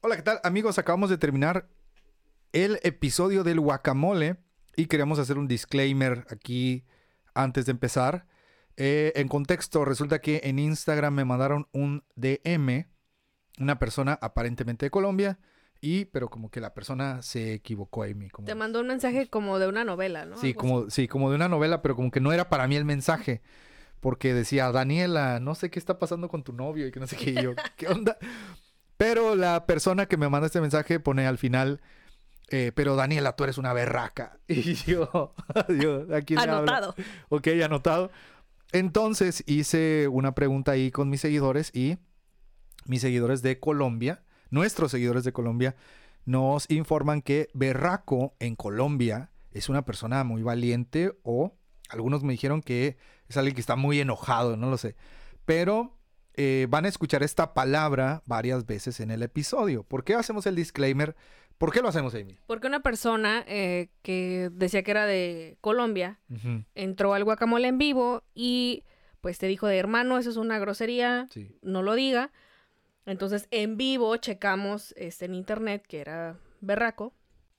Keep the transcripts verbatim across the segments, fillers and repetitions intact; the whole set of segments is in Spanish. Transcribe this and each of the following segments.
Hola, ¿qué tal, amigos? Acabamos de terminar el episodio del guacamole y queríamos hacer un disclaimer aquí antes de empezar. Eh, en contexto, resulta que en Instagram me mandaron un D M, una persona aparentemente de Colombia, y pero como que la persona se equivocó ahí. Como... Te mandó un mensaje como de una novela, ¿no? Sí, como, sí, como de una novela, pero como que no era para mí el mensaje. Porque decía, Daniela, no sé qué está pasando con tu novio y que no sé qué. Y yo, ¿qué onda? Pero la persona que me manda este mensaje pone al final, eh, pero Daniela, tú eres una berraca. Y yo, yo ¿a quién Anotado. me habla? Ok, anotado. Entonces hice una pregunta ahí con mis seguidores y mis seguidores de Colombia, nuestros seguidores de Colombia, nos informan que berraco en Colombia es una persona muy valiente, o algunos me dijeron que es alguien que está muy enojado, no lo sé. Pero eh, van a escuchar esta palabra varias veces en el episodio. ¿Por qué hacemos el disclaimer? ¿Por qué lo hacemos, Amy? Porque una persona eh, que decía que era de Colombia uh-huh. entró al guacamole en vivo y pues te dijo de hermano, eso es una grosería, sí. No lo diga. Entonces en vivo checamos este, en internet que era berraco.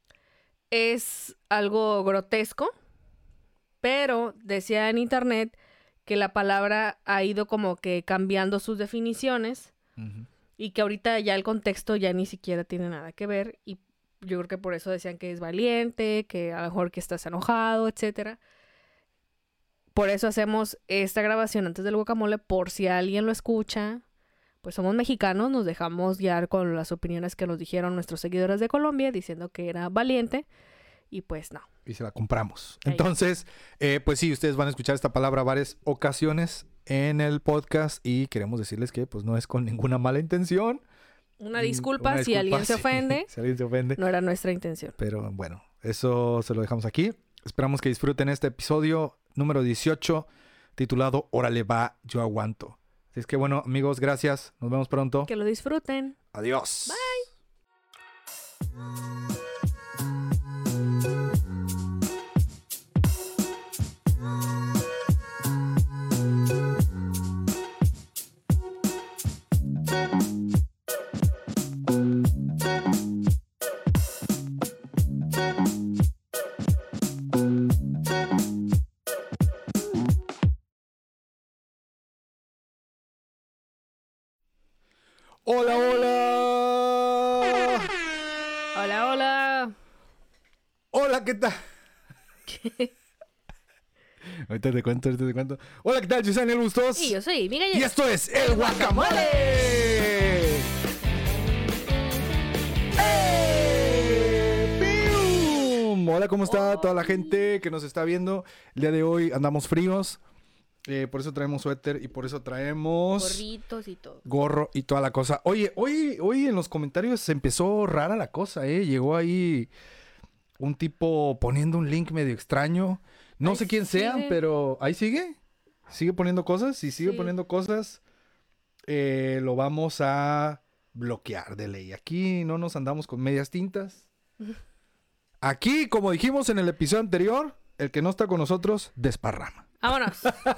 Es algo grotesco, pero decía en internet que la palabra ha ido como que cambiando sus definiciones uh-huh. y que ahorita ya el contexto ya ni siquiera tiene nada que ver, y yo creo que por eso decían que es valiente, que a lo mejor que estás enojado, etcétera. Por eso hacemos esta grabación antes del guacamole, por si alguien lo escucha. Pues somos mexicanos, nos dejamos guiar con las opiniones que nos dijeron nuestros seguidores de Colombia, diciendo que era valiente, y pues no. Y se la compramos. Ahí. Entonces, eh, pues sí, ustedes van a escuchar esta palabra varias ocasiones en el podcast y queremos decirles que pues no es con ninguna mala intención. Una disculpa, Una disculpa si alguien se ofende. Si alguien se ofende. No era nuestra intención. Pero bueno, eso se lo dejamos aquí. Esperamos que disfruten este episodio número dieciocho, titulado Órale va, yo aguanto. Así es que bueno, amigos, gracias. Nos vemos pronto. Que lo disfruten. Adiós. Bye. Hola, hola. Hola, hola. Hola, ¿qué tal? ¿Qué? Ahorita te cuento, ahorita te cuento. Hola, ¿qué tal? Yo soy Daniel Bustos. Y yo soy Amy Gallegos. Y esto es El Guacamole. ¡Eh! ¡Pium! Hola, ¿cómo está toda la gente que nos está viendo? El día de hoy andamos fríos. Eh, por eso traemos suéter y por eso traemos... gorritos y todo. Gorro y toda la cosa. Oye, hoy, hoy en los comentarios se empezó rara la cosa, ¿eh? Llegó ahí un tipo poniendo un link medio extraño. No ahí sé quién sigue. Sean, pero... ¿Ahí sigue? ¿Sigue poniendo cosas? Si sigue sí. poniendo cosas, eh, lo vamos a bloquear de ley. Aquí no nos andamos con medias tintas. Aquí, como dijimos en el episodio anterior, el que no está con nosotros, desparrama. ¡Vámonos!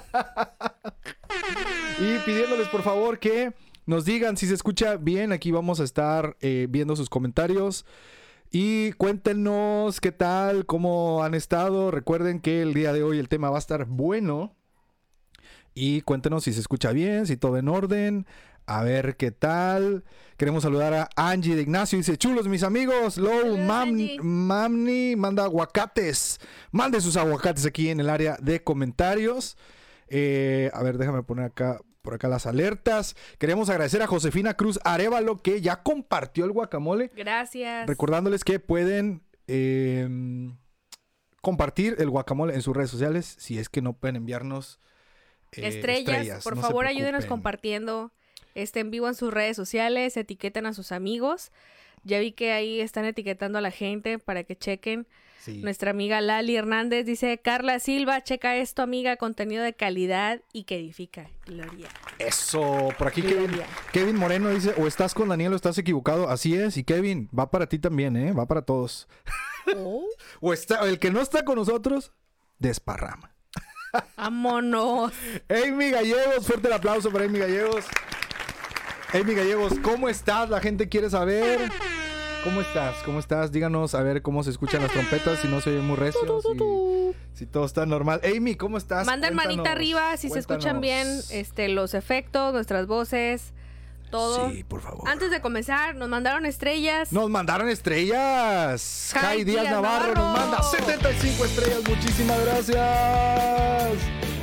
Y pidiéndoles por favor que nos digan si se escucha bien. Aquí vamos a estar eh, viendo sus comentarios. Y cuéntenos qué tal, cómo han estado. Recuerden que el día de hoy el tema va a estar bueno. Y cuéntenos si se escucha bien, si todo en orden. A ver qué tal. Queremos saludar a Angie de Ignacio. Dice, chulos mis amigos. Low, mam, Mamni manda aguacates. Mande sus aguacates aquí en el área de comentarios. Eh, a ver, déjame poner acá, por acá las alertas. Queremos agradecer a Josefina Cruz Arévalo, que ya compartió el guacamole. Gracias. Recordándoles que pueden eh, compartir el guacamole en sus redes sociales. Si es que no pueden enviarnos eh, estrellas. estrellas. Por no favor, ayúdenos compartiendo este en vivo en sus redes sociales. Etiqueten a sus amigos. Ya vi que ahí están etiquetando a la gente para que chequen. Sí. Nuestra amiga Lali Hernández dice, Carla Silva, checa esto, amiga, contenido de calidad y que edifica. Gloria. Eso, por aquí Kevin, Kevin Moreno dice, o estás con Daniel o estás equivocado. Así es, y Kevin, va para ti también, ¿eh? Va para todos. Oh. O está, el que no está con nosotros, desparrama. ¡Vámonos! Amy Gallegos, fuerte el aplauso para Amy Gallegos. Amy Gallegos, ¿cómo estás? La gente quiere saber. ¿Cómo estás? ¿Cómo estás? Díganos a ver cómo se escuchan las trompetas, si no se oye muy recio, si, si todo está normal. Amy, ¿cómo estás? Manden cuéntanos, manita arriba si cuéntanos. Se escuchan bien este, los efectos, nuestras voces, todo. Sí, por favor. Antes de comenzar, nos mandaron estrellas. Nos mandaron estrellas. Jai Díaz, Díaz Navarro, Navarro nos manda setenta y cinco estrellas. Muchísimas gracias.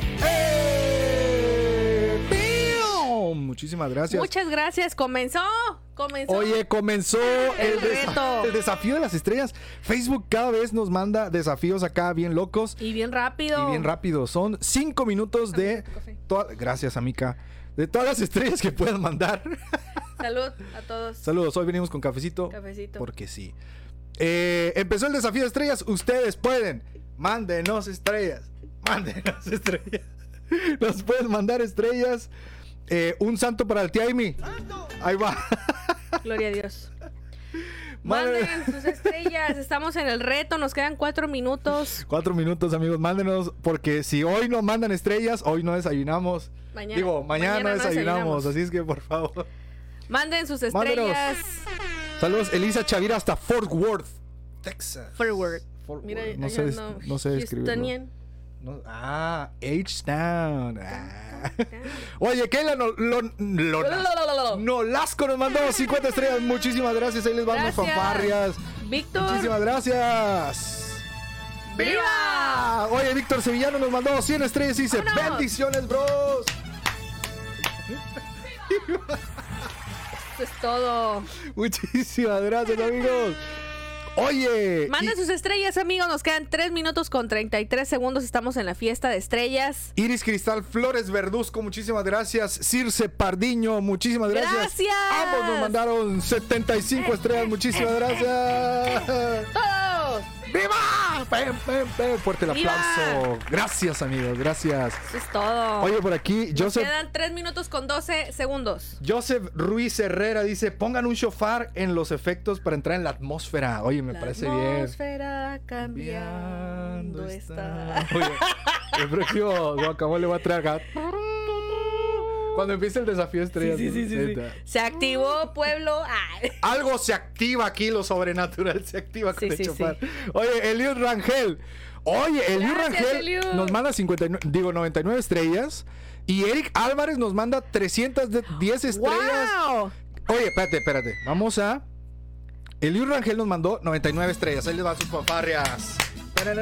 ¡Eh! Muchísimas gracias. Muchas gracias. Comenzó. Comenzó. Oye, comenzó el, el reto. El desafío de las estrellas. Facebook cada vez nos manda desafíos acá bien locos. Y bien rápido. Y bien rápido. Son cinco minutos de... Gracias, Amica. De todas las estrellas que puedan mandar. Salud a todos. Saludos. Hoy venimos con cafecito. Cafecito. Porque sí. Eh, empezó el desafío de estrellas. Ustedes pueden. Mándenos estrellas. Mándenos estrellas. Nos pueden mandar estrellas. Eh, un santo para el tía Amy. Ahí va. Gloria a Dios. Manden sus estrellas. Estamos en el reto. Nos quedan cuatro minutos. Cuatro minutos, amigos. Mándenos. Porque si hoy no mandan estrellas, hoy no desayunamos. Mañana, Digo, mañana, mañana no desayunamos, desayunamos. Así es que, por favor. Manden sus estrellas. Mándenos. Saludos, Elisa Chavira hasta Fort Worth, Texas. Fort Worth. Fort Mira, Worth. No, sé, no, no sé escribirlo. No, ah, H-Town. Ah. Oye, Keila no, lo, lo, lo, Nolasco nos mandó cincuenta estrellas. Muchísimas gracias. Ahí les van las fanfarrias. Víctor. Muchísimas gracias. ¡Viva! Oye, Víctor Sevillano nos mandó cien estrellas y dice: ¡vámonos! Bendiciones, bros. Eso es todo. Muchísimas gracias, amigos. Oye. Manden y... sus estrellas, amigos. Nos quedan tres minutos con treinta y tres segundos. Estamos en la fiesta de estrellas. Iris Cristal Flores Verduzco, muchísimas gracias. Circe Pardiño, muchísimas gracias. Gracias. Ambos nos mandaron setenta y cinco estrellas. Muchísimas gracias. Todos. ¡Viva! ¡Pem, pem, pem! Fuerte el ¡Viva! aplauso. Gracias, amigos. Gracias. Eso es todo. Oye, por aquí, Nos Joseph. quedan tres minutos con doce segundos. Joseph Ruiz Herrera dice: pongan un shofar en los efectos para entrar en la atmósfera. Oye, me la parece bien. La atmósfera cambiando está. está. Oye, el próximo guacamole va a tragar. Cuando empiece el desafío estrella. Sí, sí, sí, sí, sí. Se activó, pueblo. Ay. Algo se activa aquí, lo sobrenatural se activa con sí, el sí, chofar. Sí. Oye, Eliud Rangel. Oye, Eliud Rangel Eliud. nos manda cincuenta y nueve, digo, noventa y nueve estrellas. Y Eric Álvarez nos manda trescientas diez estrellas. ¡Wow! Oye, espérate, espérate. Vamos a... Eliud Rangel nos mandó noventa y nueve estrellas. Ahí les van sus fanfarrias. ¡Todos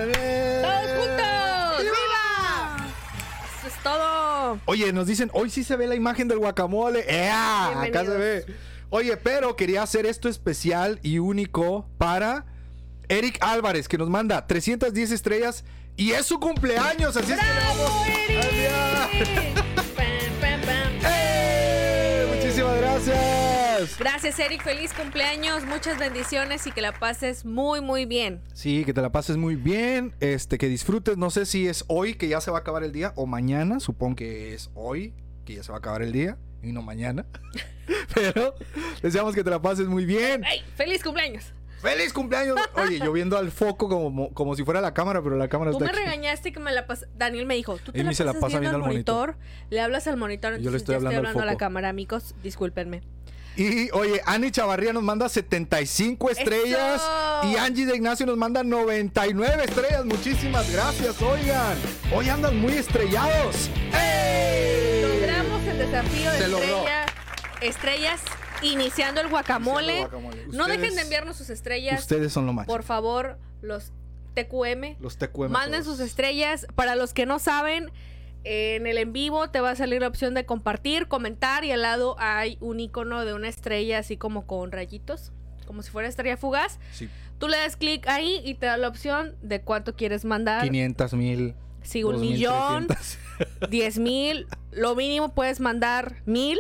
juntos! ¡Viva! Eso es todo. Oye, nos dicen, hoy sí se ve la imagen del guacamole. ¡Ea! Acá se ve. Oye, pero quería hacer esto especial y único para Eric Álvarez, que nos manda trescientas diez estrellas y es su cumpleaños, así es que le vamos a enviar. pam, pam, pam. ¡Eh! Muchísimas gracias. Gracias, Eric. Feliz cumpleaños, muchas bendiciones y que la pases muy, muy bien. Sí, que te la pases muy bien, este, que disfrutes. No sé si es hoy que ya se va a acabar el día o mañana. Supongo que es hoy que ya se va a acabar el día y no mañana. Pero deseamos que te la pases muy bien. ¡Ay! ¡Feliz cumpleaños! ¡Feliz cumpleaños! Oye, yo viendo al foco como, como si fuera la cámara, pero la cámara Tú está me aquí. regañaste que me la pasas. Daniel me dijo, tú te Él la se pasas la pasa viendo, viendo al al monitor, monitor. le hablas al monitor, entonces Yo le estoy ya hablando, estoy hablando al a la foco. cámara, amigos, discúlpenme. Y, oye, Ani Chavarría nos manda setenta y cinco estrellas. ¡Eso! Y Angie de Ignacio nos manda noventa y nueve estrellas. Muchísimas gracias, oigan. Hoy andan muy estrellados. ¡Ey! Logramos el desafío de Se logró. estrella, estrellas, iniciando el guacamole. Iniciando el guacamole. No Ustedes- dejen de enviarnos sus estrellas. Ustedes son lo máximo. Por favor, los T Q M. Los T Q M. Manden todos. sus estrellas. Para los que no saben, en el en vivo te va a salir la opción de compartir, comentar y al lado hay un icono de una estrella así como con rayitos, como si fuera estrella fugaz. Sí. Tú le das clic ahí y te da la opción de cuánto quieres mandar. quinientas mil. Sí, un millón, diez mil, lo mínimo puedes mandar mil.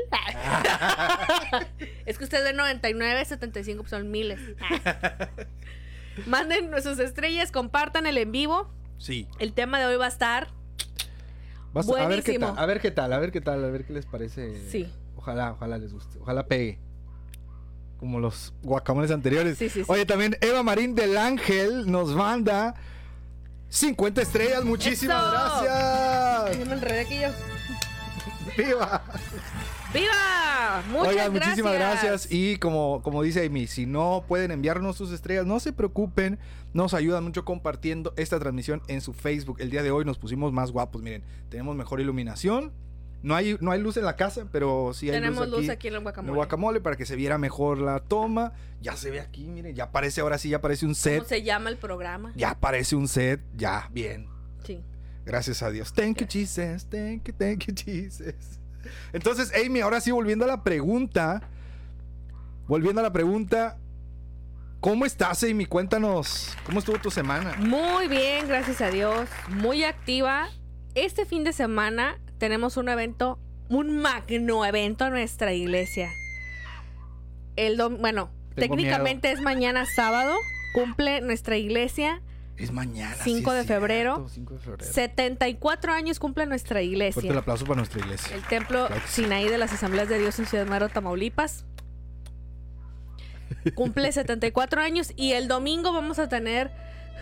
Es que ustedes ven noventa y nueve, setenta y cinco, pues son miles. Manden sus estrellas, compartan el en vivo. Sí. El tema de hoy va a estar Vas a, a ver qué buenísimo. tal, a ver qué tal, a ver qué tal, a ver qué les parece. Sí. Ojalá, ojalá les guste, ojalá pegue. Como los guacamoles anteriores. Sí, sí, sí. Oye, también Eva Marín del Ángel nos manda cincuenta estrellas. Muchísimas ¡Eso! gracias. Yo me enredé aquí yo. ¡Viva! ¡Viva! Muchas Oigan, gracias. muchísimas gracias. Y como, como dice Amy, si no pueden enviarnos sus estrellas, no se preocupen. Nos ayudan mucho compartiendo esta transmisión en su Facebook. El día de hoy nos pusimos más guapos. Miren, tenemos mejor iluminación. No hay, no hay luz en la casa, pero sí hay Tenemos luz aquí, luz aquí en el guacamole. en el guacamole para que se viera mejor la toma. Ya se ve aquí, miren, ya parece, ahora sí, ya parece un set. ¿Cómo se llama el programa? Ya parece un set, ya, bien. Sí. Gracias a Dios. Thank you, Jesus. Thank you, thank you, Jesus. Entonces, Amy, ahora sí, volviendo a la pregunta. Volviendo a la pregunta. ¿Cómo estás, Amy? Cuéntanos. ¿Cómo estuvo tu semana? Muy bien, gracias a Dios. Muy activa. Este fin de semana tenemos un evento, un magno evento en nuestra iglesia. El dom- bueno, Tengo técnicamente miedo. es mañana sábado. Cumple nuestra iglesia. Es mañana. cinco sí de es febrero. cierto, cinco de febrero. setenta y cuatro años cumple nuestra Fuerte el iglesia. aplauso para nuestra iglesia. El templo Claro que sí. Sinaí de las Asambleas de Dios en Ciudad Madero, Tamaulipas. Cumple setenta y cuatro años y el domingo vamos a tener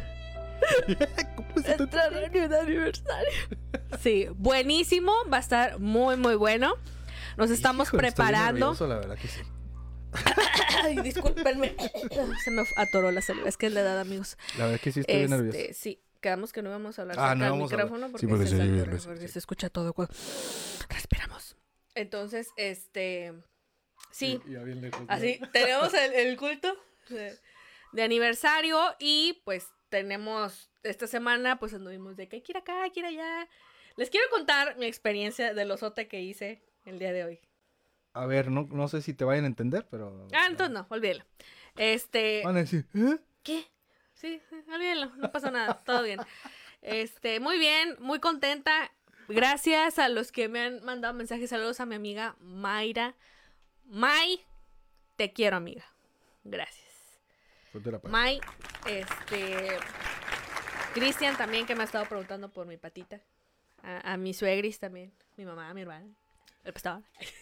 ¿Cómo es esto? nuestro reunión de aniversario. Sí, buenísimo, va a estar muy muy bueno. Nos estamos Híjole, estoy preparando. nervioso, la verdad que sí. Ay, discúlpenme. Se me atoró la saliva. Es que es la edad, amigos. La verdad que sí estoy bien nervioso. Este, sí, quedamos que no íbamos a hablar Ah, cerca no del vamos a hablar. micrófono porque, Sí, porque se, se oye satura, bien recio, porque sí. se escucha todo cuando respiramos. Entonces, este, sí, Ya bien lejos, ¿no? así tenemos el, el culto de, de aniversario y pues tenemos esta semana, pues anduvimos de que hay que ir acá, hay que ir allá. Les quiero contar mi experiencia del osote que hice el día de hoy. A ver, no, no sé si te vayan a entender, pero... Ah, entonces no, olvídelo. Este, Van a decir, ¿eh? ¿qué? Sí, olvídalo, no pasa nada, todo bien. Este, muy bien, muy contenta. Gracias a los que me han mandado mensajes. Saludos a mi amiga Mayra. May, te quiero, amiga. Gracias. Fuerte la paz. May, este, Cristian también, que me ha estado preguntando por mi patita. A, a mi suegris también, mi mamá, mi hermana. El pastor.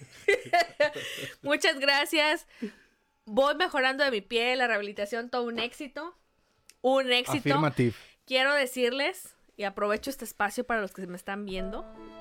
Muchas gracias. Voy mejorando de mi pie, la rehabilitación, todo un éxito. Un éxito. Afirmativo. Quiero decirles, y aprovecho este espacio para los que me están viendo.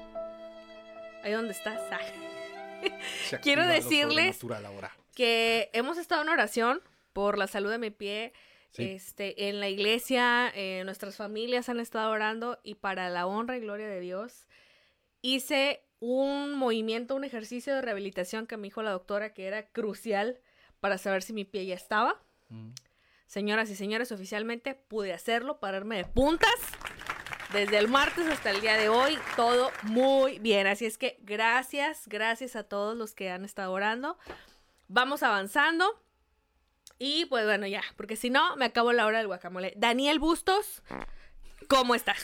Ahí donde estás. Ah. Se Quiero activa lo decirles sobrenatural ahora. que hemos estado en oración por la salud de mi pie. Sí. Este, en la iglesia, eh, nuestras familias han estado orando y para la honra y gloria de Dios hice un movimiento, un ejercicio de rehabilitación que me dijo la doctora que era crucial para saber si mi pie ya estaba. Mm. Señoras y señores, oficialmente pude hacerlo, pararme de puntas. Desde el martes hasta el día de hoy, todo muy bien. Así es que gracias, gracias a todos los que han estado orando. Vamos avanzando. Y pues bueno, ya, porque si no, me acabo la hora del guacamole. Daniel Bustos, ¿cómo estás?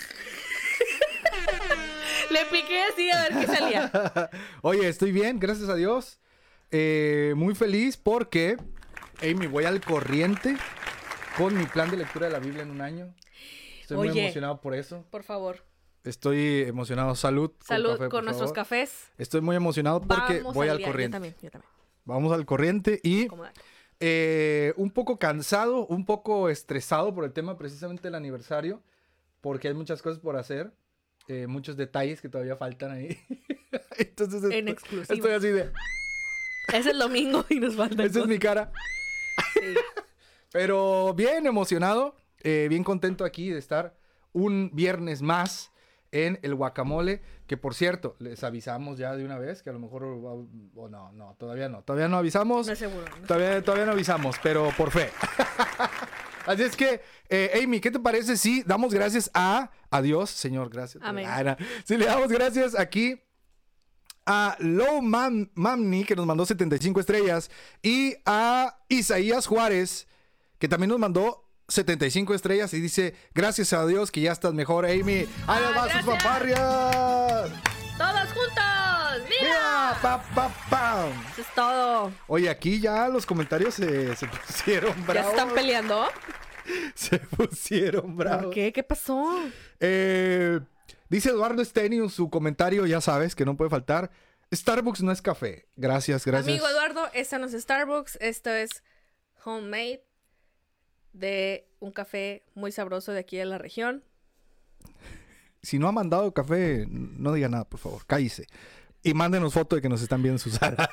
Le piqué así a ver qué salía. Oye, estoy bien, gracias a Dios. Eh, muy feliz porque, Amy, voy al corriente con mi plan de lectura de la Biblia en un año. Estoy muy Oye, emocionado por eso. Por favor, Estoy emocionado. Salud. con salud café, con por nuestros favor. cafés. Estoy muy emocionado porque Vamos voy al día. corriente. Yo también, yo también. Vamos al corriente y Cómoda. eh, un poco cansado, un poco estresado por el tema precisamente del aniversario, porque hay muchas cosas por hacer, eh, muchos detalles que todavía faltan ahí. Entonces En estoy, exclusiva. estoy así de... Es el domingo y nos falta. Esa es mi cara. Sí. Pero bien emocionado, eh, bien contento aquí de estar un viernes más en el guacamole, que por cierto, les avisamos ya de una vez, que a lo mejor, o, o no, no, todavía no, todavía no avisamos, No es seguro. ¿no? todavía, todavía no avisamos, pero por fe. Así es que, eh, Amy, ¿qué te parece si damos gracias a, a Dios, Señor, gracias. Amén. Ah, no. Si le damos gracias aquí a Low Mam Mamni, que nos mandó setenta y cinco estrellas, y a Isaías Juárez, que también nos mandó setenta y cinco estrellas y dice, gracias a Dios que ya estás mejor, Amy. ¡Ahí nos Ah, va sus gracias. fanfarrias! ¡Todos juntos! ¡Viva! ¡Viva! ¡Pa, pa, pam! Eso es todo. Oye, aquí ya los comentarios se, se pusieron ¿Ya bravos. se están peleando? Se pusieron bravos. ¿Por qué? ¿Qué pasó? Eh, dice Eduardo Stenius, su comentario, ya sabes, que no puede faltar. Starbucks no es café. Gracias, gracias. Amigo Eduardo, esto no es Starbucks, esto es homemade de un café muy sabroso de aquí de la región. Si no ha mandado café, no diga nada, por favor. Cállese. y mándenos foto de que nos están viendo en su sala.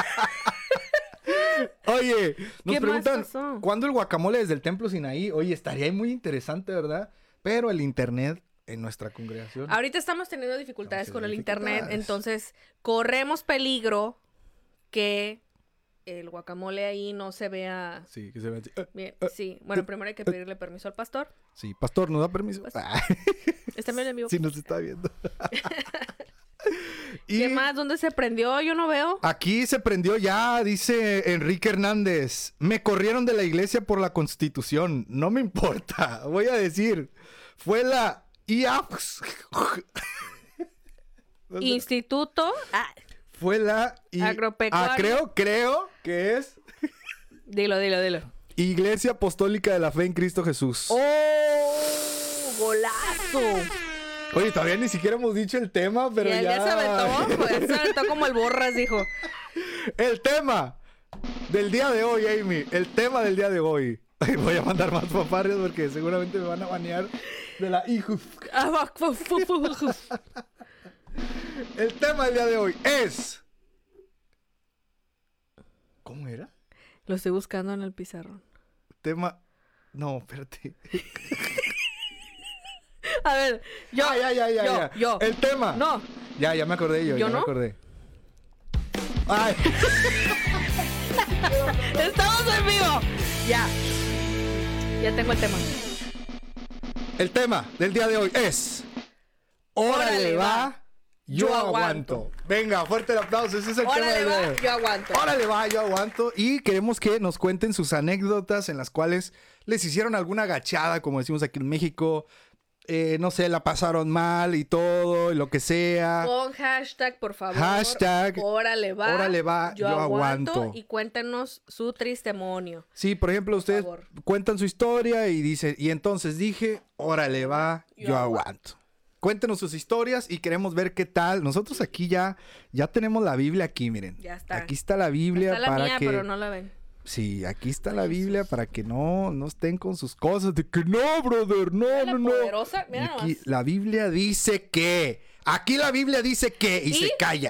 Oye, nos preguntan, ¿cuándo el guacamole desde el Templo Sinaí? Oye, estaría muy interesante, ¿verdad? Pero el internet en nuestra congregación... Ahorita estamos teniendo dificultades con el internet, entonces corremos peligro que el guacamole ahí no se vea... Sí, que se vea así. Bien, sí. Bueno, primero hay que pedirle permiso al pastor. Sí, pastor, ¿nos da permiso? Está bien en vivo. Sí, nos está viendo. ¿Y qué más? ¿Dónde se prendió? Yo no veo. Aquí se prendió ya, dice Enrique Hernández. Me corrieron de la iglesia por la Constitución. No me importa. Voy a decir. Fue la I A P S. Instituto. Ah. Fue la I... Agropecuario. Ah, creo, creo que es. Dilo, dilo, dilo. Iglesia Apostólica de la Fe en Cristo Jesús. ¡Oh! ¡Golazo! Oye, todavía ni siquiera hemos dicho el tema, pero ya... ya... ya se aventó, pues, se aventó como el Borras, dijo. El tema del día de hoy, Amy. El tema del día de hoy. Voy a mandar más paparrios porque seguramente me van a banear de la I J U F. El tema del día de hoy es... ¿Cómo era? Lo estoy buscando en el pizarrón. Tema... No, espérate. A ver, yo... Ah, ya, ya, ya, yo, ya. yo. El tema. No. Ya, ya me acordé yo. ¿Yo ya no? me acordé. Ay. Estamos en vivo. Ya. Ya tengo el tema. El tema del día de hoy es... Órale va... Yo, yo aguanto. aguanto. Venga, fuerte el aplauso. Ese es el Órale tema va, de... yo aguanto. Órale va, yo aguanto. Y queremos que nos cuenten sus anécdotas en las cuales les hicieron alguna agachada, como decimos aquí en México. Eh, no sé, la pasaron mal y todo, y lo que sea. Con hashtag, por favor. Hashtag. Órale va. Órale va, yo, yo aguanto. aguanto. Y cuéntenos su testimonio. Sí, por ejemplo, por ustedes favor. Cuentan su historia y dicen, y entonces dije, órale va, yo, yo aguanto. aguanto. Cuéntenos sus historias y queremos ver qué tal. Nosotros aquí ya, ya tenemos la Biblia aquí, miren. Ya está. Aquí está la Biblia está la para mía, que... pero no la ven. Sí, aquí está Ay, la Biblia Jesús. Para que no, no estén con sus cosas de que no, brother, no, Mira no, la poderosa. no. Mira aquí, la Biblia dice que. Aquí la Biblia dice que y, ¿Y? se calla.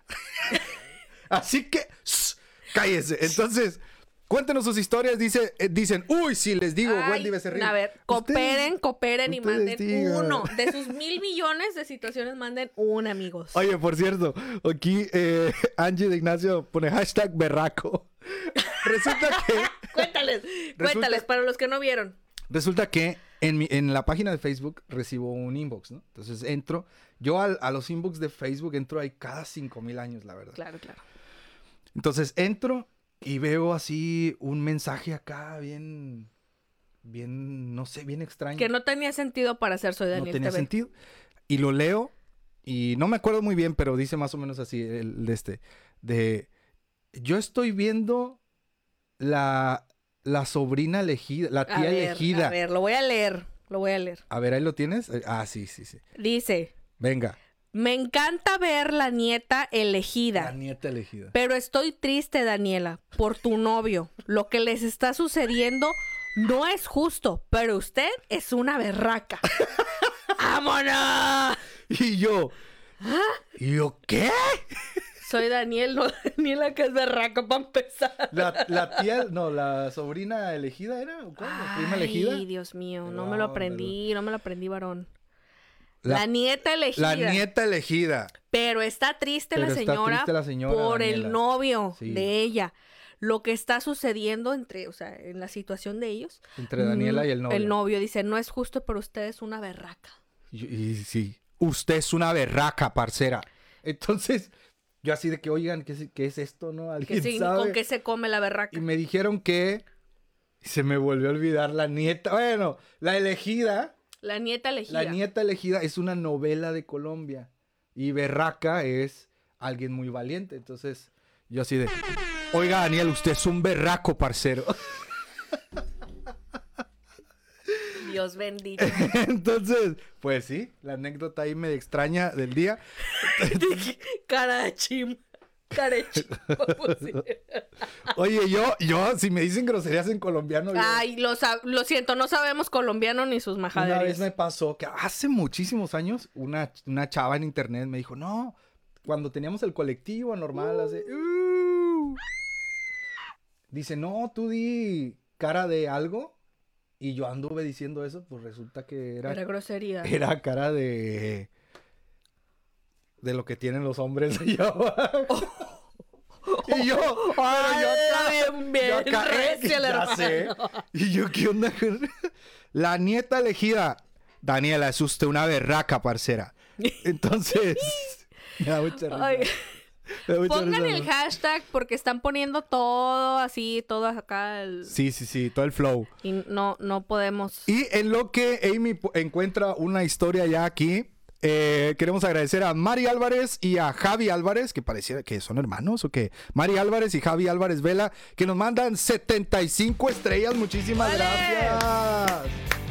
Así que, shh, cállese. Entonces, cuéntenos sus historias. Dice, eh, dicen, uy, si les digo, Ay, Wendy Becerril. A ver, cooperen, cooperen y manden digan. uno. De sus mil millones de situaciones, manden un, amigos. Oye, por cierto, aquí eh, Angie de Ignacio pone hashtag berraco. Resulta que... cuéntales, resulta, cuéntales, para los que no vieron. Resulta que en, mi, en la página de Facebook recibo un inbox, ¿no? Entonces entro, yo a, a los inbox de Facebook entro ahí cada cinco mil años, la verdad. Claro, claro. Entonces entro y veo así un mensaje acá bien, bien, no sé, bien extraño. Que no tenía sentido para hacer Soy Daniel No tenía T V. sentido. Y lo leo y no me acuerdo muy bien, pero dice más o menos así, el de este, de... Yo estoy viendo la, la sobrina elegida, la tía a ver, elegida. A ver, lo voy a leer, lo voy a leer. A ver, ¿ahí lo tienes? Ah, sí, sí, sí. Dice. Venga. Me encanta ver la nieta elegida. La nieta elegida. Pero estoy triste, Daniela, por tu novio. Lo que les está sucediendo no es justo, pero usted es una berraca. ¡Vámonos! Y yo, ¿Ah? ¿y yo qué? Soy Daniel, no Daniela, que es berraca para empezar. La, la tía, no, la sobrina elegida era, ¿o cuál? ¿La prima elegida? Ay, Dios mío, no, no me lo aprendí, pero... no me lo aprendí, varón. La, la nieta elegida. La nieta elegida. Pero está triste, pero la, está señora triste la señora por Daniela. el novio sí. de ella. Lo que está sucediendo entre, o sea, en la situación de ellos. Entre Daniela y el novio. El novio dice, no es justo, pero usted es una berraca. Y, y sí, usted es una berraca, parcera. Entonces... Yo así de que, oigan, ¿qué es, qué es esto, no? ¿Alguien ¿Qué, sabe? ¿Con qué se come la berraca? Y me dijeron que... Se me volvió a olvidar la nieta. Bueno, la elegida... La nieta elegida. La nieta elegida es una novela de Colombia. Y berraca es alguien muy valiente. Entonces, yo así de... Oiga, Daniel, usted es un berraco, parcero. Dios bendito. Entonces, pues sí, la anécdota ahí me extraña del día. Cara de chim. Cara de chim. Oye, yo, yo, si me dicen groserías en colombiano... Yo... Ay, lo, lo siento, no sabemos colombiano ni sus majaderías. Una vez me pasó que hace muchísimos años una, una chava en internet me dijo, no, cuando teníamos el colectivo normal, uh. así, uh, dice, no, tú di cara de algo. Y yo anduve diciendo eso, pues resulta que era... Era grosería. Era cara de... De lo que tienen los hombres allá abajo. Oh. Y yo... Ay, pero yo bien, bien, yo acá, recio, eh, ya sé. Y yo, ¿qué onda? La nieta elegida. Daniela, es usted una berraca, parcera. Entonces... me da mucha risa. Ay. Pongan risa, el hashtag porque están poniendo todo así, todo acá. El... Sí, sí, sí, todo el flow. Y no, no podemos. Y en lo que Amy encuentra una historia ya aquí, eh, queremos agradecer a Mari Álvarez y a Javi Álvarez, que pareciera que son hermanos o que Mari Álvarez y Javi Álvarez Vela, que nos mandan setenta y cinco estrellas. Muchísimas ¡Vale! gracias.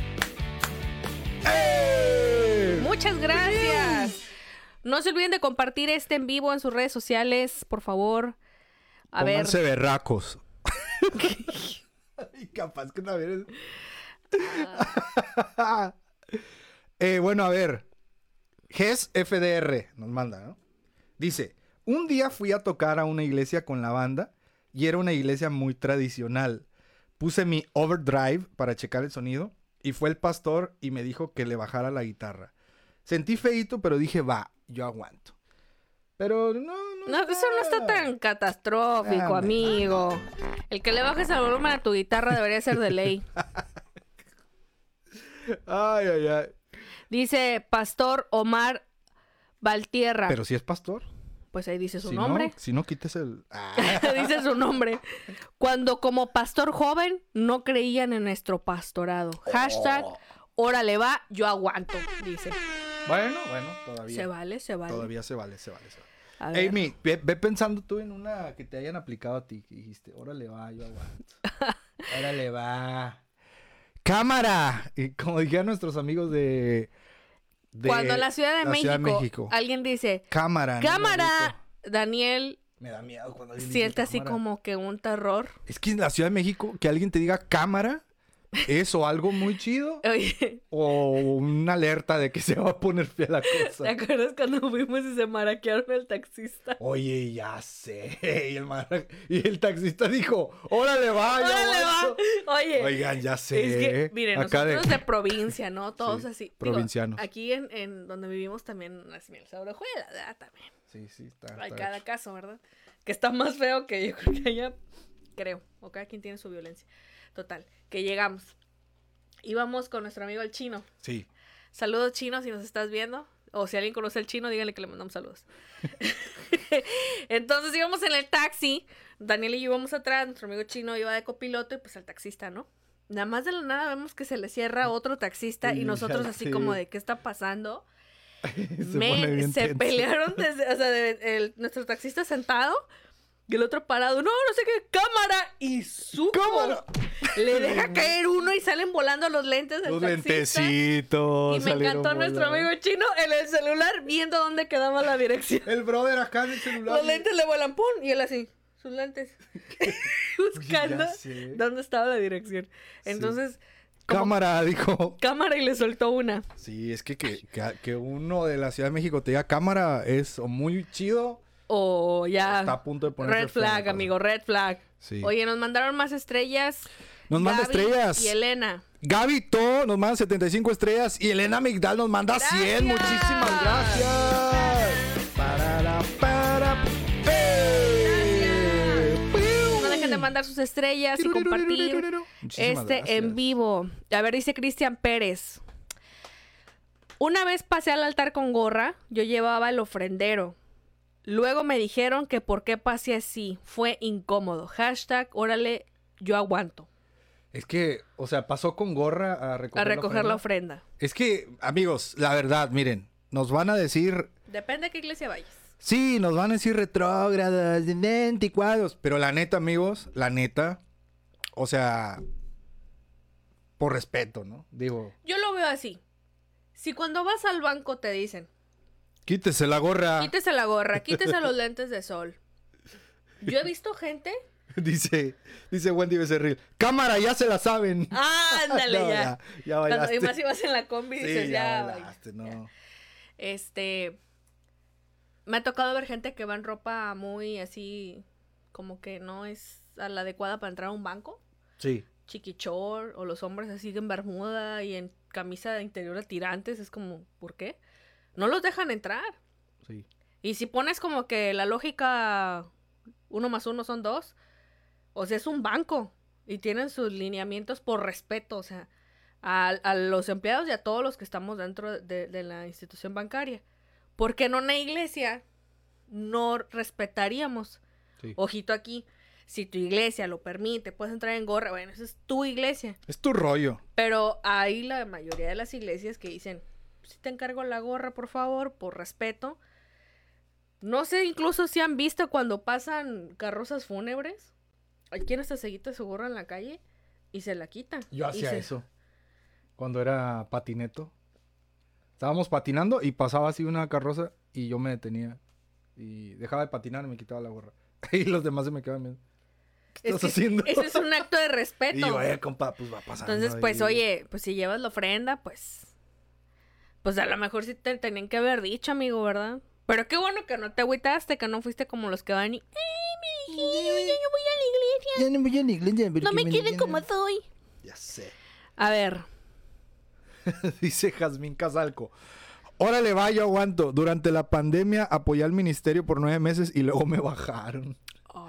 ¡Eh! Muchas gracias. No se olviden de compartir este en vivo en sus redes sociales, por favor. A Pónganse ver. berracos. Ay, capaz que también es... Ah. eh, bueno, a ver. G E S F D R nos manda, ¿no? Dice, un día fui a tocar a una iglesia con la banda y era una iglesia muy tradicional. Puse mi overdrive para checar el sonido y fue el pastor y me dijo que le bajara la guitarra. Sentí feíto, pero dije, va, yo aguanto. Pero no, no. No, está... eso no está tan catastrófico, Ah, amigo. El que le bajes el volumen a tu guitarra debería ser de ley. Ay, ay, ay. Dice Pastor Omar Valtierra. Pero si es pastor. Pues ahí dice su si nombre. No, si no, quites el... Ah. Dice su nombre. Cuando como pastor joven no creían en nuestro pastorado. Oh. Hashtag, órale va, yo aguanto, dice. Bueno, bueno, todavía. Se vale, se vale. Todavía se vale, se vale, se vale. Amy, ve, ve pensando tú en una que te hayan aplicado a ti. Que dijiste, órale va, yo aguanto. Órale va. ¡Cámara! Y como dijeron nuestros amigos de... de Cuando en la Ciudad de, la México, Ciudad de México alguien dice... ¡Cámara! ¡Cámara! Daniel... Me da miedo cuando alguien siente dice así como que un terror. Es que en la Ciudad de México que alguien te diga cámara... ¿Es o algo muy chido? Oye. O una alerta de que se va a poner fea la cosa. ¿Te acuerdas cuando fuimos y se maraquearon el taxista? Oye, ya sé. Y el, mara... y el taxista dijo, órale va, órale va. Oye. Oigan, ya sé. Es que, miren, acá nosotros de... de provincia, ¿no? Todos sí, así. Provincianos. Digo, aquí en, en donde vivimos también las miel sabrojuelas, ¿verdad? También. Sí, sí, está. Hay está cada hecho. caso, ¿verdad? Que está más feo que yo creo que allá, creo. O cada quien tiene su violencia. Total, que llegamos. Íbamos con nuestro amigo el Chino. Sí. Saludos, Chino, si nos estás viendo. O si alguien conoce al Chino, díganle que le mandamos saludos. Entonces íbamos en el taxi. Daniel y yo íbamos atrás. Nuestro amigo Chino iba de copiloto y pues el taxista, ¿no? Nada más de la nada vemos que se le cierra otro taxista y nosotros así sí. como de, ¿qué está pasando? se Me, se tenso. Pelearon desde, o sea, de, el, nuestro taxista sentado y el otro parado. No, no sé qué, cámara. Y su cámara. Le deja caer uno y salen volando los lentes del los taxista. lentecitos. Y me encantó nuestro amigo Chino en el celular viendo dónde quedaba la dirección. El brother acá en el celular. Los lentes le vuelan, ¡pum! Y él así, sus lentes. Buscando dónde estaba la dirección. Entonces... Sí. Cámara, dijo. Cámara y le soltó una. Sí, es que, que, que, que uno de la Ciudad de México te diga cámara es o muy chido... O ya. Está a punto de ponerse Red flag, feo, amigo, red flag. Sí. Oye, nos mandaron más estrellas. Nos manda Gaby estrellas. Y Elena. Gaby To nos manda setenta y cinco estrellas. Y Elena Migdal nos manda gracias. cien. Muchísimas gracias. Para, para, gracias. No dejen de mandar sus estrellas y compartir este gracias. En vivo. A ver, dice Cristian Pérez. Una vez pasé al altar con gorra. Yo llevaba el ofrendero. Luego me dijeron que por qué pasé así. Fue incómodo. Hashtag, órale, yo aguanto. Es que, o sea, pasó con gorra a recoger, a recoger la, la, ofrenda. la ofrenda. Es que, amigos, la verdad, miren, nos van a decir... Depende de qué iglesia vayas. Sí, nos van a decir retrógradas, anticuados. Pero la neta, amigos, la neta, o sea, por respeto, ¿no? Digo... Yo lo veo así. Si cuando vas al banco te dicen... Quítese la gorra. Quítese la gorra, quítese los lentes de sol. Yo he visto gente... Dice, dice Wendy Becerril, cámara, ya se la saben. Ah, ándale, no, ya. Ya, ya bailaste. Cuando, y más si vas en la combi y sí, dices, ya, ya, bailaste, no. Ya. Este... me ha tocado ver gente que va en ropa muy así, como que no es a la adecuada para entrar a un banco. Sí. Chiquichor, o los hombres así en bermuda y en camisa de interior a tirantes. Es como, ¿por qué? No los dejan entrar. Sí. Y si pones como que la lógica uno más uno son dos, o sea, es un banco y tienen sus lineamientos por respeto, o sea, a, a los empleados y a todos los que estamos dentro de, de la institución bancaria. Porque en una iglesia no respetaríamos. Sí. Ojito aquí, si tu iglesia lo permite, puedes entrar en gorra, bueno, esa es tu iglesia. Es tu rollo. Pero hay la mayoría de las iglesias que dicen, si te encargo la gorra, por favor, por respeto. No sé incluso si han visto cuando pasan carrozas fúnebres. Hay quien hasta se quita su gorra en la calle y se la quita. Yo hacía se... eso. Cuando era patineto. Estábamos patinando y pasaba así una carroza y yo me detenía. Y dejaba de patinar y me quitaba la gorra. Y los demás se me quedaban viendo. ¿Qué estás es que haciendo? Ese es un acto de respeto. Y yo, eh, compa, pues va pasando. Entonces, pues, y... oye, pues si llevas la ofrenda, pues... Pues a lo mejor sí te tenían que haber dicho, amigo, ¿verdad? Pero qué bueno que no te agüitaste, que no fuiste como los que van y... ¡Ay, mi hijito, ya no voy a la iglesia! Ya no voy a la iglesia. No me quieren como soy. Ya sé. A ver. Dice Jazmín Casalco. Órale, va, yo aguanto. Durante la pandemia apoyé al ministerio por nueve meses y luego me bajaron. Oh,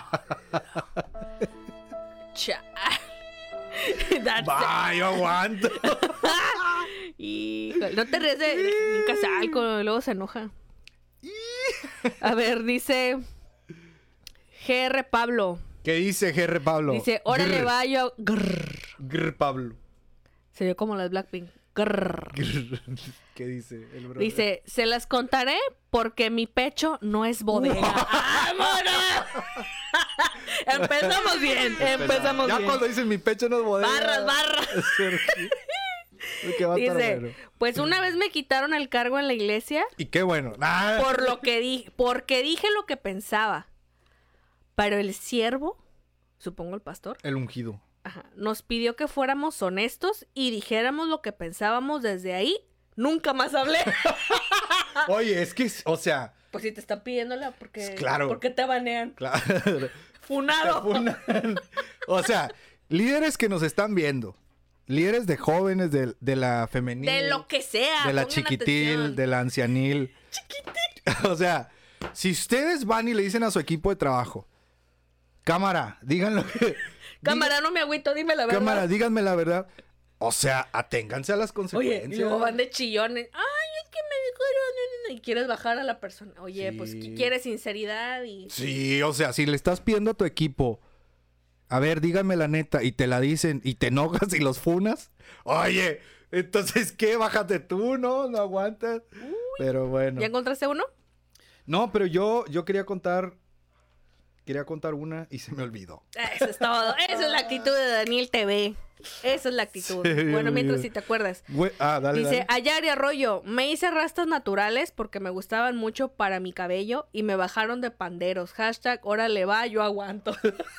va, yo aguanto. Híjole, no te ríes de, de Casalco, luego se enoja. A ver, dice G R Pablo. ¿Qué dice G R Pablo? Dice, órale, va, yo... Grr. Grr Pablo. Se dio como las Blackpink. Grr. Grr. ¿Qué dice el brother? Dice, se las contaré porque mi pecho no es bodega. ¡Vámonos! Empezamos bien, empezamos ya bien. Ya cuando dicen mi pecho no es bodega. Barras, barras. Dice, pues una vez me quitaron el cargo en la iglesia. Y qué bueno. Ah. Por lo que dije, porque dije lo que pensaba. Pero el siervo, supongo el pastor. El ungido. Ajá, nos pidió que fuéramos honestos y dijéramos lo que pensábamos. Desde ahí, nunca más hablé. Oye, es que, o sea... Pues si te están pidiéndola, porque, claro. ¿por qué te banean? Claro. Funado. Funan. O sea, líderes que nos están viendo. Líderes de jóvenes, de, de la femenil. De lo que sea. De la chiquitil, atención. De la ancianil. Chiquitil. O sea, si ustedes van y le dicen a su equipo de trabajo, cámara, díganlo que... Cámara, diga, no me agüito, dime la verdad. Cámara, díganme la verdad. O sea, aténganse a las consecuencias. Oye, y luego van de chillones. Ay, es que me dijeron... Y quieres bajar a la persona. Oye, sí. Pues quieres sinceridad y... Sí, o sea, si le estás pidiendo a tu equipo... A ver, dígame la neta, y te la dicen, y te enojas y los funas. Oye, entonces, ¿qué? Bájate tú, ¿no? No aguantas. Uy, pero bueno. ¿Ya encontraste uno? No, pero yo, yo quería contar... Quería contar una y se me olvidó. Eso es todo. Esa es la actitud de Daniel T V. Esa es la actitud. Bueno, mientras si te acuerdas. We ah, dale, Dice, dale. Ayari Arroyo, me hice rastas naturales porque me gustaban mucho para mi cabello y me bajaron de panderos. Hashtag, órale va, yo aguanto.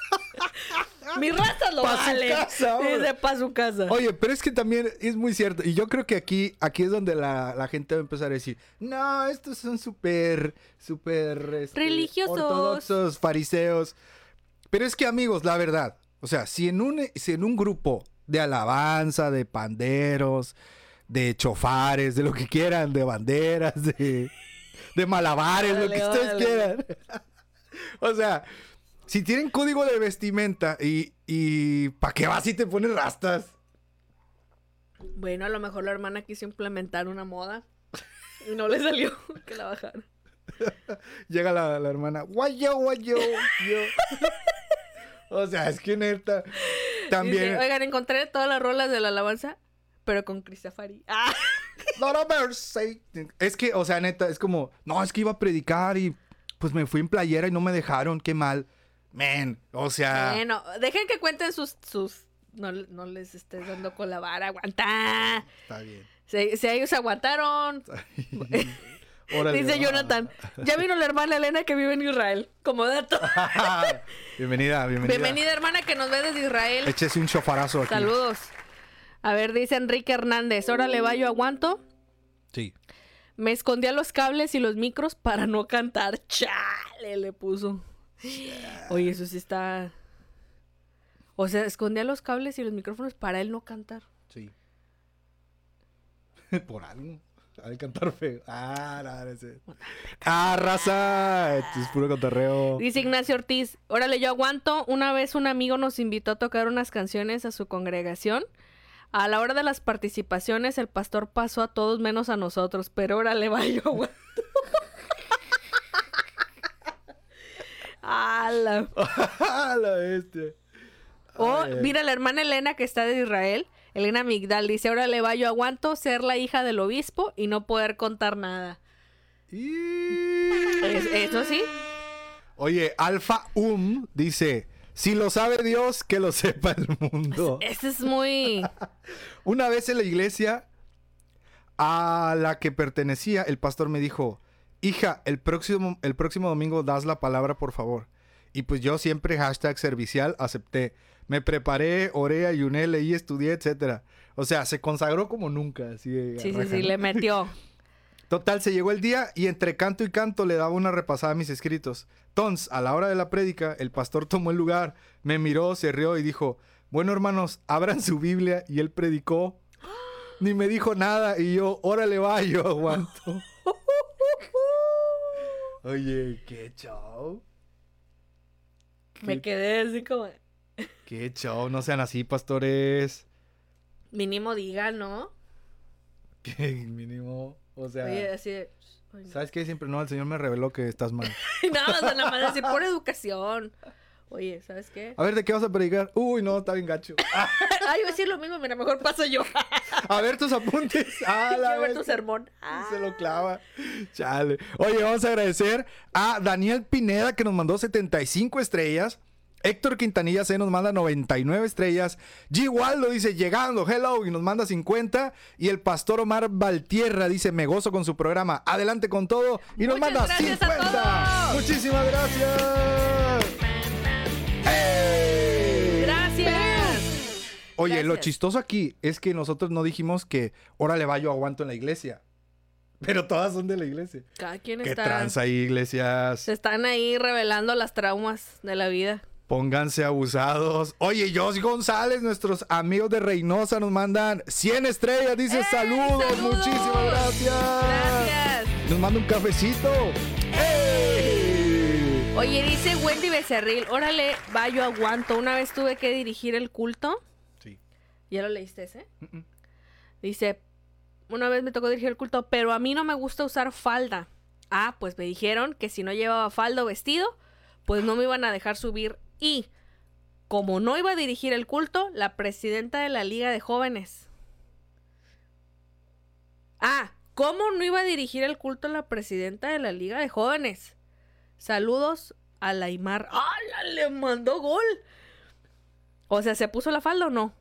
Mis rastas lo pa valen. Su casa, Dice, pa' su casa. Oye, pero es que también es muy cierto. Y yo creo que aquí, aquí es donde la, la gente va a empezar a decir, no, estos son súper, súper... Este, religiosos. Ortodoxos, fariseos. Pero es que, amigos, la verdad. O sea, si en un, si en un grupo de alabanza, de panderos, de chofares, de lo que quieran, de banderas, de, de malabares, dale, lo que dale. ustedes quieran. O sea... Si tienen código de vestimenta y, y ¿para qué vas y te pones rastas? Bueno, a lo mejor la hermana quiso implementar una moda y no le salió que la bajaron. Llega la, la hermana, guayo, guayo, yo. O sea, es que neta, también... Dice, oigan, encontré todas las rolas de la alabanza, pero con Cristafari. ¡Ah! No, no, mercy. Es que, o sea, neta, es como, no, es que iba a predicar y pues me fui en playera y no me dejaron, qué mal. Men, o sea... Bueno, dejen que cuenten sus... sus... No, no les estés dando con la vara, aguanta. Está bien. Si, si ellos aguantaron. Órale, dice Jonathan, ya vino la hermana Elena que vive en Israel, como dato. Bienvenida, bienvenida. Bienvenida, hermana, que nos ve desde Israel. Échese un chofarazo aquí. Saludos. A ver, dice Enrique Hernández, órale va, yo aguanto. Sí. Me escondía los cables y los micros para no cantar. Chale, le puso. Oye, eso sí está... O sea, escondía los cables y los micrófonos para él no cantar. Sí. Por algo. Al cantar feo. Ah, no, ese. Ah, raza. Esto es puro cotorreo. Dice Ignacio Ortiz. Órale, yo aguanto. Una vez un amigo nos invitó a tocar unas canciones a su congregación. A la hora de las participaciones, el pastor pasó a todos menos a nosotros. Pero órale, va, yo aguanto. ¡Hala! ¡Hala, bestia! O, mira, la hermana Elena que está de Israel, Elena Migdal, dice, ahora le va, yo aguanto ser la hija del obispo y no poder contar nada. Y... ¿Es, ¿Eso sí? Oye, Alfa Um dice, si lo sabe Dios, que lo sepa el mundo. Ese es muy... Una vez en la iglesia a la que pertenecía, el pastor me dijo, hija, el próximo, el próximo domingo das la palabra, por favor. Y pues yo siempre, hashtag servicial, acepté. Me preparé, oré, ayuné, leí, estudié, etcétera. O sea, se consagró como nunca. Así de sí, sí, sí, le metió. Total, se llegó el día y entre canto y canto le daba una repasada a mis escritos. Entonces, a la hora de la prédica, el pastor tomó el lugar, me miró, se rió y dijo, bueno, hermanos, abran su Biblia. Y él predicó. Ni me dijo nada y yo, órale va, yo aguanto. Oye, qué show. Me quedé así como... Qué show, no sean así, pastores. Mínimo diga, ¿no? Qué mínimo, o sea... Oye, así de... Ay, no. ¿Sabes qué? Siempre no, el Señor me reveló que estás mal. No, o sea, nada más decir por educación. Oye, ¿sabes qué? A ver, ¿de qué vas a predicar? Uy, no, está bien gacho. Ay, iba a decir lo mismo, mira, mejor paso yo. A ver tus apuntes. Ah, la Quiero ver vez. tu sermón. Ah. Se lo clava. Chale. Oye, vamos a agradecer a Daniel Pineda que nos mandó setenta y cinco estrellas. Héctor Quintanilla C nos manda noventa y nueve estrellas. G. Waldo dice, llegando, hello, y nos manda cincuenta. Y el pastor Omar Valtierra dice, me gozo con su programa. Adelante con todo. Y nos Muchas manda cincuenta. Muchísimas gracias. ¡Hey! Gracias. Oye, Gracias. Lo chistoso aquí es que nosotros no dijimos que órale va, yo aguanto en la iglesia. Pero todas son de la iglesia. Cada quien ¿Qué está... tranza ahí, iglesias? Se están ahí revelando las traumas de la vida. Pónganse abusados. Oye, Jos González, nuestros amigos de Reynosa nos mandan cien estrellas. Dice ¡Ey, saludos, saludos! muchísimas gracias. Gracias. Nos manda un cafecito. ¡Ey! Oye, dice Wendy Becerril, órale, va, yo aguanto. Una vez tuve que dirigir el culto. Sí. ¿Ya lo leíste ese? Uh-uh. Dice, una vez me tocó dirigir el culto, pero a mí no me gusta usar falda. Ah, pues me dijeron que si no llevaba falda o vestido, pues no me iban a dejar subir. Y como no iba a dirigir el culto, la presidenta de la Liga de Jóvenes. Ah, ¿cómo no iba a dirigir el culto la presidenta de la Liga de Jóvenes? Saludos a la Aymar. ¡Ah, le mandó gol! O sea, ¿se puso la falda o no?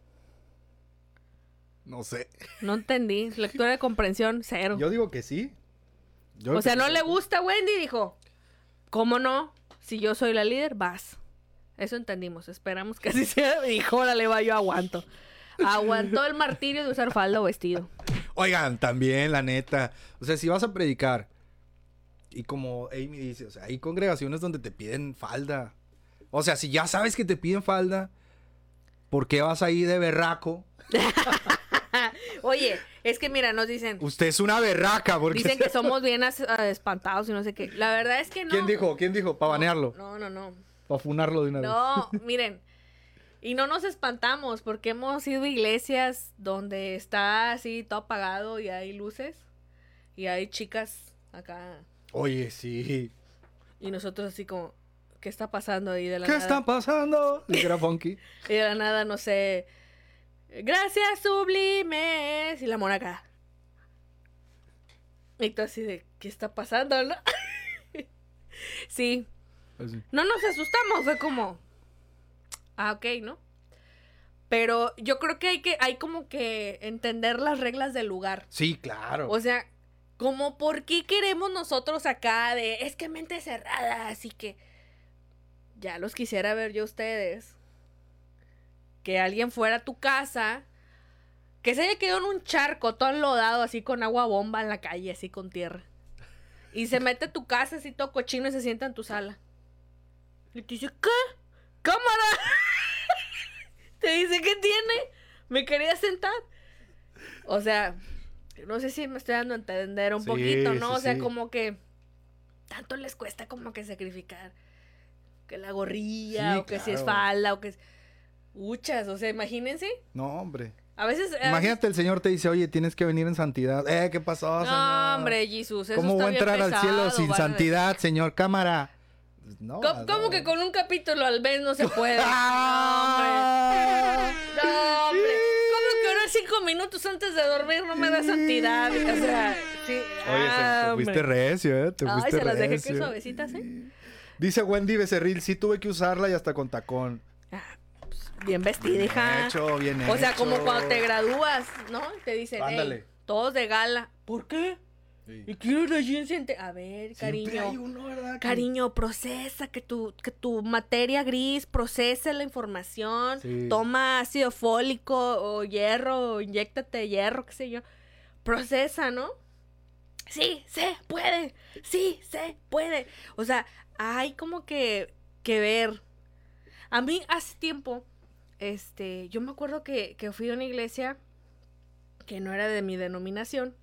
No sé. No entendí. Lectura de comprensión, cero. Yo digo que sí. Yo O sea, que no sí. le gusta Wendy, dijo. ¿Cómo no? Si yo soy la líder, vas. Eso entendimos. Esperamos que así sea. Dijo, órale, va, yo aguanto. Aguantó el martirio de usar falda o vestido. Oigan, también, la neta. O sea, si vas a predicar, y como Amy dice, o sea, hay congregaciones donde te piden falda. O sea, si ya sabes que te piden falda, ¿por qué vas ahí de berraco? Oye, es que mira, nos dicen... Usted es una berraca, porque... Dicen que somos bien as- uh, espantados y no sé qué. La verdad es que no. ¿Quién dijo? ¿Quién dijo? Para banearlo. No, no, no. Para funarlo de una vez. No, miren. Y no nos espantamos porque hemos ido a iglesias donde está así todo apagado y hay luces. Y hay chicas acá. Oye, sí. Y nosotros así como, ¿qué está pasando ahí de la ¿Qué nada? está pasando? Dice que era funky. Y de la nada, no sé... Gracias sublimes. Y la mona acá. Y tú así de, ¿qué está pasando, no? Sí. Así. No nos asustamos, fue como... Ah, ok, ¿no? Pero yo creo que hay que, hay como que entender las reglas del lugar. Sí, claro. O sea, como por qué queremos nosotros acá de, es que mente cerrada, así que... Ya los quisiera ver yo a ustedes. Que alguien fuera a tu casa Que se haya quedado en un charco todo enlodado, así con agua bomba en la calle, así con tierra. Y se mete a tu casa así todo cochino y se sienta en tu sala. Y te dice, ¿qué? ¡Cámara! Te dice, ¿qué tiene? Me quería sentar. O sea, no sé si me estoy dando a entender un sí, poquito, ¿no? Sí, o sea, sí. como que tanto les cuesta como que sacrificar. Que la gorrilla, sí, o que claro. si es falda, o que es... Muchas, o sea, imagínense. No, hombre. A veces... A Imagínate, veces... el Señor te dice, oye, tienes que venir en santidad. Eh, ¿qué pasó, no, señor? No, hombre, Jesús, eso ¿Cómo está voy a entrar bien al cielo pesado, sin santidad, de... señor? Cámara. No, ¿Cómo, no. ¿Cómo que con un capítulo al mes no se puede? No, hombre. No, hombre. ¿Cómo que orar cinco minutos antes de dormir no me da santidad? O sea, sí. Oye, ah, te fuiste recio, ¿eh? Te Ay, fuiste se las dejé recio. que suavecitas, ¿eh? Dice Wendy Becerril, sí tuve que usarla y hasta con tacón. Ah, pues, bien vestida, hija. Bien hecho, bien hecho. O sea, como cuando te gradúas, ¿no? Te dicen, hey, todos de gala. ¿Por qué? Sí. Y quiero la jeans ente... A ver, cariño. Hay uno, ¿verdad? Cariño, procesa que tu, que tu materia gris procese la información. Sí. Toma ácido fólico o hierro, o inyéctate hierro, qué sé yo. Procesa, ¿no? Sí, se puede. Sí, se puede. O sea, hay como que, que ver. A mí hace tiempo, este, yo me acuerdo que, que fui a una iglesia que no era de mi denominación.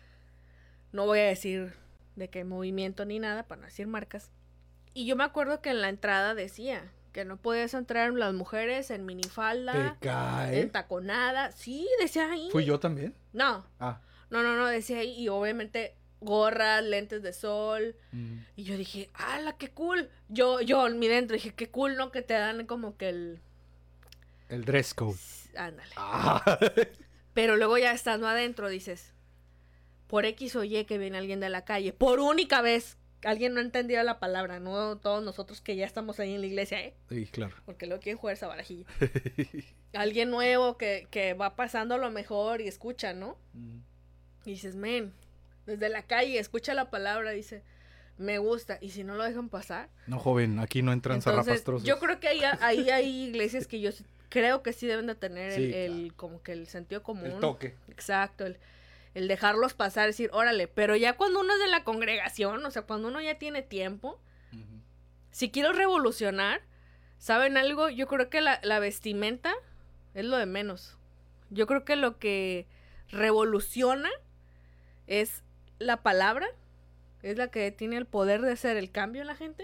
No voy a decir de qué movimiento ni nada, para no decir marcas. Y yo me acuerdo que en la entrada decía que no podías entrar las mujeres en minifalda, ¿te cae? en taconada. Sí, decía ahí. ¿Fui yo también? No. Ah. No, no, no, decía ahí. Y obviamente gorras, lentes de sol. Mm. Y yo dije, ¡hala, qué cool! Yo, yo en mi dentro dije, qué cool, ¿no? Que te dan como que el... El dress code. Ándale. Ah. Pero luego ya estando adentro dices... Por X o Y que viene alguien de la calle, por única vez, alguien no entendió la palabra, no todos nosotros que ya estamos ahí en la iglesia, ¿eh? Sí, claro. Porque luego quieren jugar esa barajilla. Alguien nuevo que, que va pasando a lo mejor y escucha, ¿no? Mm. Y dices, men, desde la calle escucha la palabra, dice, me gusta, y si no lo dejan pasar. No, joven, aquí no entran zarrapastrosos. Yo creo que ahí, ahí hay iglesias que yo creo que sí deben de tener sí, el, el claro. como que el sentido común. El toque. Exacto, el... El dejarlos pasar, decir, órale, pero ya cuando uno es de la congregación, o sea, cuando uno ya tiene tiempo, uh-huh. si quiero revolucionar, ¿saben algo? Yo creo que la, la vestimenta es lo de menos. Yo creo que lo que revoluciona es la palabra, es la que tiene el poder de hacer el cambio en la gente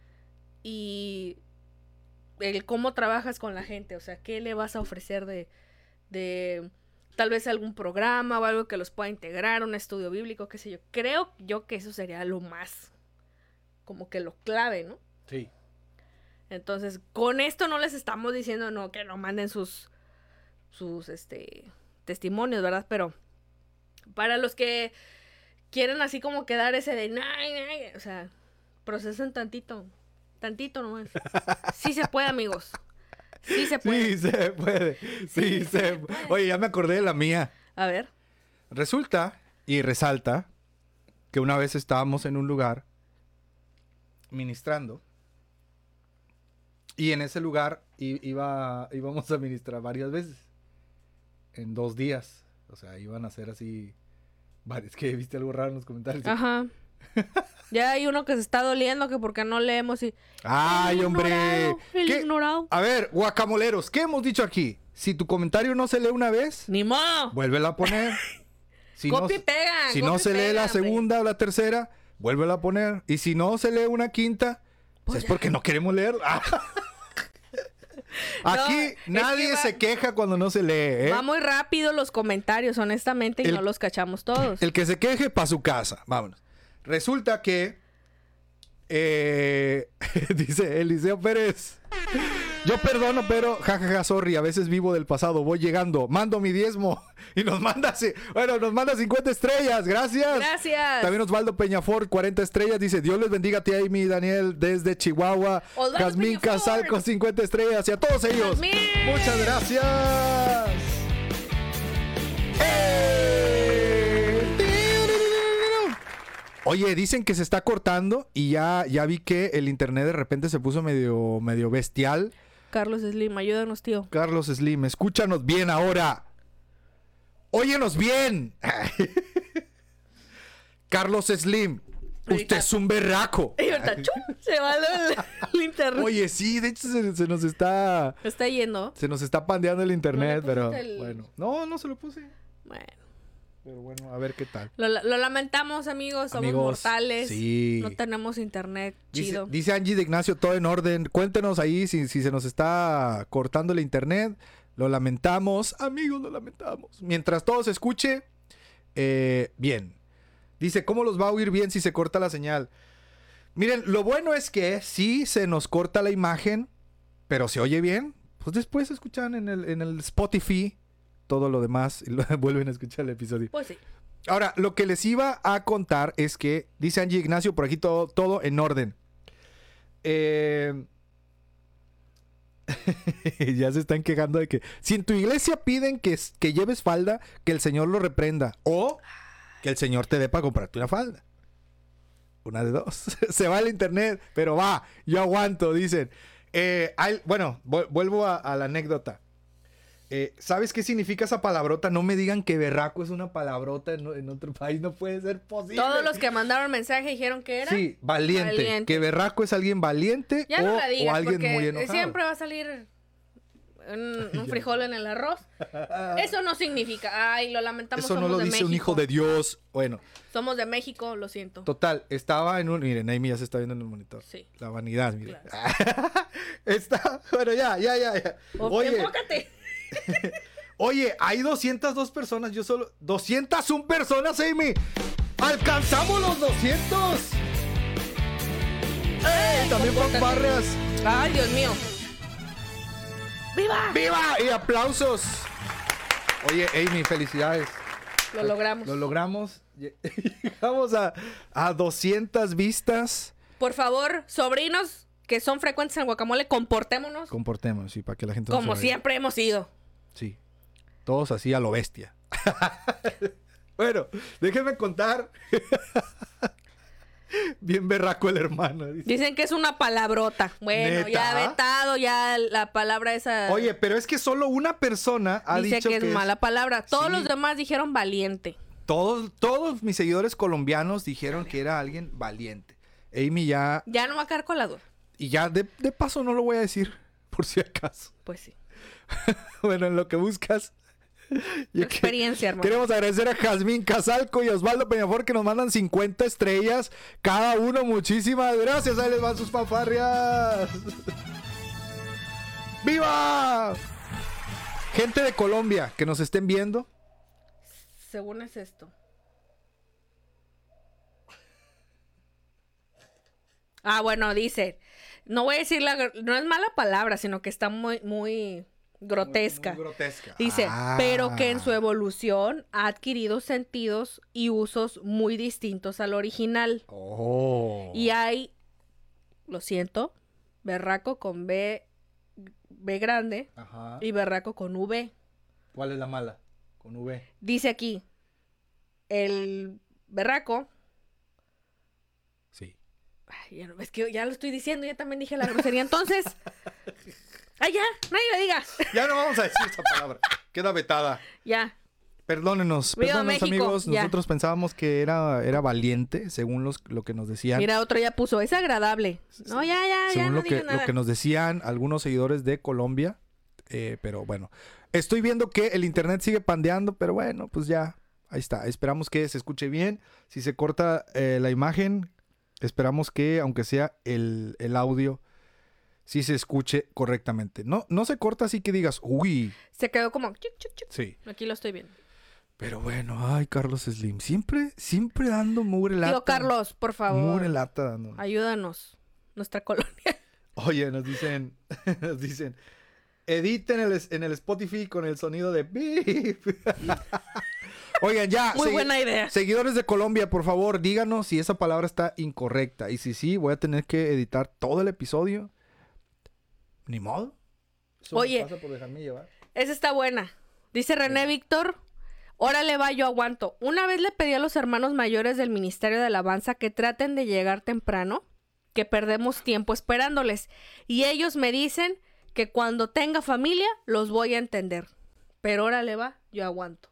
y el cómo trabajas con la gente, o sea, qué le vas a ofrecer de... de tal vez algún programa o algo que los pueda integrar, un estudio bíblico, qué sé yo. Creo yo que eso sería lo más, como que lo clave, ¿no? Sí. Entonces, con esto no les estamos diciendo, no, que no manden sus, sus, este, testimonios, ¿verdad? Pero para los que quieren así como quedar ese de, nay, nay, o sea, procesen tantito, tantito nomás. Sí se puede, amigos. Sí se puede. Sí se puede. Sí, sí se, se puede. Oye, ya me acordé de la mía. A ver. Resulta y resalta que una vez estábamos en un lugar ministrando y en ese lugar iba, íbamos a ministrar varias veces en dos días. O sea, iban a ser así... Es que viste algo raro en los comentarios. Ajá. Ya hay uno que se está doliendo que porque no leemos y... ¡Ay, el hombre! Ignorado, el ¿Qué? ignorado. A ver, guacamoleros, ¿qué hemos dicho aquí? Si tu comentario no se lee una vez... ¡Ni modo! Vuélvela a poner. Si copy no, y pega. Si copy no se pega, lee la hombre. segunda o la tercera, vuélvela a poner. Y si no se lee una quinta, pues es porque no queremos leerla. Aquí no, nadie es que va, se queja cuando no se lee, ¿eh? Va muy rápido los comentarios, honestamente, y el, no los cachamos todos. El que se queje, pa' su casa. Vámonos. Resulta que... Eh, dice Eliseo Pérez. Yo perdono, pero jajaja, ja, ja, sorry. A veces vivo del pasado. Voy llegando. Mando mi diezmo. Y nos manda... Bueno, nos manda cincuenta estrellas. Gracias. Gracias. También Osvaldo Peñafort, cuarenta estrellas. Dice, Dios les bendiga a ti, Amy y Daniel, desde Chihuahua. Jazmín Casal con cincuenta estrellas. Y a todos ellos. Jazmín. Muchas gracias. Oye, dicen que se está cortando y ya, ya vi que el internet de repente se puso medio, medio bestial. Carlos Slim, ayúdanos, tío. Carlos Slim, escúchanos bien ahora. Óyenos bien. Carlos Slim, usted es un berraco. Y ahorita, ¡chum! Se va el, el internet. Oye, sí, de hecho se, se nos está... Se está yendo. Se nos está pandeando el internet, ¿No pero el... bueno. No, no se lo puse. Bueno. Pero bueno, a ver qué tal. Lo, lo lamentamos, amigos. Somos amigos, mortales. Sí. No tenemos internet chido. Dice, dice Angie de Ignacio, todo en orden. Cuéntenos ahí si, si se nos está cortando el internet. Lo lamentamos. Amigos, lo lamentamos. Mientras todo se escuche, eh, bien. Dice, ¿cómo los va a oír bien si se corta la señal? Miren, lo bueno es que sí se nos corta la imagen, pero se oye bien. Pues después escuchan en el, en el Spotify todo lo demás y lo, vuelven a escuchar el episodio. Pues sí. Ahora, lo que les iba a contar es que, dice Angie Ignacio, por aquí todo, todo en orden. Eh... ya se están quejando de que si en tu iglesia piden que, que lleves falda, que el Señor lo reprenda. O que el Señor te dé para comprarte una falda. Una de dos. Se va el internet, pero va, yo aguanto, dicen. Eh, hay, bueno, vuelvo a, a la anécdota. Eh, ¿Sabes qué significa esa palabrota? No me digan que berraco es una palabrota en, en otro país. No puede ser posible. Todos los que mandaron mensaje dijeron que era. Sí, valiente. valiente. Que berraco es alguien valiente ya o, no la digas, o alguien muy enojado. Siempre va a salir un, un frijol en el arroz. Eso no significa. Ay, lo lamentamos. Eso no somos lo de dice México. Un hijo de Dios. Bueno. Somos de México, lo siento. Total, estaba en un... Miren, Amy ya se está viendo en el monitor. Sí. La vanidad, miren. Claro. Está... Bueno, ya, ya, ya. ya. Oye. Enfócate. Oye, hay doscientas dos personas. Yo solo... doscientas una personas, Amy. ¡Alcanzamos los doscientos! ¡Ey! También fanfarrias. ¡Ay, Dios mío! ¡Viva! ¡Viva! Y aplausos. Oye, Amy, felicidades. Lo logramos. Lo logramos. Llegamos a, a doscientas vistas. Por favor, sobrinos que son frecuentes en Guacamole, comportémonos. Comportémonos, sí, para que la gente... Como no siempre hemos sido. Sí. Todos así a lo bestia. Bueno, déjenme contar. Bien berraco el hermano. Dice. Dicen que es una palabrota. Bueno, ¿Neta? Ya vetado, ya la palabra esa... Oye, pero es que solo una persona ha dice dicho que, que es mala palabra. Todos sí. los demás dijeron valiente. Todos, todos mis seguidores colombianos dijeron que era alguien valiente. Amy ya... Ya no va a quedar con la duda. Y ya de, de paso no lo voy a decir, por si acaso. Pues sí. Bueno, en lo que buscas... Experiencia, que, hermano. Queremos agradecer a Jazmín Casalco y Osvaldo Peñafor que nos mandan cincuenta estrellas cada uno. Muchísimas gracias. Ahí les van sus fanfarrias. ¡Viva! Gente de Colombia que nos estén viendo. Según es esto. Ah, bueno, dice. No voy a decir la... No es mala palabra, sino que está muy... muy... grotesca. Muy, muy grotesca. Dice, ah. pero que en su evolución ha adquirido sentidos y usos muy distintos al original. Oh. Y hay, lo siento, berraco con B, B grande. Ajá. Y berraco con V. ¿Cuál es la mala? Con V. Dice aquí, el berraco. Sí. Ay, ya no, es que ya lo estoy diciendo, ya también dije la grosería. Entonces... ¡Ay, ya! ¡Nadie la diga! Ya no vamos a decir esa palabra. Queda vetada. Ya. Perdónenos. Viva Perdónenos, México, amigos. ya. Nosotros pensábamos que era, era valiente, según los, lo que nos decían. Mira, otro ya puso, es agradable. No, ya, ya, según ya no lo diga que, nada. lo que nos decían algunos seguidores de Colombia. Eh, pero bueno. Estoy viendo que el internet sigue pandeando, pero bueno, pues ya. Ahí está. Esperamos que se escuche bien. Si se corta eh, la imagen, esperamos que, aunque sea el, el audio... sí se escuche correctamente. No, no se corta así que digas, uy. Se quedó como... Chuc, chuc, chuc. Sí. Aquí lo estoy viendo. Pero bueno, ay, Carlos Slim. Siempre, siempre dando mugre lata. Tío Carlos, por favor. Mugre lata dando. Ayúdanos. Nuestra colonia. Oye, nos dicen, nos dicen, editen el, en el Spotify con el sonido de beep. Oigan, ya. Muy buena idea. Seguidores de Colombia, por favor, díganos si esa palabra está incorrecta. Y si sí, voy a tener que editar todo el episodio. Ni modo. Eso Oye, me pasa por dejarme llevar. Esa está buena. Dice René sí. Víctor, órale va, yo aguanto. Una vez le pedí a los hermanos mayores del Ministerio de Alabanza que traten de llegar temprano, que perdemos tiempo esperándoles. Y ellos me dicen que cuando tenga familia los voy a entender. Pero órale va, yo aguanto.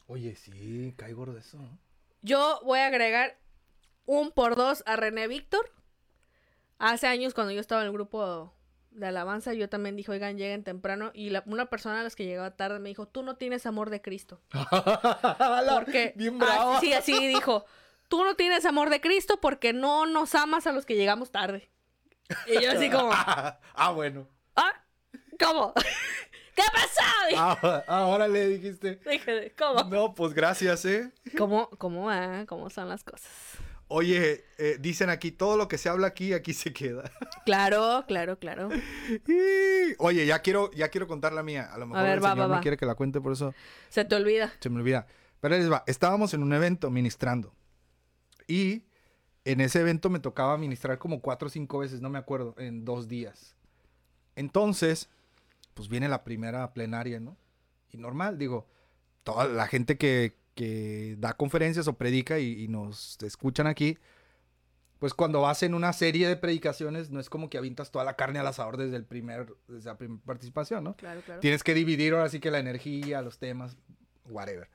Oye, sí, cae gordo eso, ¿no? Yo voy a agregar un por dos a René Víctor. Hace años, cuando yo estaba en el grupo de alabanza, yo también dije, oigan, lleguen temprano. Y la, una persona a las que llegaba tarde me dijo, tú no tienes amor de Cristo. Porque, bien bravo. Así, así dijo, tú no tienes amor de Cristo porque no nos amas a los que llegamos tarde. Y yo así como... ah, bueno. ¿Ah? ¿Cómo? ¿Qué pasó? Ah, ahora le dijiste. Dije, ¿cómo? No, pues gracias, ¿eh? ¿Cómo, cómo va? ¿Cómo son las cosas? Oye, eh, dicen aquí, todo lo que se habla aquí, aquí se queda. Claro, claro, claro. Oye, ya quiero, ya quiero contar la mía. A lo mejor A ver, el va, señor va, no va. quiere que la cuente, por eso Se te olvida. se me olvida. Pero ahí les va. Estábamos en un evento ministrando. Y en ese evento me tocaba ministrar como cuatro o cinco veces, no me acuerdo, en dos días. Entonces, pues viene la primera plenaria, ¿no? Y normal, digo, toda la gente que, que da conferencias o predica y, y nos escuchan aquí, pues cuando vas en una serie de predicaciones, no es como que avientas toda la carne al asador desde, el primer, desde la primera participación, ¿no? Claro, claro. Tienes que dividir ahora sí que la energía, los temas, whatever.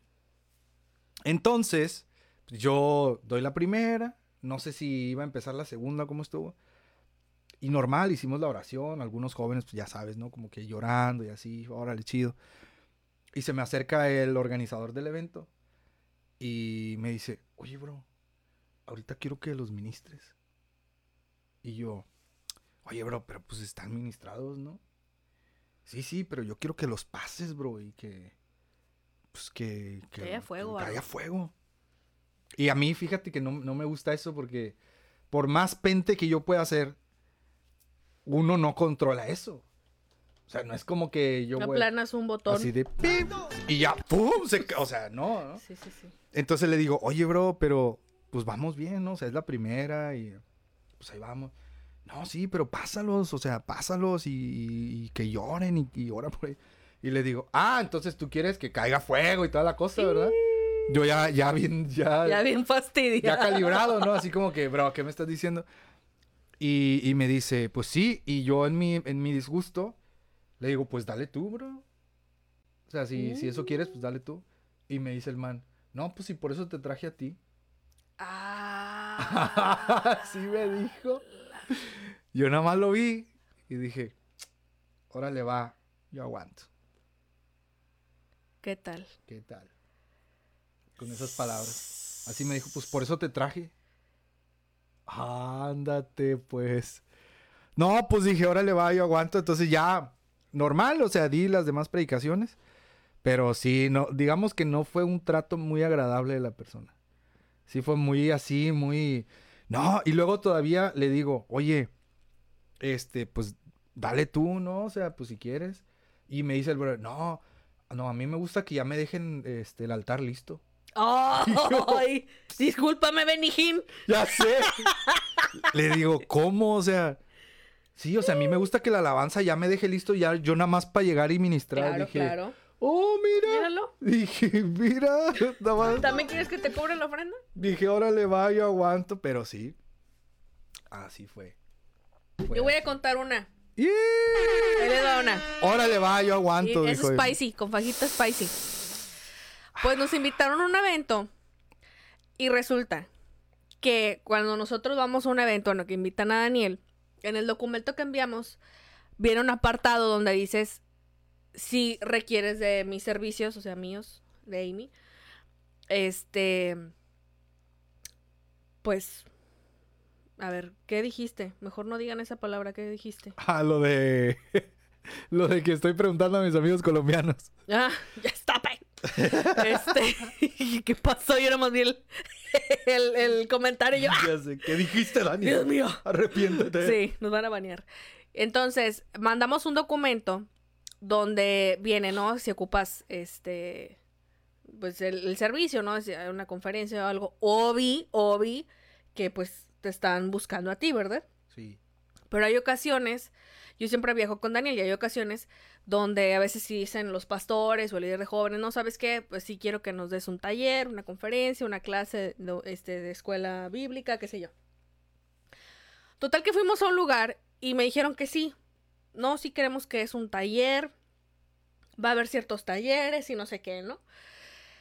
Entonces, yo doy la primera, no sé si iba a empezar la segunda, cómo estuvo. Y normal, hicimos la oración, algunos jóvenes, pues ya sabes, ¿no? Como que llorando y así, órale, chido. Y se me acerca el organizador del evento y me dice, oye, bro, ahorita quiero que los ministres. Y yo, oye, bro, pero pues están ministrados, ¿no? Sí, sí, pero yo quiero que los pases, bro, y que, pues que... Que haya fuego, Que algo. haya fuego. Y a mí, fíjate que no, no me gusta eso porque por más pente que yo pueda hacer, uno no controla eso. O sea, no es como que yo voy Aplanas un botón. así de pip, y ya, ¡pum! Se, o sea, no, ¿no? Sí, sí, sí. Entonces le digo, oye, bro, pero pues vamos bien, ¿no? O sea, es la primera y pues ahí vamos. No, sí, pero pásalos, o sea, pásalos y, y, y que lloren y, y ora por ahí. Y le digo, ah, entonces tú quieres que caiga fuego y toda la cosa, ¿verdad? Yo ya, ya bien, ya... Ya bien fastidiado. Ya calibrado, ¿no? Así como que, bro, ¿qué me estás diciendo? Y, y me dice, pues sí, y yo en mi, en mi disgusto le digo, pues dale tú, bro. O sea, si, mm. si eso quieres, pues dale tú. Y me dice el man, no, pues si por eso te traje a ti. Ah. Así me dijo. Yo nada más lo vi y dije, órale va, yo aguanto. ¿Qué tal? ¿Qué tal? Con esas palabras. Así me dijo, pues por eso te traje. Ándate, pues. No, pues dije, órale va, yo aguanto. Entonces ya, normal, o sea, di las demás predicaciones. Pero sí, no, digamos que no fue un trato muy agradable de la persona. Sí fue muy así, muy... No, y luego todavía le digo, oye, este, pues, dale tú, ¿no? O sea, pues si quieres. Y me dice el brother, no, no, a mí me gusta que ya me dejen, este, el altar listo. ¡Ay! Discúlpame, Benijín. Ya sé. Le digo, ¿cómo? O sea, sí, o sea, a mí me gusta que la alabanza ya me deje listo, ya yo nada más para llegar y ministrar. Claro, dije, claro. Oh, mira. Míralo. Dije, mira. Nada más. ¿También quieres que te cobre la ofrenda? Dije, órale, va, yo aguanto, pero sí. Así fue. fue yo voy así. a contar una. Yeah. Ahí le da una. Órale, va, yo aguanto. Y es dijo spicy, con fajita spicy. Pues nos invitaron a un evento y resulta que cuando nosotros vamos a un evento en lo que invitan a Daniel, en el documento que enviamos viene un apartado donde dices si requieres de mis servicios, o sea, míos, de Amy, este, pues, a ver, ¿qué dijiste? Mejor no digan esa palabra, ¿qué dijiste? Ah, lo de... lo de que estoy preguntando a mis amigos colombianos. Ah, ya está, pe. Este, ¿qué pasó? Yo nomás vi el, el, el comentario y yo, ¡ah! Ya sé, ¿qué dijiste, Dani? Dios mío. Arrepiéntete. Sí, nos van a banear. Entonces, mandamos un documento donde viene, ¿no? Si ocupas, este, pues el, el servicio, ¿no? Si hay una conferencia o algo, obvi, obvi, que pues te están buscando a ti, ¿verdad? Sí. Pero hay ocasiones, yo siempre viajo con Daniel y hay ocasiones donde a veces sí dicen los pastores o el líder de jóvenes, ¿no? ¿Sabes qué? Pues sí quiero que nos des un taller, una conferencia, una clase de, este, de escuela bíblica, qué sé yo. Total que fuimos a un lugar y me dijeron que sí. No, sí queremos que es un taller. Va a haber ciertos talleres y no sé qué, ¿no?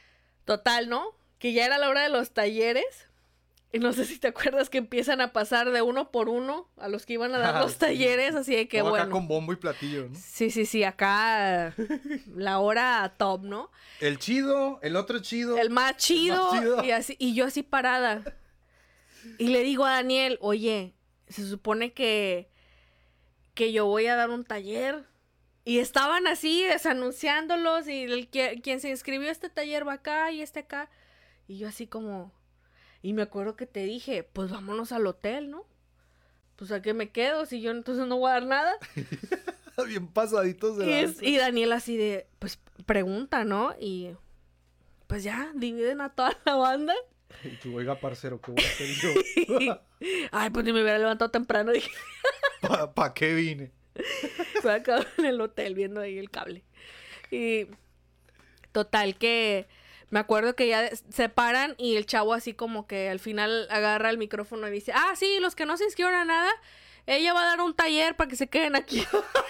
Total, ¿no? Que ya era la hora de los talleres. Y no sé si te acuerdas que empiezan a pasar de uno por uno a los que iban a dar los talleres, así de que, no, bueno. Acá con bombo y platillo, ¿no? Sí, sí, sí, acá la hora top, ¿no? El chido, el otro chido. El más chido, el más chido. Y, así, y yo así parada. Y le digo a Daniel, oye, se supone que, que yo voy a dar un taller. Y estaban así desanunciándolos y el, quien se inscribió a este taller va acá y este acá. Y yo así como... Y me acuerdo que te dije, pues vámonos al hotel, ¿no? Pues ¿a qué me quedo? Si yo entonces no voy a dar nada. Bien pasaditos de y, es, y Daniel así de, pues pregunta, ¿no? Y pues ya, dividen a toda la banda. Y tú, oiga, parcero, ¿qué voy a hacer yo? Ay, pues ni me hubiera levantado temprano. Dije. ¿Para pa qué vine? Me acabo en el hotel viendo ahí el cable. Y total que... Me acuerdo que ya se paran y el chavo así como que al final agarra el micrófono y dice, ah, sí, los que no se inscriban a nada, ella va a dar un taller para que se queden aquí.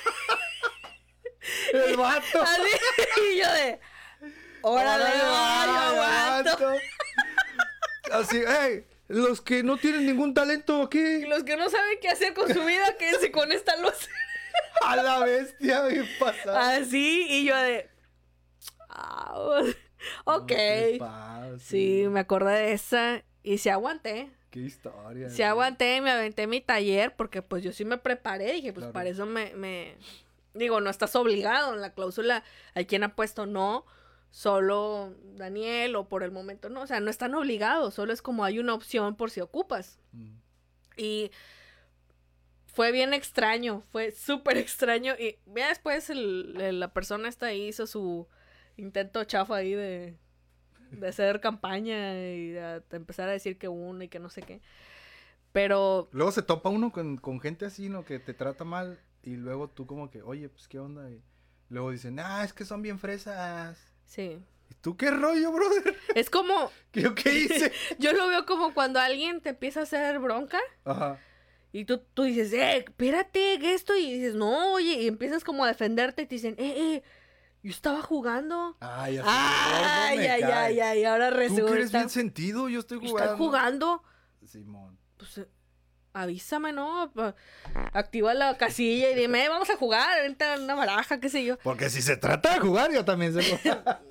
El vato. Así, y yo de, órale, va, yo aguanto. Así, hey, los que no tienen ningún talento aquí. Y los que no saben qué hacer con su vida, quédense con esta luz. A la bestia, bien pasada. Así, y yo de, ah, ok. No, sí, me acordé de esa y sí aguanté. Qué historia. Sí aguanté, me aventé mi taller porque pues yo sí me preparé. Dije, pues claro. Para eso me, me... Digo, no estás obligado. En la cláusula hay quien ha puesto no, solo Daniel o por el momento no. O sea, no están obligados. Solo es como hay una opción por si ocupas. Mm. Y fue bien extraño. Fue súper extraño. Y ya después el, el, la persona esta ahí hizo su... intento chafa ahí de, de hacer campaña y de, de empezar a decir que uno y que no sé qué. Pero... Luego se topa uno con, con gente así, ¿no? Que te trata mal y luego tú como que, oye, pues, ¿qué onda? Y luego dicen, ah, es que son bien fresas. Sí. ¿Y tú qué rollo, brother? Es como... ¿Qué, qué hice? Yo lo veo como cuando alguien te empieza a hacer bronca. Ajá. Y tú, tú dices, eh, espérate, ¿qué esto? Y dices, no, oye, y empiezas como a defenderte y te dicen, eh, eh. Yo estaba jugando. Ay, ya Ay, ay, ay, ay, ay, ahora resulta. Tú que eres bien sentido, yo estoy jugando. Estoy jugando. Simón. Pues eh, avísame, ¿no? Activa la casilla y dime, vamos a jugar, vente a una baraja, qué sé yo. Porque si se trata de jugar, yo también sé jugar.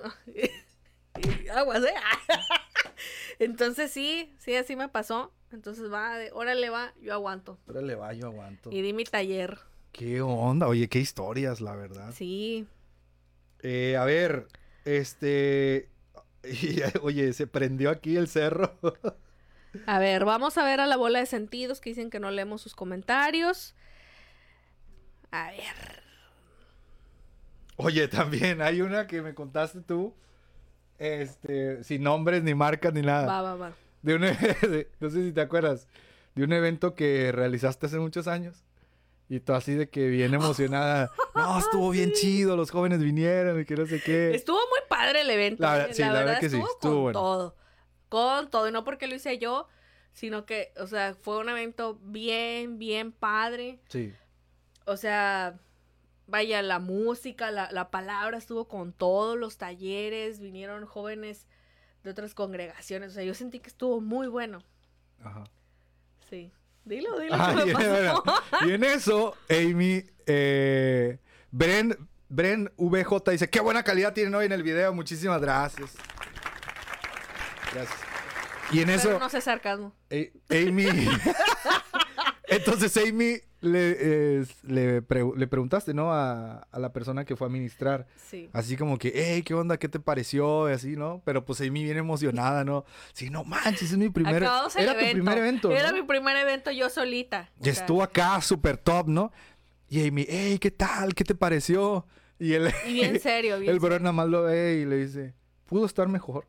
Aguas, ¿eh? Entonces sí, sí, así me pasó. Entonces va, de, órale va, yo aguanto. Órale va, yo aguanto. Y di mi taller. ¿Qué onda? Oye, qué historias, la verdad. Sí. Eh, a ver, este... Oye, se prendió aquí el cerro. A ver, vamos a ver a la bola de sentidos que dicen que no leemos sus comentarios. A ver. Oye, también hay una que me contaste tú. Este, sin nombres, ni marcas, ni nada. Va, va, va. De un, de, no sé si te acuerdas. De un evento que realizaste hace muchos años. Y tú así de que bien emocionada. No, estuvo bien chido, los jóvenes vinieron y que no sé qué. Estuvo muy padre el evento. La, eh. sí, la, la verdad, verdad que estuvo sí, estuvo con bueno. todo. Con todo. Y no porque lo hice yo, sino que, o sea, fue un evento bien, bien padre. Sí. O sea, vaya, la música, la, la palabra estuvo con todos los talleres. Vinieron jóvenes de otras congregaciones. O sea, yo sentí que estuvo muy bueno. Ajá. Sí. Dilo, dilo. Ah, ¿Qué me pasó? Y en eso, Amy, eh, Bren, Bren V J dice, qué buena calidad tienen hoy en el video, muchísimas gracias. Gracias. Y en Pero eso... no sé sarcasmo. Eh, Amy... Entonces Amy le, eh, le, pre le preguntaste, ¿no? A, a la persona que fue a ministrar. Sí. Así como que, hey, ¿qué onda? ¿Qué te pareció? Y así, ¿no? Pero pues Amy viene emocionada, ¿no? Sí, no manches, es mi primer... Acabamos el Era evento. tu primer evento, Era ¿no? mi primer evento yo solita. Y estuvo acá súper top, ¿no? Y Amy, hey, ¿qué tal? ¿Qué te pareció? Y él... Y bien serio, bien El bro nada más lo ve y le dice, pudo estar mejor.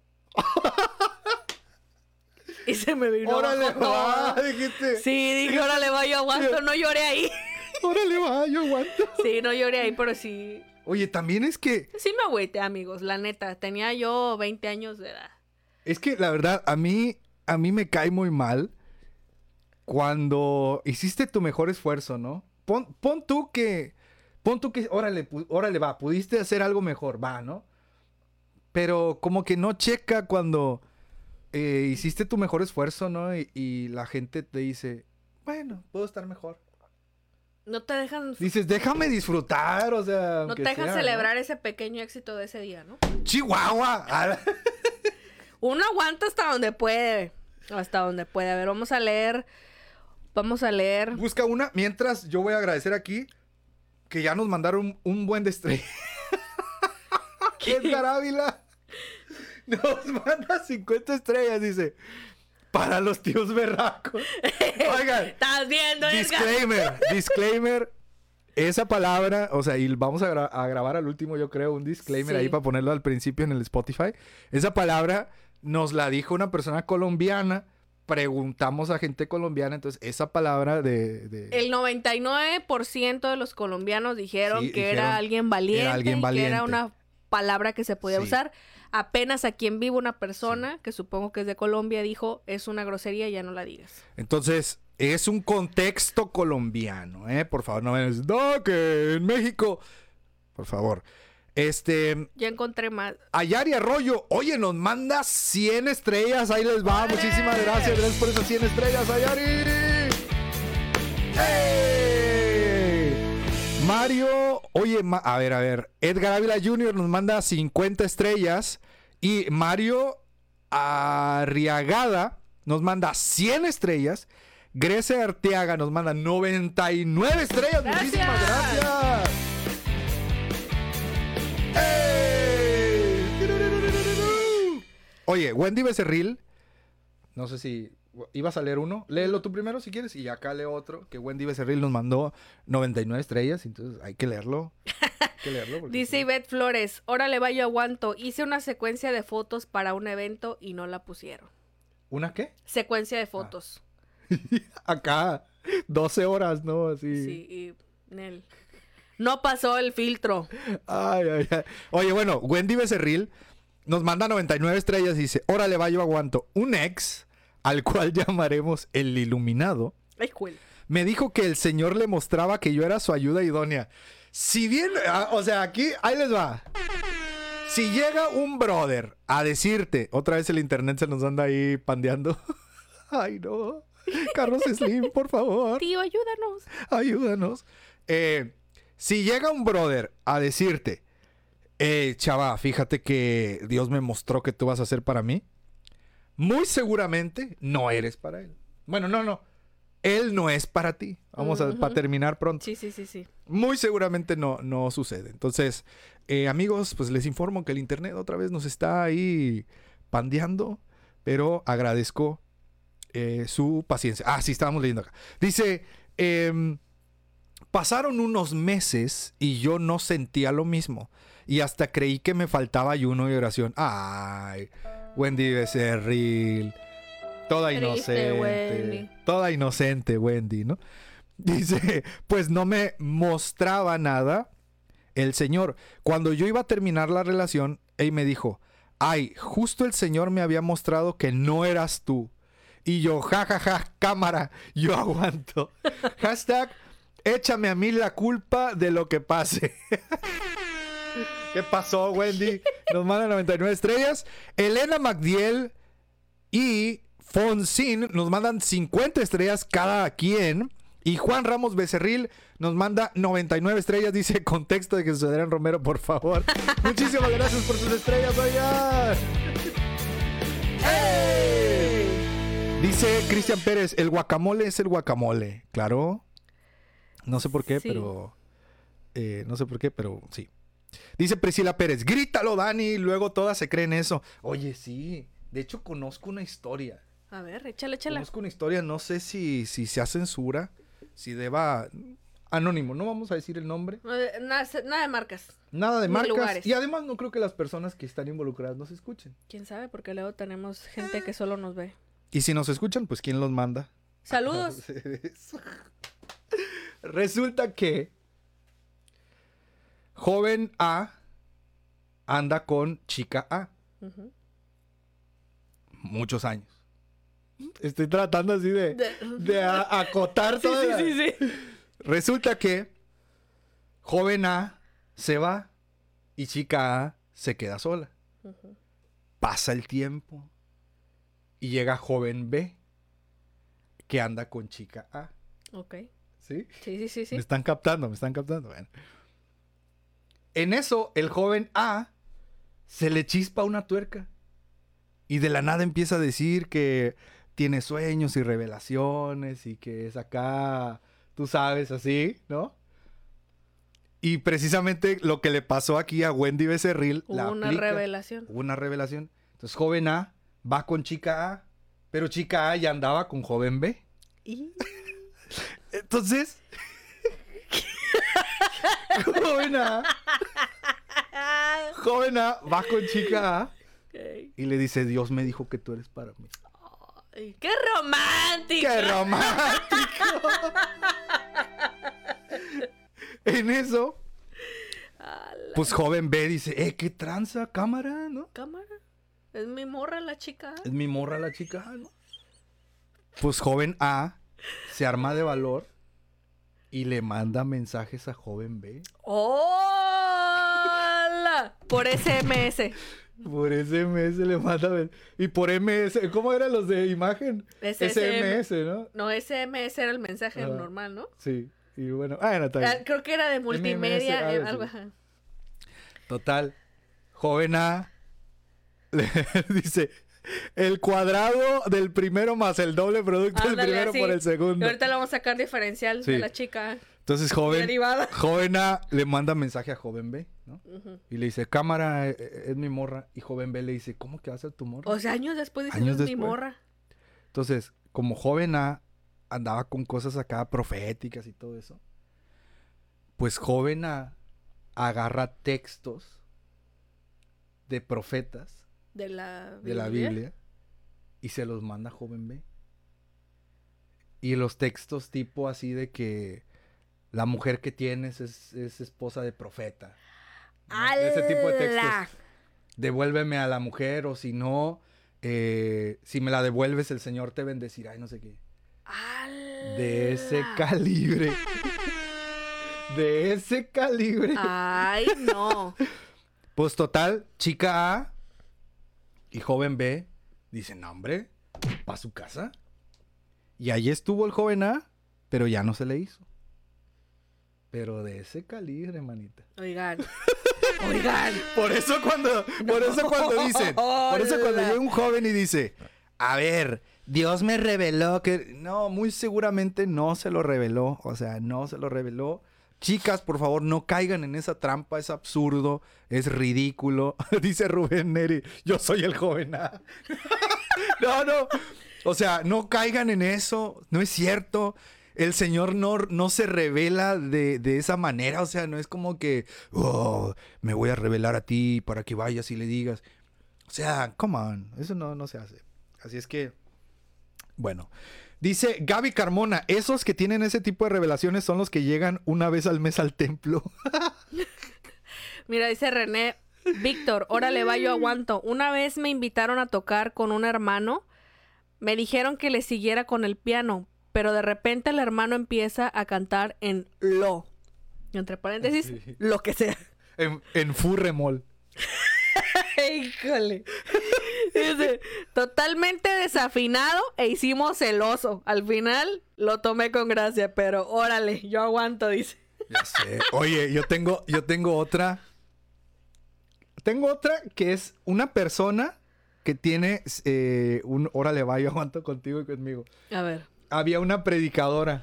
Y se me vino órale abajo va, todo. dijiste. Sí, dije, órale va, yo aguanto, no lloré ahí. Órale va, yo aguanto. Sí, no lloré ahí, pero sí. Oye, también es que... Sí me agüité, amigos, la neta. Tenía yo veinte años de edad. Es que, la verdad, a mí, a mí me cae muy mal cuando hiciste tu mejor esfuerzo, ¿no? Pon, pon tú que... Pon tú que... Órale, órale va, pudiste hacer algo mejor, va, ¿no? pero como que no checa cuando eh, hiciste tu mejor esfuerzo, ¿no? Y, y la gente te dice, bueno, puedo estar mejor. No te dejan... Dices, déjame disfrutar, o sea... No te dejan sea, celebrar, ¿no?, ese pequeño éxito de ese día, ¿no? ¡Chihuahua! Uno aguanta hasta donde puede. Hasta donde puede. A ver, vamos a leer... Vamos a leer... Busca una. Mientras, yo voy a agradecer aquí que ya nos mandaron un, un buen de estrella. Edgar Ávila nos manda cincuenta estrellas, dice... Para los tíos berracos. Oigan. ¿Estás viendo, Edgar? Disclaimer, disclaimer. Esa palabra, o sea, y vamos a, gra a grabar al último, yo creo, un disclaimer sí. ahí para ponerlo al principio en el Spotify. Esa palabra nos la dijo una persona colombiana. Preguntamos a gente colombiana, entonces esa palabra de... de... El noventa y nueve por ciento de los colombianos dijeron sí, que dijeron, era alguien valiente, era alguien valiente, que era una palabra que se podía sí. usar. Apenas aquí en vivo una persona, sí. que supongo que es de Colombia, dijo, es una grosería, ya no la digas. Entonces, es un contexto colombiano, ¿eh? Por favor, no me digas, no, que en México... Por favor. Este... Ya encontré más. Ayari Arroyo, oye, nos manda cien estrellas, ahí les va. ¡Vale! Muchísimas gracias, gracias por esas cien estrellas, Ayari. ¡Hey! Mario, oye, ma a ver, a ver. Edgar Ávila junior nos manda cincuenta estrellas. Y Mario Arriagada nos manda cien estrellas. Grecia Arteaga nos manda noventa y nueve estrellas. Gracias. Muchísimas gracias. ¡Hey! Oye, Wendy Becerril. No sé si... ¿Ibas a leer uno? Léelo tú primero si quieres y acá leo otro, que Wendy Becerril nos mandó noventa y nueve estrellas, entonces hay que leerlo. Hay que leerlo Dice sí. Ivette Flores, órale va, yo aguanto. Hice una secuencia de fotos para un evento y no la pusieron. ¿Una qué? Secuencia de fotos. Ah. Acá, doce horas, ¿no? Así. Sí, y Nel. No pasó el filtro. Ay, ay, ay. Oye, bueno, Wendy Becerril nos manda noventa y nueve estrellas y dice, órale va, yo aguanto. Un ex... al cual llamaremos el iluminado, Ay, cool. me dijo que el señor le mostraba que yo era su ayuda idónea. Si bien, o sea, aquí, ahí les va. Si llega un brother a decirte, otra vez el internet se nos anda ahí pandeando. Ay, no. Carlos Slim, por favor. Tío, ayúdanos. Ayúdanos. Eh, si llega un brother a decirte, eh, chava, fíjate que Dios me mostró que tú vas a hacer para mí. Muy seguramente no eres para él. Bueno, no, no. Él no es para ti. Vamos uh-huh. a para terminar pronto. Sí, sí, sí, sí. Muy seguramente no, no sucede. Entonces, eh, amigos, pues les informo que el internet otra vez nos está ahí pandeando. Pero agradezco eh, su paciencia. Ah, sí, estábamos leyendo acá. Dice, eh, pasaron unos meses y yo no sentía lo mismo. Y hasta creí que me faltaba ayuno y oración. Ay... Wendy Becerril, toda Triste, inocente, Wendy. Toda inocente Wendy, ¿no? Dice, pues no me mostraba nada el Señor. Cuando yo iba a terminar la relación, él me dijo, ay, justo el Señor me había mostrado que no eras tú. Y yo, jajaja, ja, ja, cámara, yo aguanto. Hashtag, échame a mí la culpa de lo que pase. ¿Qué pasó, Wendy? Nos manda noventa y nueve estrellas. Elena Magdiel y Fonsin nos mandan cincuenta estrellas cada quien. Y Juan Ramos Becerril nos manda noventa y nueve estrellas. Dice, contexto de Jesús Adrián Romero, por favor. Muchísimas gracias por sus estrellas, oigan. ¡Hey! Dice Cristian Pérez, el guacamole es el guacamole. Claro. No sé por qué, sí. pero... Eh, no sé por qué, pero sí. Dice Priscila Pérez, grítalo, Dani, luego todas se creen eso. Oye, sí, de hecho conozco una historia. A ver, échale, échale. Conozco una historia, no sé si, si sea censura, si deba... Anónimo, no vamos a decir el nombre. Nada, nada de marcas. Nada de marcas. Lugares. Y además no creo que las personas que están involucradas nos escuchen. ¿Quién sabe? Porque luego tenemos gente que solo nos ve. Y si nos escuchan, pues ¿quién los manda? Saludos. Resulta que joven A anda con chica A. Uh-huh. Muchos años. Estoy tratando así de, de... de a, acotar sí, todo. Sí, sí, sí. Resulta que joven A se va y chica A se queda sola. Uh-huh. Pasa el tiempo y llega joven B que anda con chica A. Ok. ¿Sí? Sí, sí, sí, sí. Me están captando, me están captando. Bueno. En eso, el joven A se le chispa una tuerca. Y de la nada empieza a decir que tiene sueños y revelaciones y que es acá, tú sabes, así, ¿no? Y precisamente lo que le pasó aquí a Wendy Becerril. Hubo la una aplica. revelación. Hubo una revelación. Entonces, joven A va con chica A, pero chica A ya andaba con joven B. ¿Y? Entonces, joven A, joven A va con chica A okay. y le dice, Dios me dijo que tú eres para mí. Ay, ¡qué romántico! ¡Qué romántico! En eso, pues joven B dice, eh, qué tranza, cámara, ¿no? Cámara. Es mi morra la chica. Es mi morra la chica, ¿no? Pues joven A se arma de valor y le manda mensajes a joven B. ¡Hola! Por S M S. Por S M S le manda. Y por M S, ¿cómo eran los de imagen? S M S, S M S, ¿no? No, S M S era el mensaje uh, normal, ¿no? Sí. Y bueno, ah, era tal. Creo que era de multimedia. M M S, algo, sí. Total. Joven A le dice, el cuadrado del primero más el doble producto Ándale, del primero así. Por el segundo. Y ahorita le vamos a sacar diferencial sí. de la chica. Entonces, joven, joven A le manda mensaje a joven B, ¿no? Uh-huh. Y le dice, cámara, es, es mi morra. Y joven B le dice, ¿cómo que va a ser tu morra? O sea, años después dice, es mi morra. Entonces, como joven A andaba con cosas acá proféticas y todo eso, pues joven A agarra textos de profetas de la Biblia, de la Biblia y se los manda a joven B. Y los textos tipo así de que la mujer que tienes es, es esposa de profeta, ¿no? De ese tipo de textos. Devuélveme a la mujer o si no, eh, si me la devuelves el Señor te bendecirá y no sé qué. ¡Ala! De ese calibre. De ese calibre. Ay, no. Pues total, chica A y joven B dicen, no, hombre, pa' su casa. Y ahí estuvo el joven A, pero ya no se le hizo. Pero de ese calibre, manita. Oigan. Oigan. Por eso cuando, no. por eso cuando dicen, por eso cuando llega un joven y dice, a ver, Dios me reveló que... No, muy seguramente no se lo reveló. O sea, no se lo reveló. Chicas, por favor, no caigan en esa trampa. Es absurdo. Es ridículo. Dice Rubén Neri, yo soy el joven A. No, no. O sea, no caigan en eso. No es cierto. El Señor no, no se revela de, de esa manera. O sea, no es como que, oh, me voy a revelar a ti para que vayas y le digas. O sea, come on. Eso no, no se hace. Así es que, bueno. Dice Gaby Carmona, esos que tienen ese tipo de revelaciones son los que llegan una vez al mes al templo. Mira, dice René, Víctor, órale, va, yo aguanto. Una vez me invitaron a tocar con un hermano. Me dijeron que le siguiera con el piano, pero de repente el hermano empieza a cantar en lo. Entre paréntesis, sí. Lo que sea. En, en fu remol. Híjole. Dice, totalmente desafinado e hicimos celoso. Al final lo tomé con gracia, pero órale, yo aguanto, dice. Ya sé. Oye, yo tengo, yo tengo otra. Tengo otra que es una persona que tiene eh, un órale va, yo aguanto contigo y conmigo. A ver. Había una predicadora.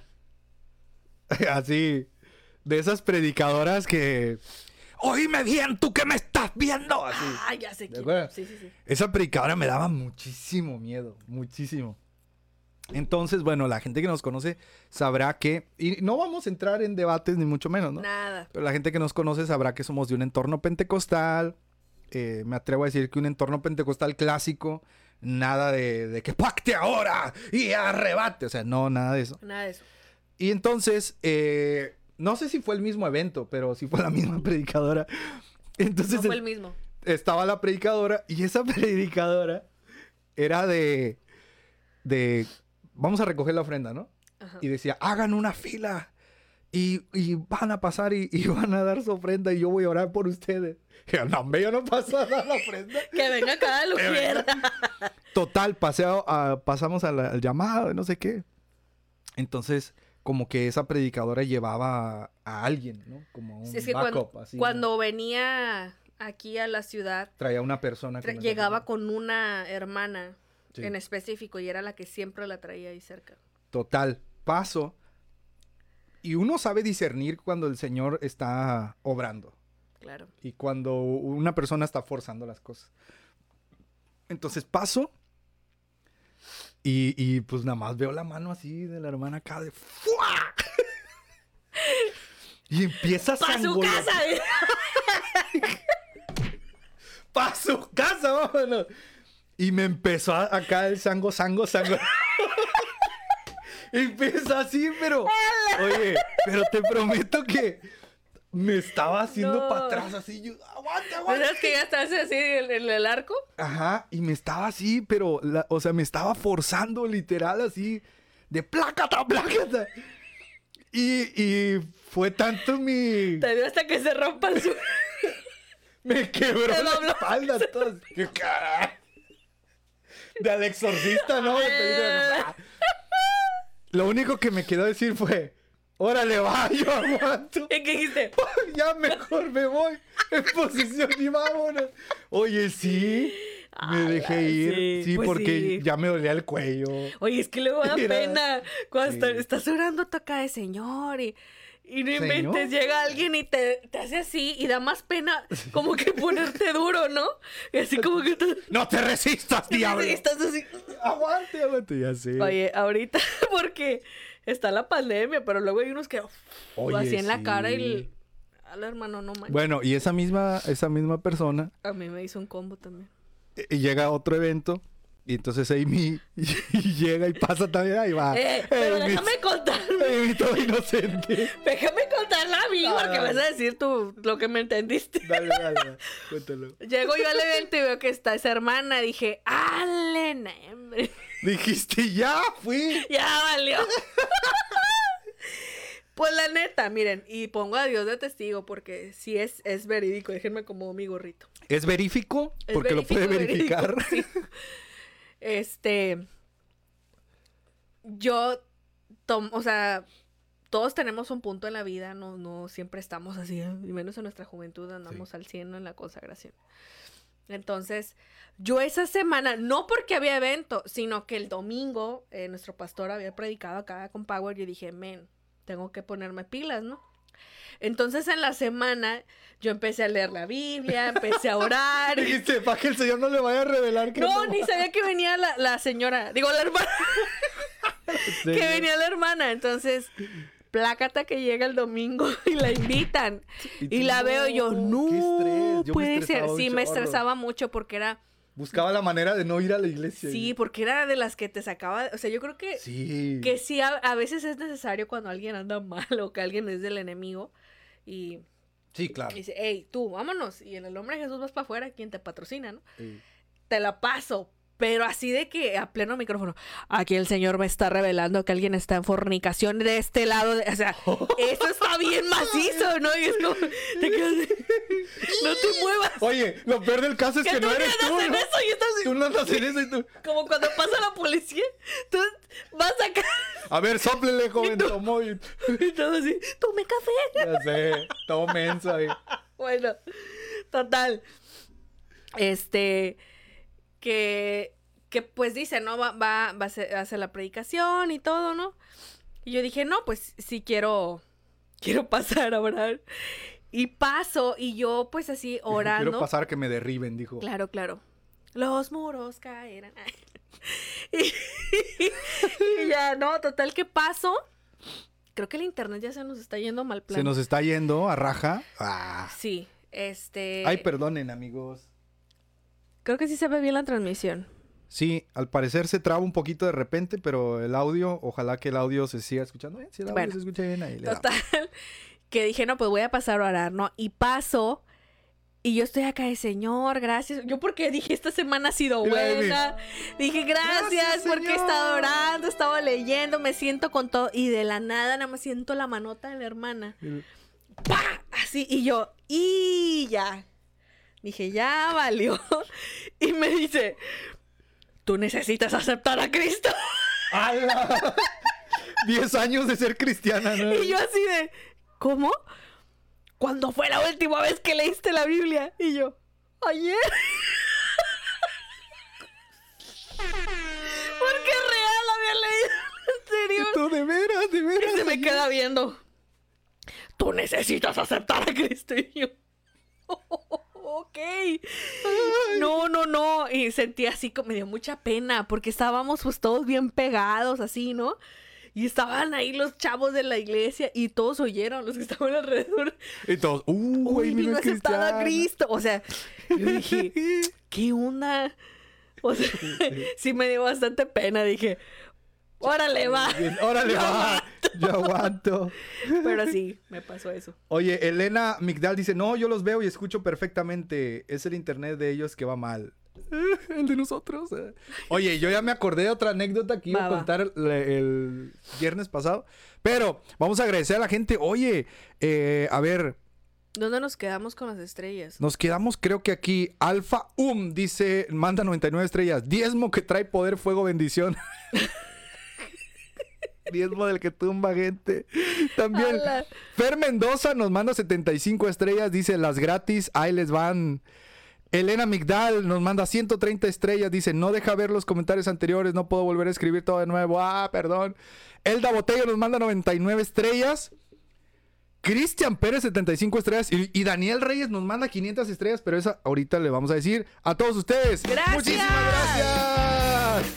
Así. De esas predicadoras que... Oíme bien, tú que me estás viendo. Así. Ah, ya sé quién. Sí, sí, sí. Esa predicadora me daba muchísimo miedo. Muchísimo. Entonces, bueno, la gente que nos conoce sabrá que... Y no vamos a entrar en debates ni mucho menos, ¿no? Nada. Pero la gente que nos conoce sabrá que somos de un entorno pentecostal. Eh, me atrevo a decir que un entorno pentecostal clásico. Nada de, de que pacte ahora y arrebate. O sea, no, nada de eso. Nada de eso. Y entonces... Eh, no sé si fue el mismo evento, pero sí fue la misma predicadora. Entonces, no fue el mismo. Estaba la predicadora y esa predicadora era de... de vamos a recoger la ofrenda, ¿no? Ajá. Y decía, hagan una fila. Y, y van a pasar y, y van a dar su ofrenda y yo voy a orar por ustedes. Y yo, no, hombre, yo no paso a dar la ofrenda. Que venga cada lujier. Total, pasé a, a, pasamos a la, al llamado, no sé qué. Entonces, como que esa predicadora llevaba a, a alguien, ¿no? Como un sí, es que backup, cuando, así. Cuando ¿no? venía aquí a la ciudad... Traía una persona. Tra llegaba con una hermana sí. en específico y era la que siempre la traía ahí cerca. Total, paso. Y uno sabe discernir cuando el Señor está obrando. Claro. Y cuando una persona está forzando las cosas. Entonces paso. Y, y pues nada más veo la mano así de la hermana acá de ¡fua! Y empieza a ¡pa' su casa! ¡Pa' su casa! Vámonos. Y me empezó a, acá el sango, sango, sango. Empieza así, pero... Oye, pero te prometo que me estaba haciendo no. para atrás así. Yo, aguante, aguante. ¿Sabes que ya estás así en, en el arco? Ajá, y me estaba así, pero... La, o sea, me estaba forzando literal así. De plácata, plácata. Y, y fue tanto mi... Te dio hasta que se rompa el suelo. Me quebró la dobló. espalda. Todo. ¡Qué caray! De al exorcista, ¿no? Lo único que me quedó decir fue... ¡Órale, va! Yo aguanto. ¿Y qué dijiste? Ya mejor me voy en posición y vámonos. Oye, sí. Me dejé ah, ir. Sí, sí pues porque sí. ya me dolía el cuello. Oye, es que luego da Mira, pena. Cuando sí. estás orando, toca de Señor y... Y no inventes, llega alguien y te, te hace así y da más pena como que ponerte duro, ¿no? Y así como que... Te... ¡No te resistas, diablo! Y estás así... Aguante, aguante, ya sé. Oye, ahorita porque está la pandemia, pero luego hay unos que... Oye, así en sí. la cara y... Al hermano, no manches. Bueno, y esa misma, esa misma persona... A mí me hizo un combo también. Y llega a otro evento... Y entonces Amy y llega y pasa también. Ahí va. Eh, pero Amy, déjame contar. Amy todo inocente. Déjame contarla a mí, ah, porque vas a decir tú lo que me entendiste. Dale, dale, dale. Cuéntalo. Llego yo al evento y veo que está esa hermana. Dije, ¡ale, hombre! Dijiste, ya fui. Ya valió. Pues la neta, miren, y pongo a Dios de testigo porque si es, es verídico. Déjenme como mi gorrito. ¿Es verífico? Es porque verífico, lo puede verificar. Verífico, sí. Este, yo, tom, o sea, todos tenemos un punto en la vida, no, no siempre estamos así, y menos en nuestra juventud andamos sí. al cien en la consagración. Entonces, yo esa semana, no porque había evento, sino que el domingo eh, nuestro pastor había predicado acá con Power y yo dije, men, tengo que ponerme pilas, ¿no? Entonces, en la semana, yo empecé a leer la Biblia, empecé a orar. Dijiste, para que el Señor no le vaya a revelar que no, no. ni sabía que venía la, la señora, digo, la hermana. Sí. Que venía la hermana. Entonces, plácata que llega el domingo y la invitan. Y, y la no, veo yo, no, yo puede ser. Sí, me estresaba mucho porque era... Buscaba la manera de no ir a la iglesia. Sí, porque era de las que te sacaba... O sea, yo creo que... Sí. Que sí, a, a veces es necesario cuando alguien anda mal o que alguien es del enemigo. Y... Sí, claro. Y dice, hey, tú, vámonos. Y en el nombre de Jesús vas para afuera, quien te patrocina, ¿no? Sí. Te la paso. Pero así de que a pleno micrófono, aquí el Señor me está revelando que alguien está en fornicación de este lado. De, o sea, eso está bien macizo, ¿no? Y es como, te quedas de, no te muevas. Oye, lo peor del caso es que, que no eres tú, ¿no? En eso y estás, tú no andas en eso y tú... Como cuando pasa la policía, tú vas acá. A ver, sóplele, joven, tomó y... Y todo así, tome café. Ya sé, todo menso ahí. Bueno, total. Este... Que, que pues dice, ¿no? Va, va, va a hacer, hacer la predicación y todo, ¿no? Y yo dije, no, pues sí quiero, quiero pasar a orar. Y paso, y yo pues así orando. Quiero pasar que me derriben, dijo. Claro, claro. Los muros caerán. y, y ya, no, total que paso. Creo que el internet ya se nos está yendo mal plan. Se nos está yendo a raja. Ah. Sí, este... Ay, perdonen, amigos. Creo que sí se ve bien la transmisión. Sí, al parecer se traba un poquito de repente, pero el audio, ojalá que el audio se siga escuchando bien. Si el audio bueno, se escucha bien, ahí le total, damos. Que dije, no, pues voy a pasar a orar, ¿no? Y paso, Y yo estoy acá de, Señor, gracias. Yo porque dije, esta semana ha sido buena. Dije, gracias, gracias porque he estado orando, he estado leyendo, me siento con todo. Y de la nada, nada más siento la manota de la hermana. ¡Pah! Así, y yo, y ya. Dije, ya valió. Y me dice, tú necesitas aceptar a Cristo. ¡Hala! Diez años de ser cristiana, ¿no? Y yo así de, ¿cómo? ¿Cuándo fue la última vez que leíste la Biblia? Y yo, ayer. Porque real había leído. En serio. Y tú, de veras, de veras. Y se me queda viendo. Tú necesitas aceptar a Cristo. Y yo, oh, oh, oh, ok. Ay. No, no, no. Y sentí así como me dio mucha pena. Porque estábamos pues todos bien pegados así, ¿no? Y estaban ahí los chavos de la iglesia y todos oyeron, los que estaban alrededor. Y todos, uh, güey, vino aceptado a Cristo. O sea, yo dije, ¿qué onda? O sea, sí me dio bastante pena. Dije, órale, va. Órale, yo va. Aguanto. Yo aguanto. Pero sí, me pasó eso. Oye, Elena Migdal dice, no, yo los veo y escucho perfectamente. Es el internet de ellos que va mal. El de nosotros. Oye, yo ya me acordé de otra anécdota que iba va, a contar el, el viernes pasado. Pero vamos a agradecer a la gente. Oye, eh, a ver. ¿Dónde nos quedamos con las estrellas? Nos quedamos, creo que aquí. Alfa Um dice, manda noventa y nueve estrellas. Diezmo que trae poder, fuego, bendición. Diezmo del que tumba gente. También Hola. Fer Mendoza nos manda setenta y cinco estrellas. Dice, las gratis, ahí les van. Elena Migdal nos manda ciento treinta estrellas. Dice, no deja ver los comentarios anteriores. No puedo volver a escribir todo de nuevo. Ah, perdón. Elda Botello nos manda noventa y nueve estrellas. Cristian Pérez, setenta y cinco estrellas. Y, y Daniel Reyes nos manda quinientas estrellas. Pero esa ahorita le vamos a decir a todos ustedes. ¡Gracias! ¡Muchísimas gracias!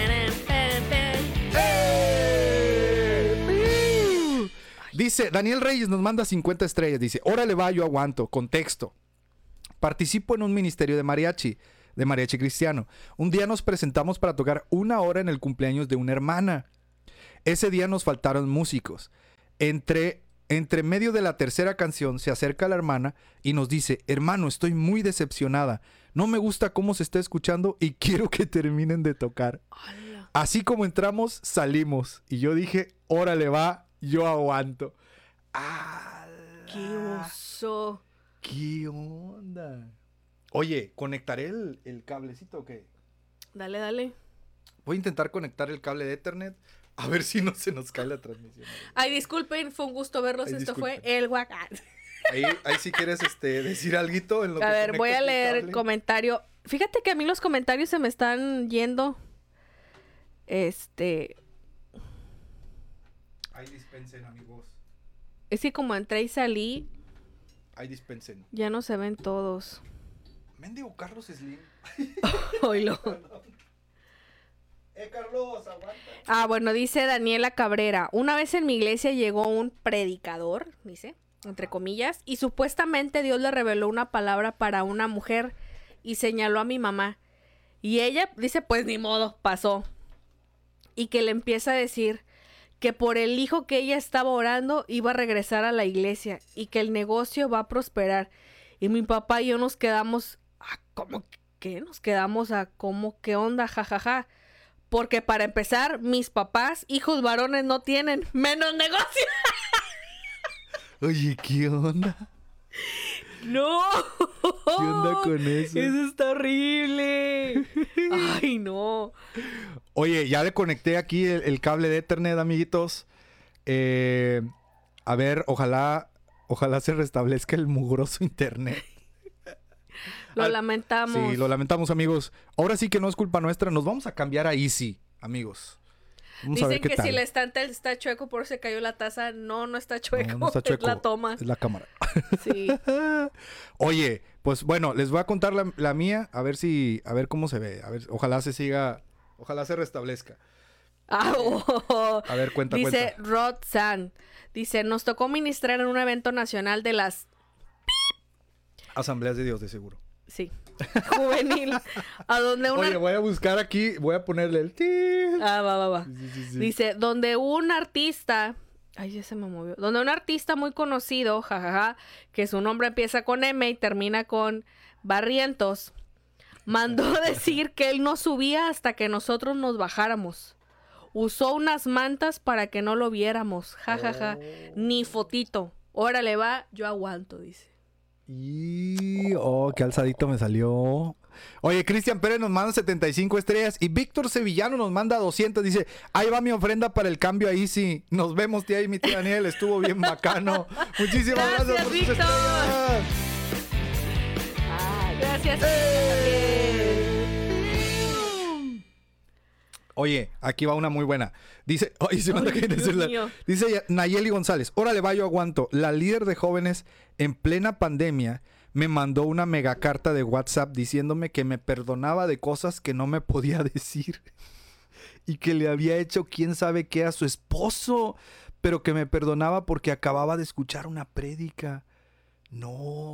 ¡Hey! Dice, Daniel Reyes nos manda cincuenta estrellas. Dice, órale va, yo aguanto. Contexto. Participo en un ministerio de mariachi, de mariachi cristiano. Un día nos presentamos para tocar una hora en el cumpleaños de una hermana. Ese día nos faltaron músicos. Entre, entre medio de la tercera canción se acerca la hermana y nos dice, hermano, estoy muy decepcionada. No me gusta cómo se está escuchando y quiero que terminen de tocar. Hola. Así como entramos, salimos. Y yo dije, órale va, yo aguanto. ¡Ah! ¡Qué oso! ¿Qué onda? Oye, ¿conectaré el, el cablecito o qué? Dale, dale. Voy a intentar conectar el cable de Ethernet. A ver si no se nos cae la transmisión. Ay, disculpen, fue un gusto verlos. Ay, Esto disculpen. Fue el Guacán. Ahí, ahí si quieres este, decir algo en lo que A ver, voy a leer el comentario. Fíjate que a mí los comentarios se me están yendo. Este... Ahí dispensen, amigos. Es que como entré y salí... Ahí dispensen. Ya no se ven todos. Mendigo Carlos Slim. Oilo. Eh, Carlos, aguanta. Ah, bueno, dice Daniela Cabrera. Una vez en mi iglesia llegó un predicador, dice, entre comillas, y supuestamente Dios le reveló una palabra para una mujer y señaló a mi mamá. Y ella dice, pues ni modo, pasó. Y que le empieza a decir que por el hijo que ella estaba orando iba a regresar a la iglesia y que el negocio va a prosperar. Y mi papá y yo nos quedamos, ah, ¿cómo qué? Nos quedamos a cómo, qué onda, jajaja. Ja, ja. Porque para empezar, mis papás, hijos varones no tienen, menos negocio. Oye, ¿qué onda? No. ¿Qué onda con eso? Eso está horrible. Ay, no. Oye, ya le conecté aquí el, el cable de Ethernet, amiguitos. Eh, a ver, ojalá, ojalá se restablezca el mugroso internet. Lo Al, lamentamos. Sí, lo lamentamos, amigos. Ahora sí que no es culpa nuestra. Nos vamos a cambiar a Easy, amigos. Vamos Dicen a ver qué que tal. si el estante está chueco por eso se cayó la taza. No, no está chueco. No, no está chueco. Es la toma. Es la cámara. Sí. Oye, pues bueno, les voy a contar la, la mía. A ver si, a ver cómo se ve. A ver, ojalá se siga, ojalá se restablezca. Ah, oh. A ver, cuenta, Dice cuenta. Rod San. Dice, nos tocó ministrar en un evento nacional de las... Asambleas de Dios, de seguro. Sí. Juvenil. A donde una... Oye, voy a buscar aquí, voy a ponerle el... Ah, va, va, va. Sí, sí, sí. Dice, donde un artista Ay, ya se me movió. Donde un artista muy conocido, jajaja, que su nombre empieza con M y termina con Barrientos, mandó decir que él no subía hasta que nosotros nos bajáramos. Usó unas mantas para que no lo viéramos. Jajaja. Ja, ja. Oh. Ni fotito. Órale va, yo aguanto, dice. Y... Oh, qué alzadito me salió. Oye, Cristian Pérez nos manda setenta y cinco estrellas. Y Víctor Sevillano nos manda doscientos. Dice, ahí va mi ofrenda para el cambio ahí sí. Nos vemos, tía y mi tía Daniel. Estuvo bien bacano. Muchísimas gracias, gracias por Víctor. Sus estrellas. Ah, gracias. ¡Eh! Oye, aquí va una muy buena. Dice, oye, se manda que dice, dice Nayeli González. Órale, va, yo aguanto. La líder de jóvenes en plena pandemia me mandó una mega carta de WhatsApp diciéndome que me perdonaba de cosas que no me podía decir y que le había hecho quién sabe qué a su esposo, pero que me perdonaba porque acababa de escuchar una prédica. No.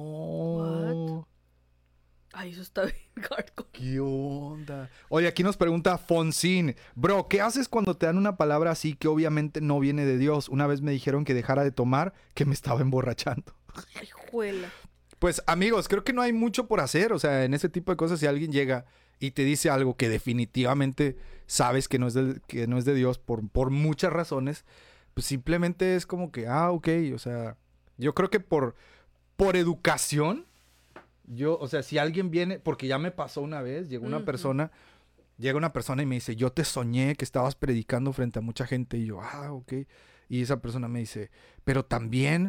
What? Ay, eso está bien hardcore. ¿Qué onda? Oye, aquí nos pregunta Fonsín. Bro, ¿qué haces cuando te dan una palabra así que obviamente no viene de Dios? Una vez me dijeron que dejara de tomar, que me estaba emborrachando. Ay, juela. Pues, amigos, creo que no hay mucho por hacer. O sea, en ese tipo de cosas, si alguien llega y te dice algo que definitivamente sabes que no es de, que no es de Dios por, por muchas razones, pues simplemente es como que, ah, ok. O sea, yo creo que por, por educación... Yo, o sea, si alguien viene, porque ya me pasó una vez, llegó una uh-huh. persona, llega una persona y me dice, yo te soñé que estabas predicando frente a mucha gente, y yo, ah, ok, y esa persona me dice, pero también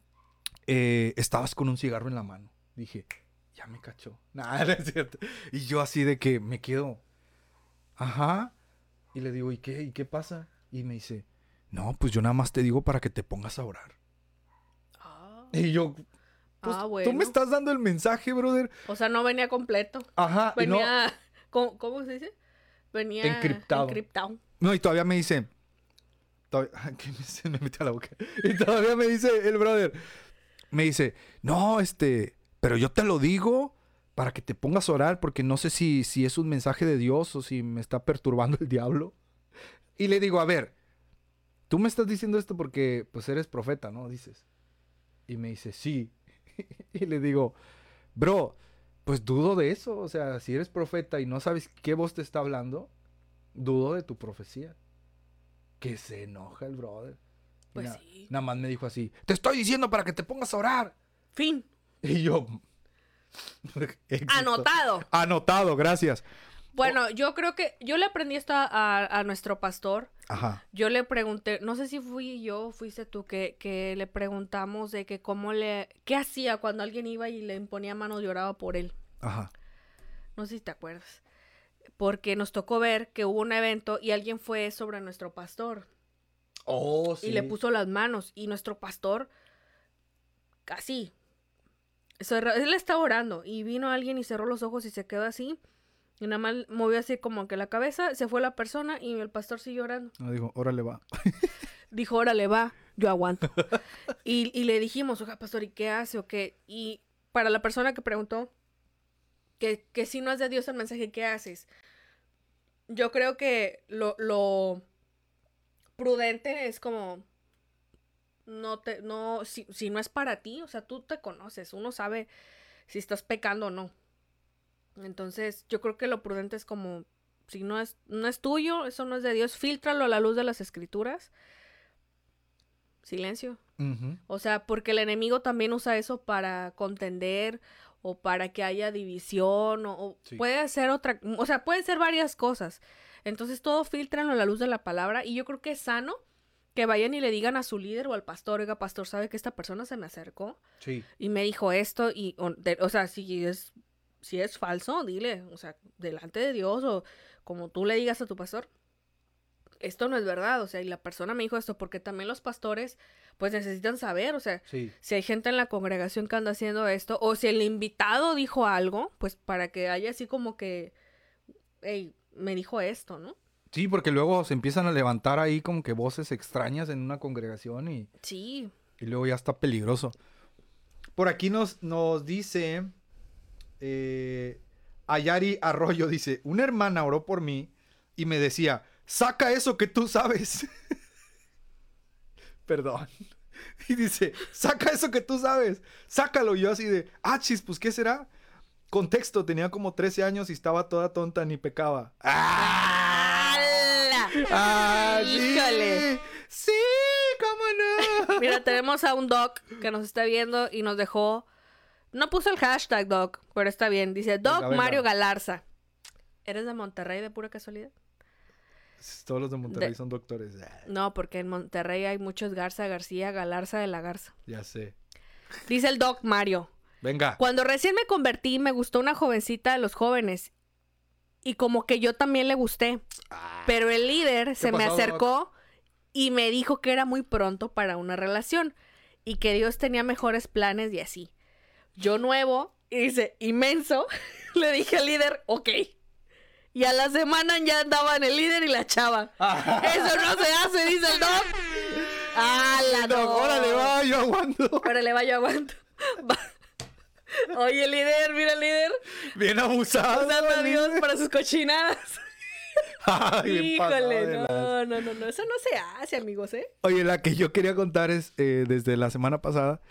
eh, estabas con un cigarro en la mano. Dije, ya me cachó. Nada, no es cierto. Y yo así de que me quedo, ajá, y le digo, ¿y qué? ¿Y qué pasa? Y me dice, no, pues yo nada más te digo para que te pongas a orar. Ah. Y yo... Pues, ah, bueno. Tú me estás dando el mensaje, brother. O sea, no venía completo. Ajá. Venía... No, ¿cómo, ¿Cómo se dice? Venía... Encriptado. Encriptado. No, y todavía me dice... Todavía, ¿qué me, se me metió a la boca? Y todavía me dice el brother... Me dice... No, este... Pero yo te lo digo para que te pongas a orar porque no sé si, si es un mensaje de Dios o si me está perturbando el diablo. Y le digo, a ver... Tú me estás diciendo esto porque pues eres profeta, ¿no? Dices. Y me dice, sí. Y le digo, bro, pues dudo de eso. O sea, si eres profeta y no sabes qué voz te está hablando, dudo de tu profecía. Que se enoja el brother. Pues na- sí. Nada más me dijo así, te estoy diciendo para que te pongas a orar. Fin. Y yo... Anotado. Anotado, gracias. Bueno, yo creo que... Yo le aprendí esto a, a nuestro pastor. Ajá. Yo le pregunté... No sé si fui yo o fuiste tú que, que le preguntamos de que cómo le... ¿Qué hacía cuando alguien iba y le imponía manos y oraba por él? Ajá. No sé si te acuerdas. Porque nos tocó ver que hubo un evento y alguien fue sobre nuestro pastor. Oh, sí. Y le puso las manos. Y nuestro pastor... Casi. Cerró, él estaba orando. Y vino alguien y cerró los ojos y se quedó así. Y nada más movió así como que la cabeza, se fue la persona y el pastor siguió orando. No, dijo, órale va. Dijo, órale va, yo aguanto. y, y le dijimos, oiga, pastor, ¿y qué hace o qué? Y para la persona que preguntó, que, que si no es de Dios el mensaje, ¿qué haces? Yo creo que lo, lo prudente es como, no te, no, si, si no es para ti, o sea, tú te conoces, uno sabe si estás pecando o no. Entonces, yo creo que lo prudente es como, si no es, no es tuyo, eso no es de Dios, fíltralo a la luz de las escrituras. Silencio. Uh-huh. O sea, porque el enemigo también usa eso para contender o para que haya división o, o sí. puede ser otra, o sea, pueden ser varias cosas. Entonces, todo fíltralo a la luz de la palabra y yo creo que es sano que vayan y le digan a su líder o al pastor, oiga, pastor, ¿sabe que esta persona se me acercó? Sí. Y me dijo esto y, o, de, o sea, si es... Si es falso, dile, o sea, delante de Dios o como tú le digas a tu pastor, esto no es verdad, o sea, y la persona me dijo esto porque también los pastores pues necesitan saber, o sea, sí. si hay gente en la congregación que anda haciendo esto o si el invitado dijo algo, pues para que haya así como que, hey, me dijo esto, ¿no? Sí, porque luego se empiezan a levantar ahí como que voces extrañas en una congregación y... Sí. Y luego ya está peligroso. Por aquí nos, nos dice... Eh, Ayari Arroyo dice, una hermana oró por mí y me decía, saca eso que tú sabes. perdón. Y dice, saca eso que tú sabes, sácalo. Y yo así de, ah, chis, pues, ¿qué será? Contexto, tenía como trece años y estaba toda tonta, ni pecaba. ¡Ah! ¡Ah, ¡Híjole! Sí, sí, cómo no. Mira, tenemos a un doc que nos está viendo y nos dejó... No puso el hashtag doc, pero está bien. Dice, Doc Venga, venga. Mario Galarza. ¿Eres de Monterrey de pura casualidad? Todos los de Monterrey De- son doctores. No, porque en Monterrey hay muchos Garza García, Galarza de la Garza. Ya sé. Dice el doc Mario. Venga. Cuando recién me convertí, me gustó una jovencita de los jóvenes. Y como que yo también le gusté. Pero el líder se me pasó, acercó y me dijo que era muy pronto para una relación. Y que Dios tenía mejores planes y así. Yo nuevo, y dice, inmenso, le dije al líder, ok. Y a la semana ya andaban el líder y la chava. Eso no se hace, dice el doc. ¡Ah, la No, no! órale, va, yo aguanto. Órale, va, yo aguanto. Va. Oye, líder, mira el líder. Bien abusado. Usando a Dios líder. para sus cochinadas. Ay, bien pasado Híjole, de no, lanza. no, no, no. Eso no se hace, amigos, ¿eh? Oye, la que yo quería contar es, eh, desde la semana pasada,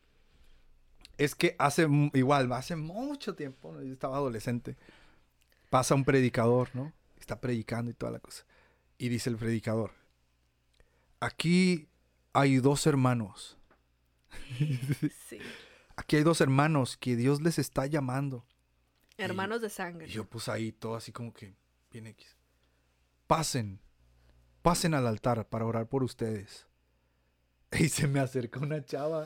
es que hace, m- igual, hace mucho tiempo, ¿no? Yo estaba adolescente, pasa un predicador, ¿no? Está predicando y toda la cosa. Y dice el predicador, aquí hay dos hermanos. Sí. Aquí hay dos hermanos que Dios les está llamando. Hermanos de sangre. Y yo puse ahí todo así como que, bien X. Pasen, pasen al altar para orar por ustedes. Y se me acerca una chava.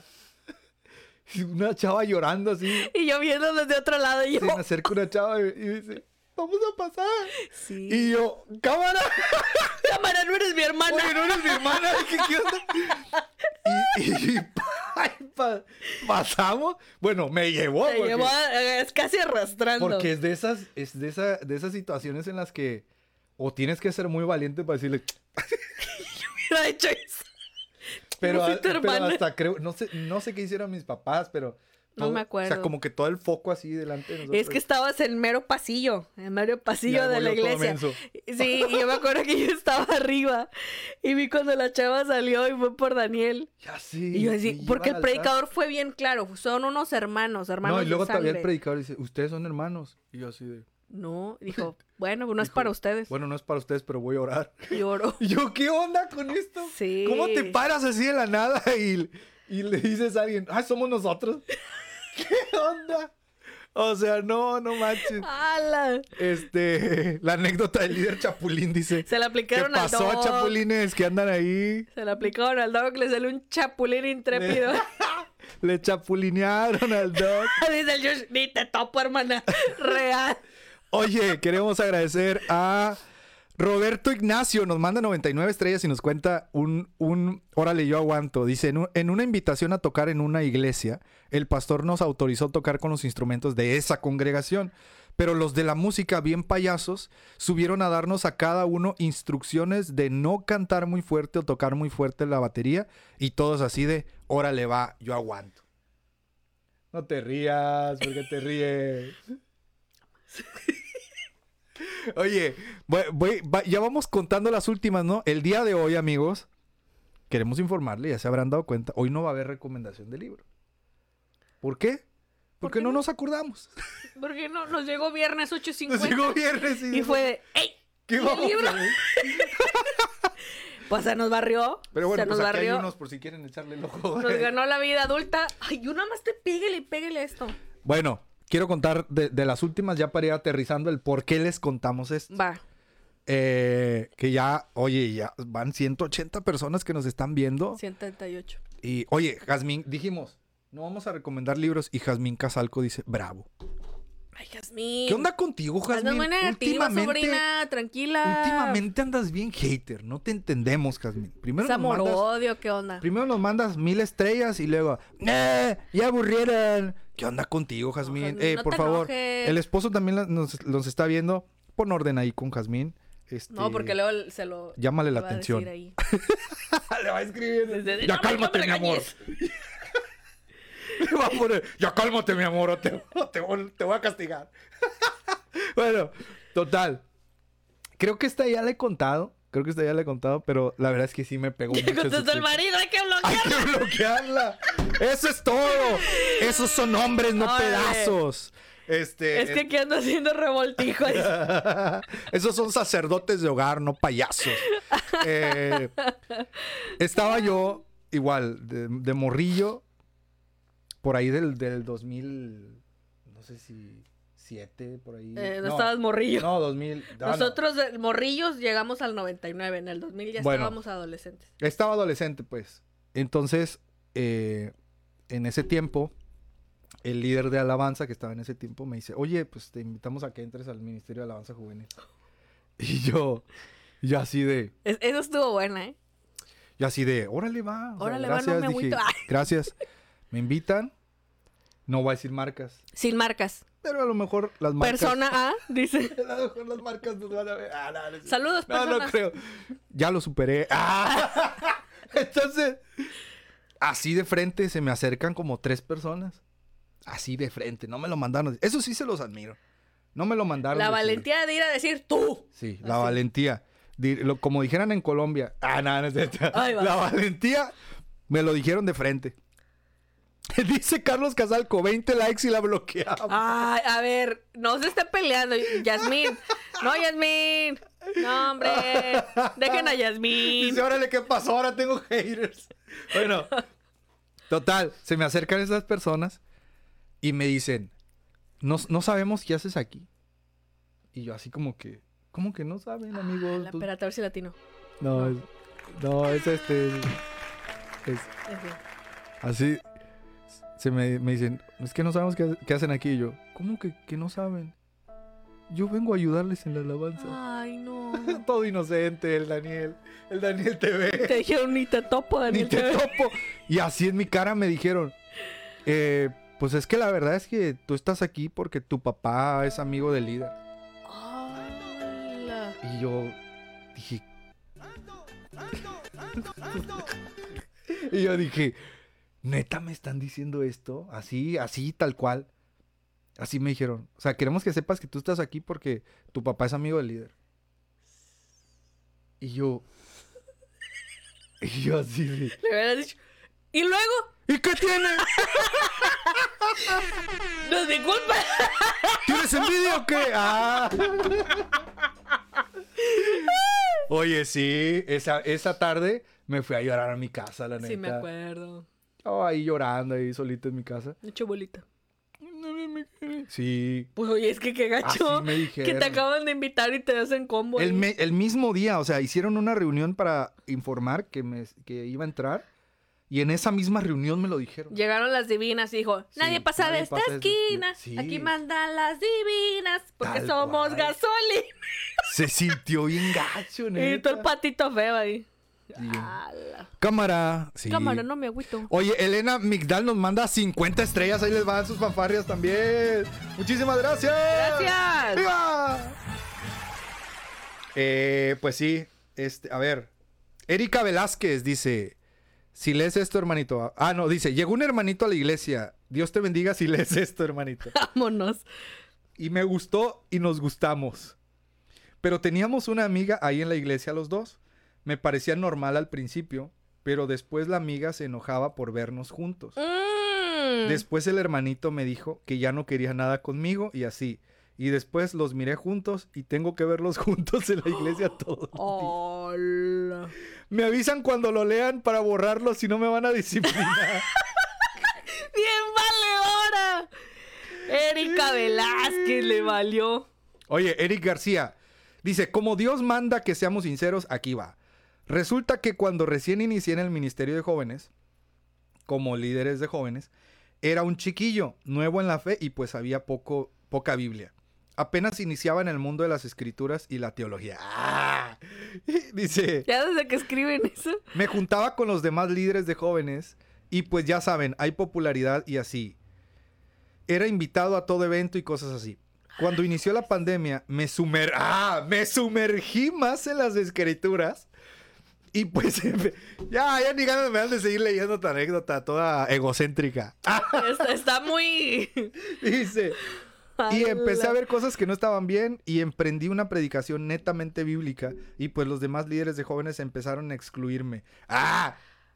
Una chava llorando así. Y yo viendo desde otro lado y yo... Se me acerca una chava y, y dice, vamos a pasar. Sí. Y yo, cámara. Cámara, no eres mi hermana. Oye, no eres mi hermana. ¿Qué, qué onda? Y, y pa- pa- pasamos. Bueno, me llevó. Te porque- llevó, a- es casi arrastrando. Porque es de esas, es de esa, de esas situaciones en las que o tienes que ser muy valiente para decirle, Hubiera hecho eso. pero, No fui a- tu pero hermana. hasta creo, no sé, no sé qué hicieron mis papás, pero No me O acuerdo. sea, como que todo el foco así delante de nosotros. Es que estabas en mero pasillo, en mero Y pasillo ahí de voy la yo todo iglesia. menso. Sí, y yo me acuerdo que yo estaba arriba y vi cuando la chava salió y fue por Daniel. Ya sí. Y yo así, me porque lleva el al altar. predicador fue bien claro, son unos hermanos, hermanos No, y luego de todavía sangre. el predicador dice, ustedes son hermanos. Y yo así de... No, dijo, bueno, no es dijo, para ustedes. Bueno, no es para ustedes, pero voy a orar. Y oró. Y yo, ¿qué onda con esto? Sí. ¿Cómo te paras así de la nada y, y le dices a alguien, ah, somos nosotros? ¿Qué onda? O sea, no, no manches. ¡Hala! Este, la anécdota del líder Chapulín dice, Se la ¿qué aplicaron al pasó, dog. chapulines que andan ahí? Se la aplicaron al dog, le salió un chapulín intrépido. Le chapulinearon al dog. Dice el Josh, ni te topo, hermana. Real. Oye, queremos agradecer a Roberto Ignacio. Nos manda noventa y nueve estrellas y nos cuenta un, un... Órale, yo aguanto. Dice, en, un- en una invitación a tocar en una iglesia, el pastor nos autorizó tocar con los instrumentos de esa congregación. Pero los de la música, bien payasos, subieron a darnos a cada uno instrucciones de no cantar muy fuerte o tocar muy fuerte la batería. Y todos así de, órale, va, yo aguanto. No te rías, ¿por qué te ríes? Oye, voy- voy- va- ya vamos contando las últimas, ¿no? El día de hoy, amigos, queremos informarle, ya se habrán dado cuenta, hoy no va a haber recomendación de libro. ¿Por qué? Porque qué no no? nos acordamos. Porque no, nos llegó viernes ocho Nos cincuenta. llegó viernes y, Y fue de, ¡ey! ¿qué ¿y el vamos libro? a ver? Pues se nos barrió. Pero bueno, se nos pues aquí hay barrió. unos por si quieren echarle el ojo. Nos ganó la vida adulta. Ay, yo nada más te pégale y pégale esto. Bueno, quiero contar de, de las últimas ya para ir aterrizando el por qué les contamos esto. Va. Eh, que ya, oye, ya van ciento ochenta personas que nos están viendo. ciento treinta y ocho. Y, oye, Jazmín, dijimos, no vamos a recomendar libros. Y Jazmín Casalco dice, bravo. Ay, Jazmín. ¿Qué onda contigo, Jazmín? Andas muy negativa, sobrina. Tranquila. últimamente andas bien hater. No te entendemos, Jazmín. Primero Es nos, amor mandas, odio, ¿qué onda? primero nos mandas mil estrellas y luego, ¡eh! ¡Ya aburrieron! ¿Qué onda contigo, Jazmín? Jazmín, eh, no por te favor. enojes. El esposo también la- nos, nos está viendo. Pon orden ahí con Jazmín. Este, No, porque luego se lo... Llámale le la va a atención. decir ahí. Le va a escribir. Desde- Ya no, cálmate, no me mi amor. regañes. Le va a poner, ya cálmate, mi amor, o te, o te voy- te voy a castigar. Bueno, total. Creo que esta ya la he contado. Creo que esta ya la he contado, pero la verdad es que sí me pegó ¿Qué mucho. contestó ese el marido? ¡Ay, qué Hay que bloquearla. Eso es todo. Esos son hombres, no Oye. pedazos. Este, es que aquí ando haciendo revoltijo. Esos son sacerdotes de hogar, no payasos. Eh, estaba yo igual, de, de morrillo, por ahí del, del dos mil, no sé si siete, por ahí. Eh, no, no estabas morrillo. No, dos mil. No, Nosotros, no. morrillos, llegamos al noventa y nueve. En el dos mil ya bueno, estábamos adolescentes. Estaba adolescente, pues. Entonces, eh, en ese tiempo, el líder de alabanza que estaba en ese tiempo me dice, oye, pues te invitamos a que entres al Ministerio de Alabanza Juvenil. Y yo, yo así de... Es, eso estuvo buena, ¿eh? Yo así de, órale va. O órale sea, gracias, va, no me dije, gracias. Me invitan. No voy a decir marcas. Sin marcas. Pero a lo mejor las marcas... Persona A, dice. A lo mejor las marcas nos van a ver. Ah, no, no, Saludos, no, persona. No, no creo. Ya lo superé. Ah. Entonces, así de frente se me acercan como tres personas. Así de frente, no me lo mandaron. Eso sí se los admiro. No me lo mandaron. La valentía decir. de ir a decir tú. Sí, la Así. valentía. Lo, como dijeran en Colombia. Ah, no, no es esto. La valentía me lo dijeron de frente. Dice Carlos Casalco, veinte likes y la bloqueamos. Ay, a ver, no se esté peleando. Yasmín. No, Yasmín. No, hombre. Dejen a Yasmín. Dice, órale, ¿qué pasó? Ahora tengo haters. Bueno, total, se me acercan esas personas. Y me dicen, no, no sabemos qué haces aquí. Y yo así como que, ¿cómo que no saben, amigos? Ah, espérate, a ver si latino. No, no, es, no, es este. Es, es, así, se me, me dicen, es que no sabemos qué, qué hacen aquí. Y yo, ¿cómo que, que no saben? Yo vengo a ayudarles en la alabanza. Ay, no. Todo inocente, el Daniel. El Daniel T V. Te dijeron, ni te topo, Daniel Ni te topo. Y así en mi cara me dijeron, eh... pues es que la verdad es que tú estás aquí porque tu papá es amigo del líder. ¡Hala! Y yo dije... y yo dije, ¿neta me están diciendo esto? Así, así, tal cual. Así me dijeron. O sea, queremos que sepas que tú estás aquí porque tu papá es amigo del líder. Y yo... y yo así de... Le hubieras dicho... ¿Y luego? ¿Y qué tiene? ¡Nos disculpa! ¿Tienes envidia o qué? Ah. Oye, sí, esa, esa tarde me fui a llorar a mi casa, la neta. Sí, me acuerdo. Oh, ahí llorando, ahí solito en mi casa. Hecho bolita. Sí. Pues oye, es que qué gacho. Así me dijeron. Que te acaban de invitar y te hacen combo. El, me, el mismo día, o sea, hicieron una reunión para informar que, me, que iba a entrar. Y en esa misma reunión me lo dijeron. Llegaron las divinas y dijo, nadie sí, pasa nadie de esta pasa esquina. De... Sí. Aquí mandan las divinas porque Tal somos cual. gasolina. Se sintió bien gacho, neta. Y todo el patito feo ahí. Cámara. Sí. Cámara, no me agüito. Oye, Elena Migdal nos manda cincuenta estrellas. Ahí les van sus fanfarrias también. Muchísimas gracias. Gracias. ¡Viva! Eh, pues sí. Este, a ver. Erika Velázquez dice... Si lees esto, hermanito. Ah, no, dice, llegó un hermanito a la iglesia. Dios te bendiga si lees esto, hermanito. Vámonos. Y me gustó y nos gustamos. Pero teníamos una amiga ahí en la iglesia los dos. Me parecía normal al principio, pero después la amiga se enojaba por vernos juntos. Mm. Después el hermanito me dijo que ya no quería nada conmigo y así. Y después los miré juntos y tengo que verlos juntos en la iglesia todos los días. Me avisan cuando lo lean para borrarlo, si no me van a disciplinar. ¡Bien vale ahora! Erika Velázquez le valió. Oye, Eric García dice, como Dios manda que seamos sinceros, aquí va. Resulta que cuando recién inicié en el Ministerio de Jóvenes, como líderes de jóvenes, era un chiquillo, nuevo en la fe y pues sabía poco, poca Biblia. Apenas iniciaba en el mundo de las escrituras y la teología. ¡Ah! Dice... ¿Ya desde que escriben eso? Me juntaba con los demás líderes de jóvenes y pues ya saben, hay popularidad y así. Era invitado a todo evento y cosas así. Cuando inició la pandemia, me, sumer... ¡Ah! me sumergí más en las escrituras. Y pues ya, ya ni ganas me dan de seguir leyendo tu anécdota toda egocéntrica. Está, está muy... Dice... Y empecé a ver cosas que no estaban bien y emprendí una predicación netamente bíblica y pues los demás líderes de jóvenes empezaron a excluirme. ¡Ah!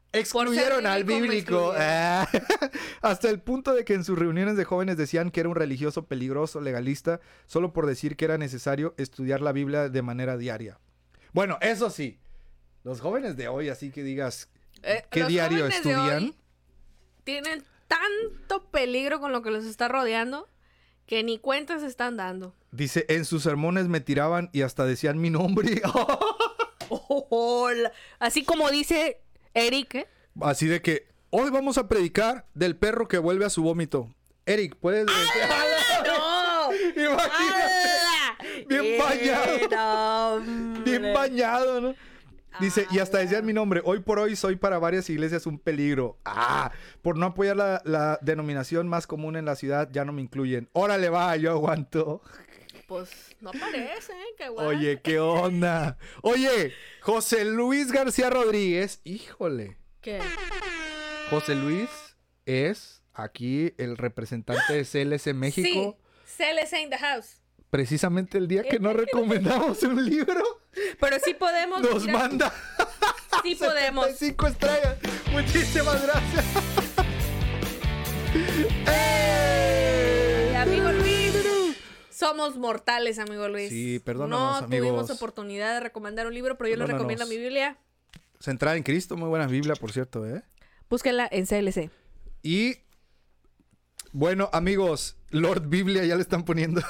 Excluyeron al bíblico. Ah. Hasta el punto de que en sus reuniones de jóvenes decían que era un religioso peligroso, legalista, solo por decir que era necesario estudiar la Biblia de manera diaria. Bueno, eso sí, los jóvenes de hoy, así que digas, eh, ¿qué diario estudian? Tienen tanto peligro con lo que los está rodeando que ni cuentas están dando. Dice, en sus sermones me tiraban y hasta decían mi nombre. Oh, así como dice Eric, ¿eh? Así de que hoy vamos a predicar del perro que vuelve a su vómito. Eric, ¿puedes decir? ¡No! Imagínate. Bien bañado. Bien bañado, ¿no? Dice, y hasta decían mi nombre. Hoy por hoy soy para varias iglesias un peligro. Ah, por no apoyar la, la denominación más común en la ciudad, ya no me incluyen. Órale, va, yo aguanto. Pues no parece, ¿eh? Qué guay. Oye, ¿qué onda? Oye, José Luis García Rodríguez, híjole. ¿Qué? José Luis es aquí el representante de C L S México. Sí, C L S in the house. Precisamente el día que no recomendamos un libro. Pero sí podemos. Nos mira, manda. Sí podemos. setenta y cinco estrellas. Muchísimas gracias. ¡Eh! Amigo Luis. Somos mortales, amigo Luis. Sí, perdónanos, no amigos. No tuvimos oportunidad de recomendar un libro, pero yo les recomiendo mi Biblia. Centrada en Cristo, muy buena Biblia, por cierto, ¿eh? Búsquenla en C L C. Y, bueno, amigos, Lord Biblia ya le están poniendo.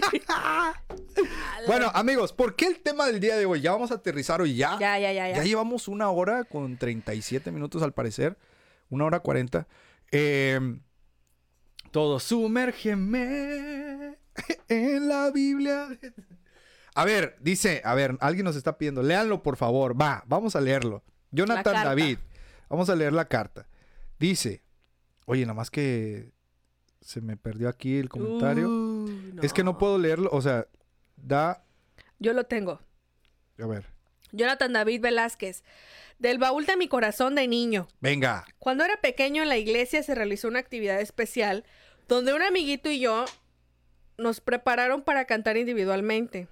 Bueno, amigos, ¿por qué el tema del día de hoy? Ya vamos a aterrizar hoy ya. Ya, ya, ya. Ya, ya llevamos una hora con treinta y siete minutos al parecer. Una hora cuarenta. Eh, todo sumérgeme en la Biblia. A ver, dice, a ver, alguien nos está pidiendo. Léanlo, por favor. Va, vamos a leerlo. Jonathan David. Vamos a leer la carta. Dice, oye, nada más que se me perdió aquí el comentario. Uh, no. Es que no puedo leerlo, o sea, da... Yo lo tengo. A ver. Jonathan David Velázquez. Del baúl de mi corazón de niño. Venga. Cuando era pequeño en la iglesia se realizó una actividad especial donde un amiguito y yo nos prepararon para cantar individualmente.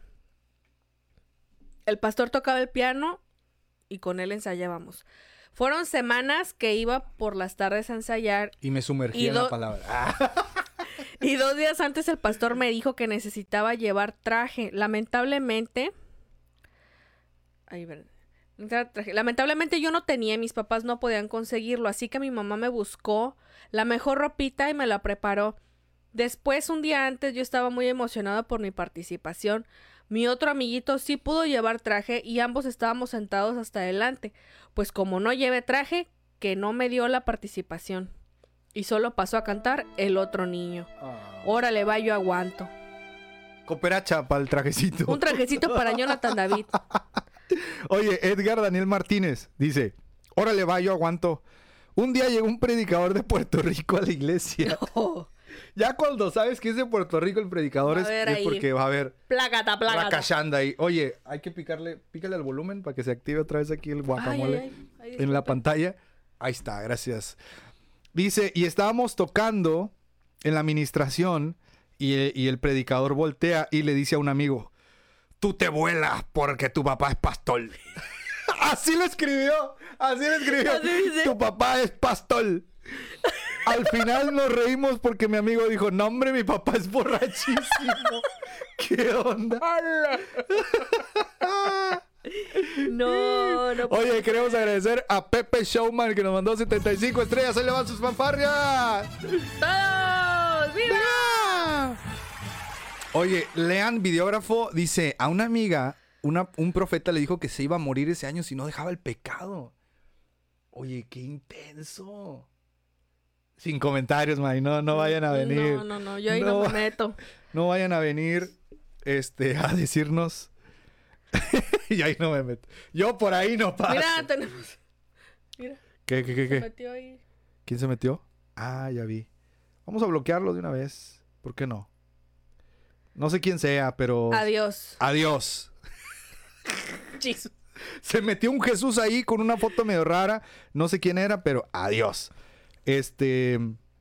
El pastor tocaba el piano y con él ensayábamos. Fueron semanas que iba por las tardes a ensayar. Y me sumergí en la palabra. Y dos días antes el pastor me dijo que necesitaba llevar traje. Lamentablemente... Ay, ver... Lamentablemente yo no tenía y mis papás no podían conseguirlo. Así que mi mamá me buscó la mejor ropita y me la preparó. Después, un día antes, yo estaba muy emocionado por mi participación. Mi otro amiguito sí pudo llevar traje y ambos estábamos sentados hasta adelante. Pues como no llevé traje, que no me dio la participación. Y solo pasó a cantar el otro niño. Órale, va, yo aguanto. Cooperacha para el trajecito. Un trajecito para Jonathan David. Oye, Edgar Daniel Martínez dice, órale, va, yo aguanto. Un día llegó un predicador de Puerto Rico a la iglesia. No. Ya cuando sabes que es de Puerto Rico el predicador es, es porque va a haber... Plácata, plácata. La cachanda ahí. Oye, hay que picarle, pícale al volumen para que se active otra vez aquí el guacamole ay, ay, ay. Ay, en la pantalla. Ahí está, gracias. Dice, y estábamos tocando en la administración y, y el predicador voltea y le dice a un amigo, tú te vuelas porque tu papá es pastor. Así lo escribió, así lo escribió. ¿Así dice? Tu papá es pastor. Al final nos reímos porque mi amigo dijo, no hombre, mi papá es borrachísimo. ¿Qué onda? No, no. Oye, queremos agradecer a Pepe Showman que nos mandó setenta y cinco estrellas. ¡Ahí le van sus fanfarrias! ¡Todos! ¡Viva! Oye, Lean, videógrafo, dice, a una amiga, una, un profeta le dijo que se iba a morir ese año si no dejaba el pecado. Oye, qué intenso. Sin comentarios, May, no, no vayan a venir. No, no, no, yo ahí no, no me meto. No vayan a venir este, a decirnos. Y ahí no me meto. Yo por ahí no paso. Mira, tenemos... Mira. ¿Qué, qué, qué, qué? Se metió ahí. ¿Quién se metió? Ah, ya vi. Vamos a bloquearlo de una vez. ¿Por qué no? No sé quién sea, pero... Adiós. Adiós. Jesús. Se metió un Jesús ahí con una foto medio rara. No sé quién era, pero adiós. Este...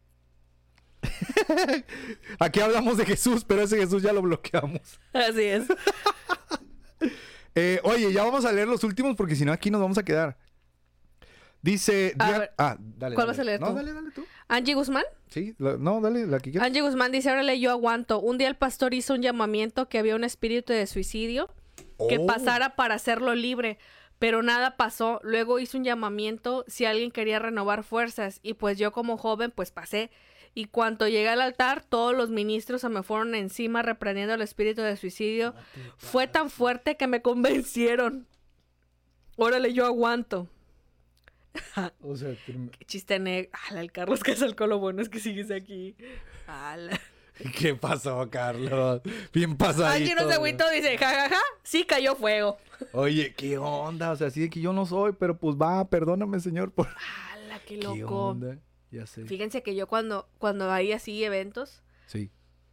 Aquí hablamos de Jesús, pero ese Jesús ya lo bloqueamos. Así es. eh, oye, ya vamos a leer los últimos porque si no aquí nos vamos a quedar. Dice... A Diana... ver, Ah, dale. ¿cuál dale. vas a leer No, tú? dale, dale tú. Angie Guzmán. Sí, la... no, dale, la que quieras. Angie Guzmán dice, órale, yo aguanto. Un día el pastor hizo un llamamiento que había un espíritu de suicidio que Oh. pasara para hacerlo libre, pero nada pasó. Luego hizo un llamamiento si alguien quería renovar fuerzas y pues yo como joven pues pasé. Y cuando llegué al altar, todos los ministros se me fueron encima reprendiendo el espíritu de suicidio. No Fue tan fuerte que me convencieron. Órale, yo aguanto. O sea, te... Qué chiste negro. Ala, el Carlos Casalco, lo bueno es que sigues aquí. Ala. ¿Qué pasó, Carlos? Bien pasadito. Angie no se agüitó, dice, jajaja, ja, ja, sí cayó fuego. Oye, ¿qué onda? O sea, sí de que yo no soy, pero pues va, perdóname, señor. Por... Ala, qué loco. ¿Qué onda? Ya sé. Fíjense que yo cuando, cuando hay así eventos, sí.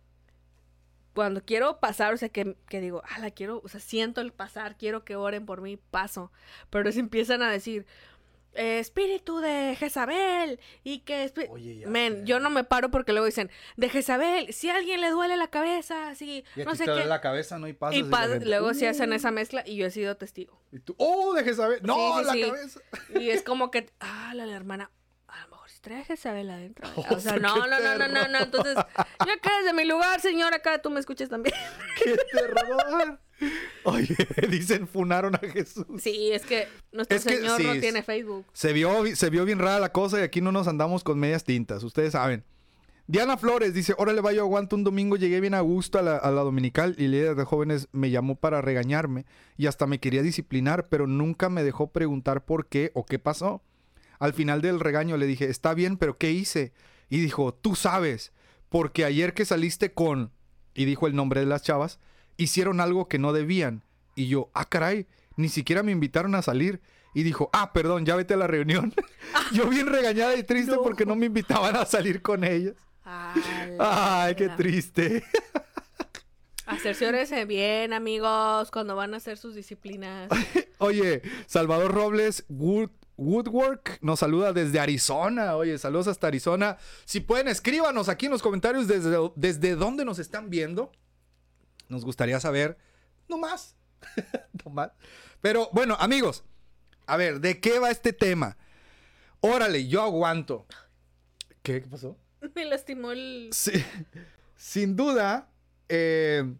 Cuando quiero pasar, o sea, que, que digo, ala, quiero, o sea, siento el pasar, quiero que oren por mí, paso. Pero se empiezan a decir, eh, espíritu de Jezabel, y que... Esp Oye, ya Men, sé. yo no me paro porque luego dicen, de Jezabel, si a alguien le duele la cabeza, si Y no aquí sé te qué. duele la cabeza, no hay pasas. Y pa la gente, luego uh, sí hacen esa mezcla y yo he sido testigo. Y tú, ¡oh, de Jezabel! ¡No, Sí, sí, la sí. cabeza! Y es como que, ah, la, la hermana, a lo mejor si trae Jezabel adentro. Oh, O sea, qué no, no, no, no, no, no. Entonces, yo acá desde mi lugar, señor, acá tú me escuchas también. ¡Qué terror! Oye, dicen, funaron a Jesús. Sí, es que nuestro Es que, señor sí, no tiene Facebook. Se vio, se vio bien rara la cosa y aquí no nos andamos con medias tintas, ustedes saben. Diana Flores dice, órale, vaya, aguanto un domingo, llegué bien a gusto a la, a la dominical y el líder de jóvenes me llamó para regañarme y hasta me quería disciplinar, pero nunca me dejó preguntar por qué o qué pasó. Al final del regaño le dije, está bien, pero ¿qué hice? Y dijo, tú sabes, porque ayer que saliste con, y dijo el nombre de las chavas, hicieron algo que no debían. Y yo, ah, caray, ni siquiera me invitaron a salir. Y dijo, ah, perdón, ya vete a la reunión. Yo bien regañada y triste No. porque no me invitaban a salir con ellas. Ay, qué triste. Hacerse bien, amigos, cuando van a hacer sus disciplinas. Oye, Salvador Robles Wood, Woodwork nos saluda desde Arizona. Oye, saludos hasta Arizona. Si pueden, escríbanos aquí en los comentarios desde, desde dónde nos están viendo. Nos gustaría saber. No más. No más. Pero bueno, amigos. A ver, ¿de qué va este tema? Órale, yo aguanto. ¿Qué, ¿Qué pasó? Me lastimó el... Sí, sin duda, eh,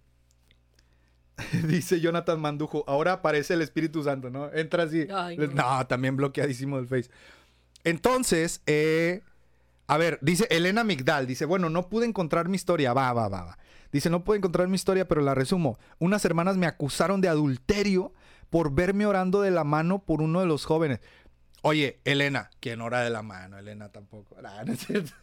dice Jonathan Mandujo, ahora aparece el Espíritu Santo, ¿no? Entra así. Ay, no. no, también bloqueadísimo del Face. Entonces, eh, a ver, dice Elena Migdal, dice, bueno, no pude encontrar mi historia. Va, va, va, va. Dice, no pude encontrar mi historia, pero la resumo. Unas hermanas me acusaron de adulterio por verme orando de la mano por uno de los jóvenes. Oye, Elena, ¿quién ora de la mano? Elena tampoco. Nah, no es cierto.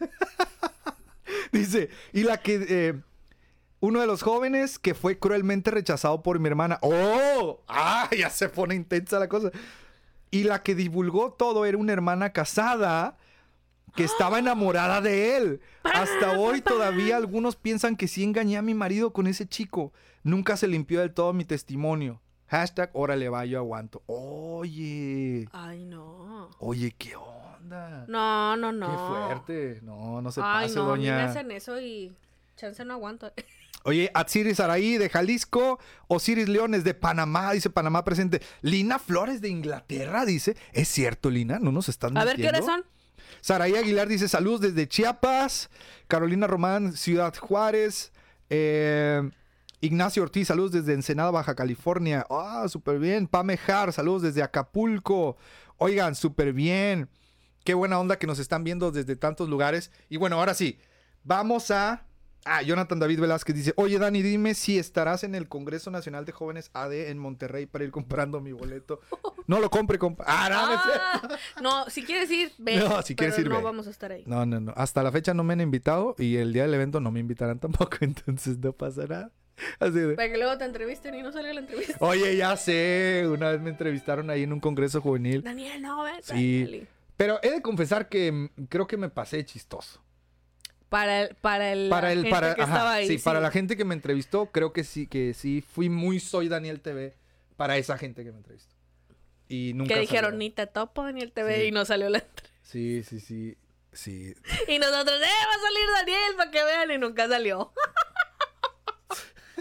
Dice, y la que... Eh, uno de los jóvenes que fue cruelmente rechazado por mi hermana. ¡Oh! ¡Ah! Ya se pone intensa la cosa. Y la que divulgó todo era una hermana casada que estaba enamorada de él. Hasta hoy todavía algunos piensan que sí engañé a mi marido con ese chico. Nunca se limpió del todo mi testimonio. Hashtag, órale, va, yo aguanto. Oye. Ay, no. Oye, ¿qué onda? No, no, no. Qué fuerte. No, no se Ay, pase, no, doña. a mí me hacen eso y chance no aguanto. Oye, Atsiris Araí de Jalisco, Osiris Leones de Panamá, dice Panamá presente. Lina Flores de Inglaterra, dice. ¿Es cierto, Lina? ¿No nos están A mintiendo? ver, ¿qué horas son? Saraí Aguilar dice saludos desde Chiapas. Carolina Román, Ciudad Juárez. Eh, Ignacio Ortiz, saludos desde Ensenada, Baja California. Ah, súper bien. Pame Jar, saludos desde Acapulco. Oigan, súper bien. Qué buena onda que nos están viendo desde tantos lugares. Y bueno, ahora sí, vamos a... Ah, Jonathan David Velázquez dice, oye, Dani, dime si estarás en el Congreso Nacional de Jóvenes A D en Monterrey para ir comprando mi boleto. No lo compre, compa. Ah, no, no, Ah, no, si quieres ir, ve. No, si quieres pero ir, no ve. vamos a estar ahí. No, no, no. Hasta la fecha no me han invitado y el día del evento no me invitarán tampoco, entonces no pasa nada. Así de... Para que luego te entrevisten y no salga la entrevista. Oye, ya sé, una vez me entrevistaron ahí en un congreso juvenil. Daniel, no, ven. Sí, Daniel. pero he de confesar que mm, creo que me pasé chistoso. Para el, para el, Para la el, gente para, que ajá, estaba ahí. sí, para la gente que me entrevistó, creo que sí, que sí, fui muy Soy Daniel T V para esa gente que me entrevistó. Y nunca Que dijeron, salió. ni te topo Daniel T V Sí. y no salió la entrevista. Sí, sí, sí, sí. Y nosotros, eh, va a salir Daniel para que vean y nunca salió.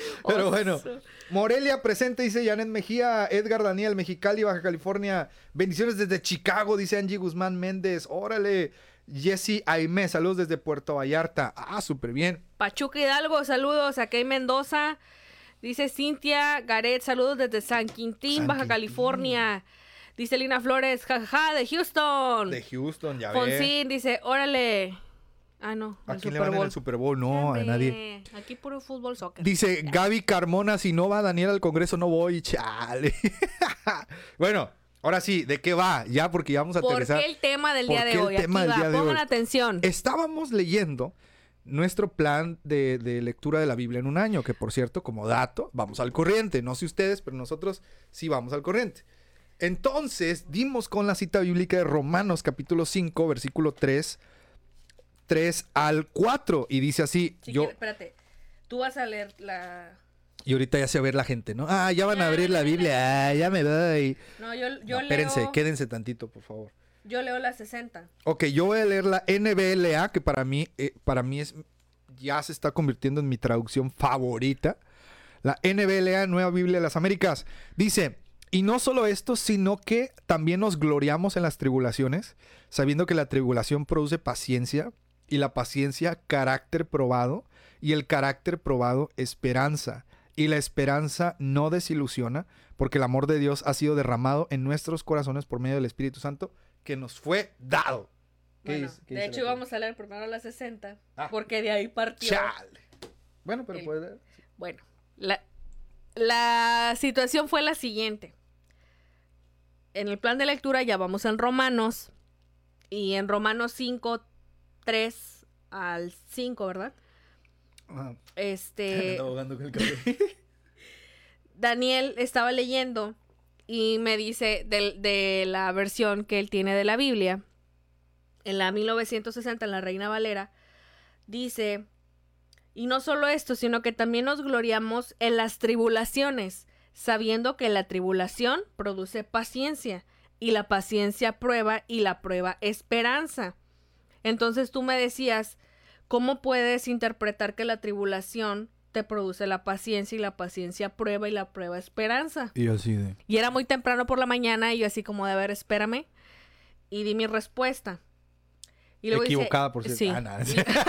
Pero bueno, Morelia presente, dice Janet Mejía, Edgar Daniel, Mexicali, Baja California. Bendiciones desde Chicago, dice Angie Guzmán Méndez. Órale. Jessy Aimé, saludos desde Puerto Vallarta. Ah, súper bien. Pachuca Hidalgo, saludos. Aquí Mendoza. Dice Cintia Garet, saludos desde San Quintín, San Baja Quintín. California. Dice Lina Flores, jajaja, de Houston. De Houston, ya Fonsín, ve. dice, órale. Ah, no. ¿A quién le van en el Super Bowl? No, a nadie. Aquí puro fútbol, soccer. Dice Gaby Carmona, si no va Daniel al Congreso, no voy. Chale. Bueno, ahora sí, ¿de qué va? Ya, porque ya vamos a aterrizar. ¿Por qué el tema del día de hoy? El tema Aquí del va, día pongan de hoy. atención. Estábamos leyendo nuestro plan de, de lectura de la Biblia en un año, que por cierto, como dato, vamos al corriente. No sé ustedes, pero nosotros sí vamos al corriente. Entonces, dimos con la cita bíblica de Romanos capítulo cinco, versículo tres, tres al cuatro. Y dice así, Si yo... quieres, espérate, tú vas a leer la... Y ahorita ya se va a ver la gente, ¿no? Ah, ya van a abrir la Biblia, ah, ya me voy. No, yo, yo No, espérense, leo... quédense tantito, por favor. Yo leo la sesenta. Ok, yo voy a leer la N B L A, que para mí, eh, para mí es, ya se está convirtiendo en mi traducción favorita. La N B L A, Nueva Biblia de las Américas. Dice, y no solo esto, sino que también nos gloriamos en las tribulaciones, sabiendo que la tribulación produce paciencia, y la paciencia carácter probado, y el carácter probado esperanza. Y la esperanza no desilusiona, porque el amor de Dios ha sido derramado en nuestros corazones por medio del Espíritu Santo, que nos fue dado. ¿Qué bueno, dice, ¿qué de hecho íbamos a leer primero la sesenta, ah, porque de ahí partió. Chale. Bueno, pero el, puedes leer. Bueno, la, la situación fue la siguiente. En el plan de lectura ya vamos en Romanos, y en Romanos cinco, tres al cinco, ¿verdad? Ajá. Este... ahogando con el café. Daniel estaba leyendo y me dice de, de la versión que él tiene de la Biblia, en la mil novecientos sesenta, en la Reina Valera, dice, y no solo esto, sino que también nos gloriamos en las tribulaciones, sabiendo que la tribulación produce paciencia, y la paciencia prueba, y la prueba esperanza. Entonces tú me decías, ¿cómo puedes interpretar que la tribulación te produce la paciencia y la paciencia prueba y la prueba esperanza? Y así de... Y era muy temprano por la mañana y yo así como de, a ver, espérame. Y di mi respuesta. Y luego equivocada, dice, por cierto. Sí. Ah, nada.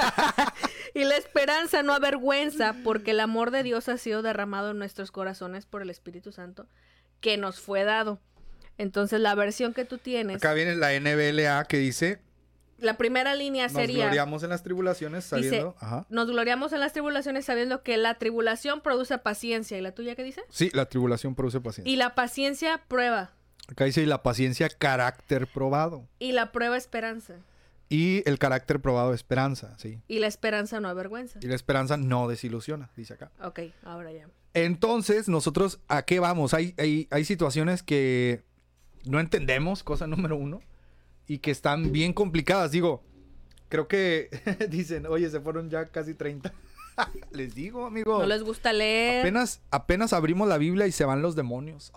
Y la esperanza no avergüenza, porque el amor de Dios ha sido derramado en nuestros corazones por el Espíritu Santo que nos fue dado. Entonces la versión que tú tienes... Acá viene la N B L A que dice... La primera línea sería... Nos gloriamos en las tribulaciones sabiendo... Dice, Ajá. Nos gloriamos en las tribulaciones sabiendo que la tribulación produce paciencia. ¿Y la tuya qué dice? Sí, la tribulación produce paciencia. Y la paciencia prueba. Acá dice, y la paciencia carácter probado. Y la prueba esperanza. Y el carácter probado esperanza, sí. Y la esperanza no avergüenza. Y la esperanza no desilusiona, dice acá. Ok, ahora ya. Entonces, nosotros, ¿a qué vamos? Hay, hay, hay situaciones que no entendemos, cosa número uno. Y que están bien complicadas. Digo, creo que dicen, oye, se fueron ya casi treinta. Les digo, amigo. No les gusta leer. Apenas, apenas abrimos la Biblia y se van los demonios.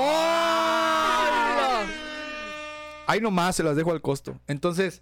¡Oh! Ahí nomás se las dejo al costo. Entonces,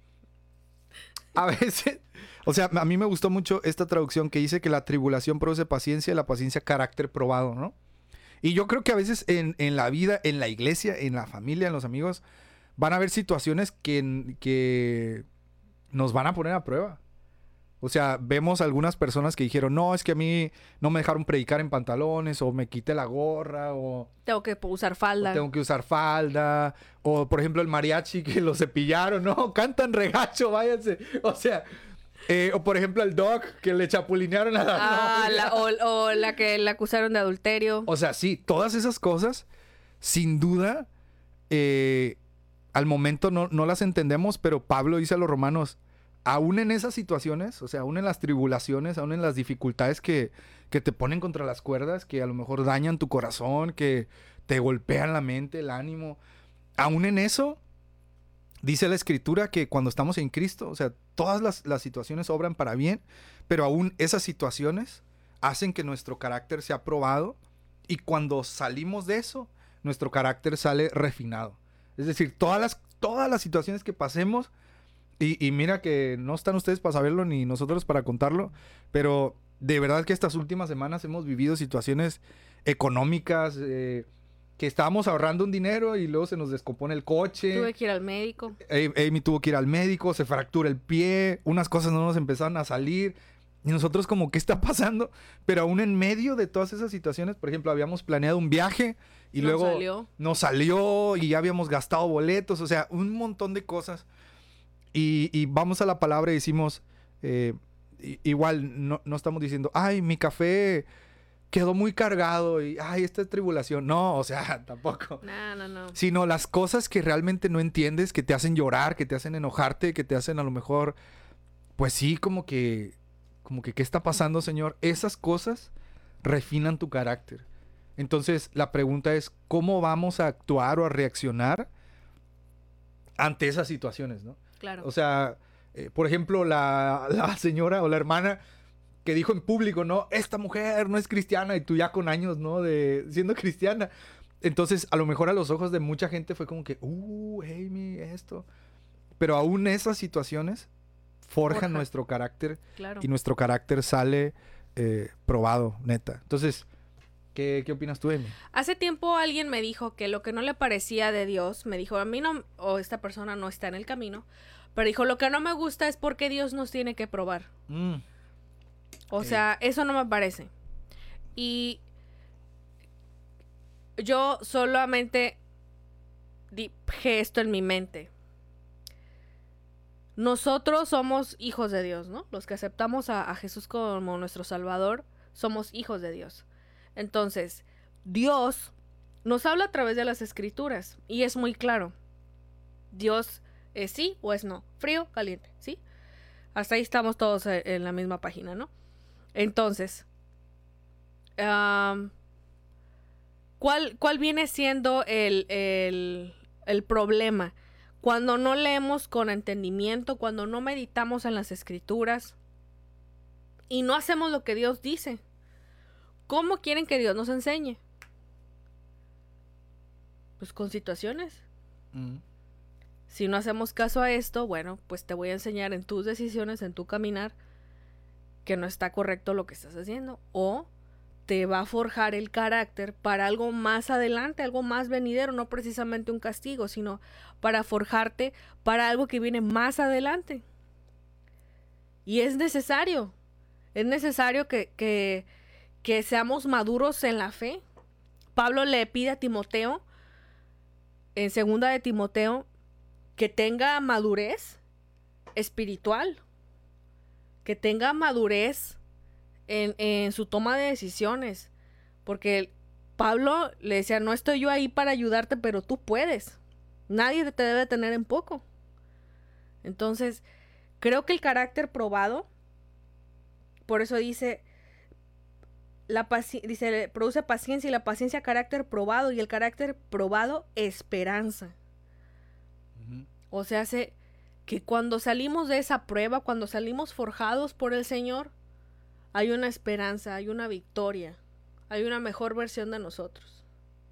a veces... O sea, a mí me gustó mucho esta traducción que dice que la tribulación produce paciencia y la paciencia carácter probado, ¿no? Y yo creo que a veces en, en la vida, en la iglesia, en la familia, en los amigos... Van a haber situaciones que, que nos van a poner a prueba. O sea, vemos algunas personas que dijeron, no, es que a mí no me dejaron predicar en pantalones, o me quité la gorra, o... Tengo que usar falda. Tengo que usar falda. O, por ejemplo, el mariachi que lo cepillaron, no, cantan regacho, váyanse. O sea, eh, o por ejemplo, el Doc que le chapulinearon a la ah, la, o, o la que le acusaron de adulterio. O sea, sí, todas esas cosas, sin duda... Eh, al momento no, no las entendemos, pero Pablo dice a los romanos, aún en esas situaciones, o sea, aún en las tribulaciones, aún en las dificultades que, que te ponen contra las cuerdas, que a lo mejor dañan tu corazón, que te golpean la mente, el ánimo, aún en eso, dice la Escritura que cuando estamos en Cristo, o sea, todas las, las situaciones obran para bien, pero aún esas situaciones hacen que nuestro carácter sea probado, y cuando salimos de eso, nuestro carácter sale refinado. Es decir, todas las, todas las situaciones que pasemos, y, y mira que no están ustedes para saberlo ni nosotros para contarlo, pero de verdad que estas últimas semanas hemos vivido situaciones económicas, eh, que estábamos ahorrando un dinero y luego se nos descompone el coche. Tuve que ir al médico. Amy tuvo que ir al médico, se fractura el pie, unas cosas no nos empezaron a salir. Y nosotros como, ¿qué está pasando? Pero aún en medio de todas esas situaciones, por ejemplo, habíamos planeado un viaje y no luego salió. nos salió y ya habíamos gastado boletos, o sea, un montón de cosas. Y, y vamos a la palabra y decimos, eh, igual no, no estamos diciendo, ay, mi café quedó muy cargado y, ay, esta es tribulación. No, o sea, tampoco. No, no, no. Sino las cosas que realmente no entiendes, que te hacen llorar, que te hacen enojarte, que te hacen a lo mejor, pues sí, como que... Como que, ¿qué está pasando, Señor? Esas cosas refinan tu carácter. Entonces, la pregunta es, ¿cómo vamos a actuar o a reaccionar ante esas situaciones, ¿no? Claro. O sea, eh, por ejemplo, la, la señora o la hermana que dijo en público, ¿no? Esta mujer no es cristiana y tú ya con años, ¿no? De siendo cristiana. Entonces, a lo mejor a los ojos de mucha gente fue como que, uh, Amy, esto. Pero aún esas situaciones forjan Forja. nuestro carácter, claro. Y nuestro carácter sale eh, probado, neta. Entonces, ¿qué, ¿qué opinas tú, Amy? Hace tiempo alguien me dijo que lo que no le parecía de Dios, me dijo, a mí no, o esta persona no está en el camino, pero dijo, lo que no me gusta es porque Dios nos tiene que probar. Mm. O okay. sea, eso no me parece. Y yo solamente dije esto en mi mente. Nosotros somos hijos de Dios, ¿no? Los que aceptamos a, a Jesús como nuestro Salvador, somos hijos de Dios. Entonces, Dios nos habla a través de las Escrituras y es muy claro. Dios es sí o es no, frío, caliente, ¿sí? Hasta ahí estamos todos en la misma página, ¿no? Entonces, um, ¿cuál, ¿cuál viene siendo el, el, el problema? Cuando no leemos con entendimiento, cuando no meditamos en las Escrituras y no hacemos lo que Dios dice. ¿Cómo quieren que Dios nos enseñe? Pues con situaciones. Mm. Si no hacemos caso a esto, bueno, pues te voy a enseñar en tus decisiones, en tu caminar, que no está correcto lo que estás haciendo. O te va a forjar el carácter para algo más adelante, algo más venidero, no precisamente un castigo, sino para forjarte para algo que viene más adelante. Y es necesario, es necesario que, que, que seamos maduros en la fe. Pablo le pide a Timoteo, en segunda de Timoteo, que tenga madurez espiritual, que tenga madurez En, en su toma de decisiones, porque Pablo le decía, no estoy yo ahí para ayudarte, pero tú puedes, nadie te debe tener en poco. Entonces, creo que el carácter probado, por eso dice, la paci- dice, produce paciencia, y la paciencia carácter probado, y el carácter probado esperanza. Uh-huh. O sea, hace que cuando salimos de esa prueba, cuando salimos forjados por el Señor, hay una esperanza, hay una victoria, hay una mejor versión de nosotros.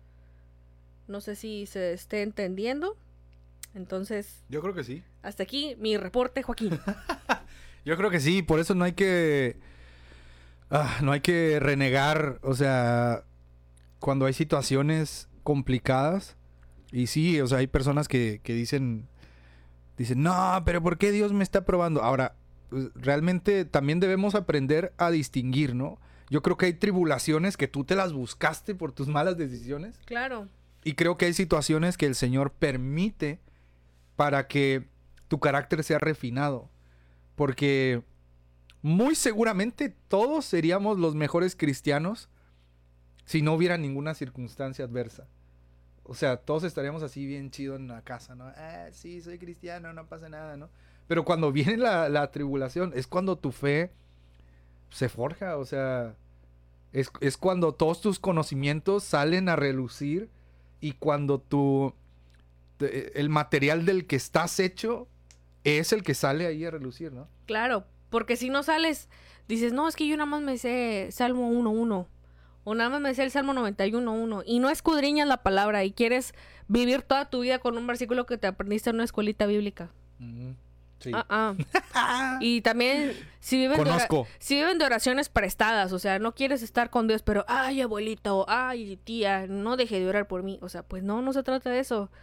No sé si se esté entendiendo. Entonces... Yo creo que sí. Hasta aquí mi reporte, Joaquín. Yo creo que sí, por eso no hay que... Ah, no hay que renegar, o sea, cuando hay situaciones complicadas. Y sí, o sea, hay personas que, que dicen... Dicen, no, pero ¿por qué Dios me está probando? Ahora... realmente también debemos aprender a distinguir, ¿no? Yo creo que hay tribulaciones que tú te las buscaste por tus malas decisiones. Claro. Y creo que hay situaciones que el Señor permite para que tu carácter sea refinado. Porque muy seguramente todos seríamos los mejores cristianos si no hubiera ninguna circunstancia adversa. O sea, todos estaríamos así bien chido en la casa, ¿no? Ah, sí, soy cristiano, no pasa nada, ¿no? Pero cuando viene la, la tribulación, es cuando tu fe se forja, o sea, es, es cuando todos tus conocimientos salen a relucir y cuando tu, te, el material del que estás hecho es el que sale ahí a relucir, ¿no? Claro, porque si no sales, dices, no, es que yo nada más me sé Salmo uno uno, o nada más me sé el Salmo noventa y uno uno, y no escudriñas la palabra y quieres vivir toda tu vida con un versículo que te aprendiste en una escuelita bíblica. Uh-huh. Sí. Uh-uh. Y también, si viven, de ora- si viven de oraciones prestadas, o sea, no quieres estar con Dios, pero, ay, abuelita, o ay, tía, no deje de orar por mí. O sea, pues no, no se trata de eso.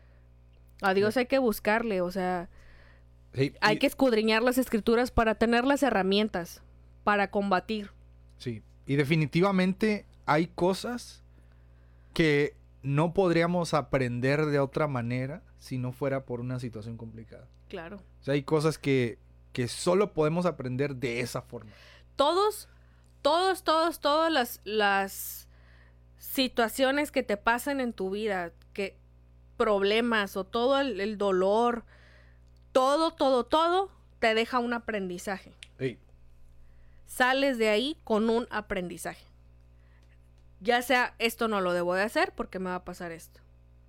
A Dios sí. hay que buscarle, o sea, sí. hay y... que escudriñar las escrituras para tener las herramientas para combatir. Sí, y definitivamente hay cosas que no podríamos aprender de otra manera si no fuera por una situación complicada. Claro. O sea, hay cosas que, que solo podemos aprender de esa forma. Todos, todos, todos, todas las, las situaciones que te pasan en tu vida, que problemas o todo el, el dolor, todo, todo, todo te deja un aprendizaje. Sí. Sales de ahí con un aprendizaje. Ya sea, esto no lo debo de hacer porque me va a pasar esto.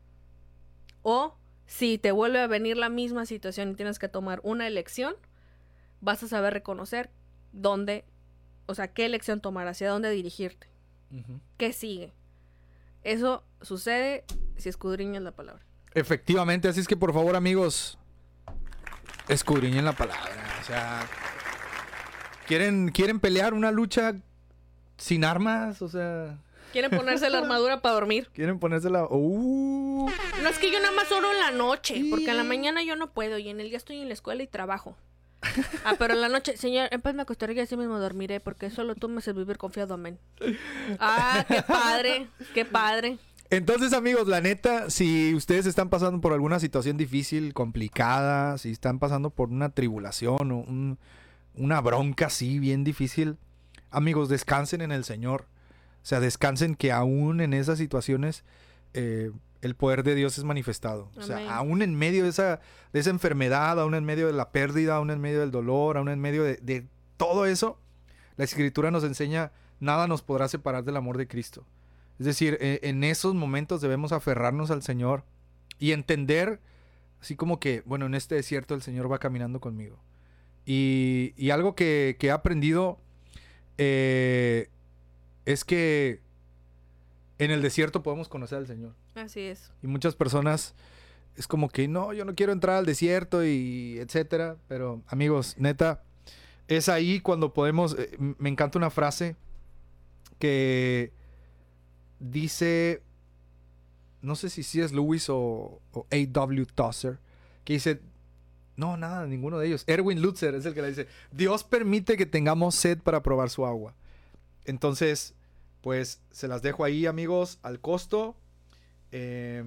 O si te vuelve a venir la misma situación y tienes que tomar una elección, vas a saber reconocer dónde, o sea, qué elección tomar, hacia dónde dirigirte. Uh-huh. ¿Qué sigue? Eso sucede si escudriñas la palabra. Efectivamente, así es que por favor, amigos, escudriñen la palabra. O sea, ¿quieren, quieren pelear una lucha sin armas? O sea... ¿Quieren ponerse la armadura para dormir? ¿Quieren ponerse la...? Uh. No, es que yo nada más oro en la noche, sí. porque en la mañana yo no puedo y en el día estoy en la escuela y trabajo. Ah, pero en la noche, Señor, en paz me acostaré y así mismo dormiré porque solo tú me haces vivir confiado, amén. Ah, qué padre, qué padre. Entonces, amigos, la neta, si ustedes están pasando por alguna situación difícil, complicada, si están pasando por una tribulación o un, una bronca así bien difícil, amigos, descansen en el Señor. O sea, descansen que aún en esas situaciones eh, el poder de Dios es manifestado. Amén. O sea, aún en medio de esa, de esa enfermedad, aún en medio de la pérdida, aún en medio del dolor, aún en medio de, de todo eso, la Escritura nos enseña, nada nos podrá separar del amor de Cristo. Es decir, eh, en esos momentos debemos aferrarnos al Señor y entender, así como que, bueno, en este desierto el Señor va caminando conmigo. Y, y algo que, que he aprendido... Eh, es que en el desierto podemos conocer al Señor. Así es. Y muchas personas es como que no, yo no quiero entrar al desierto y etcétera. Pero amigos, neta, es ahí cuando podemos... Eh, me encanta una frase que dice, no sé si C S Lewis o, o A W Tozer, que dice, no, nada, ninguno de ellos. Erwin Lutzer es el que le dice, Dios permite que tengamos sed para probar su agua. Entonces... pues se las dejo ahí, amigos, al costo. Eh,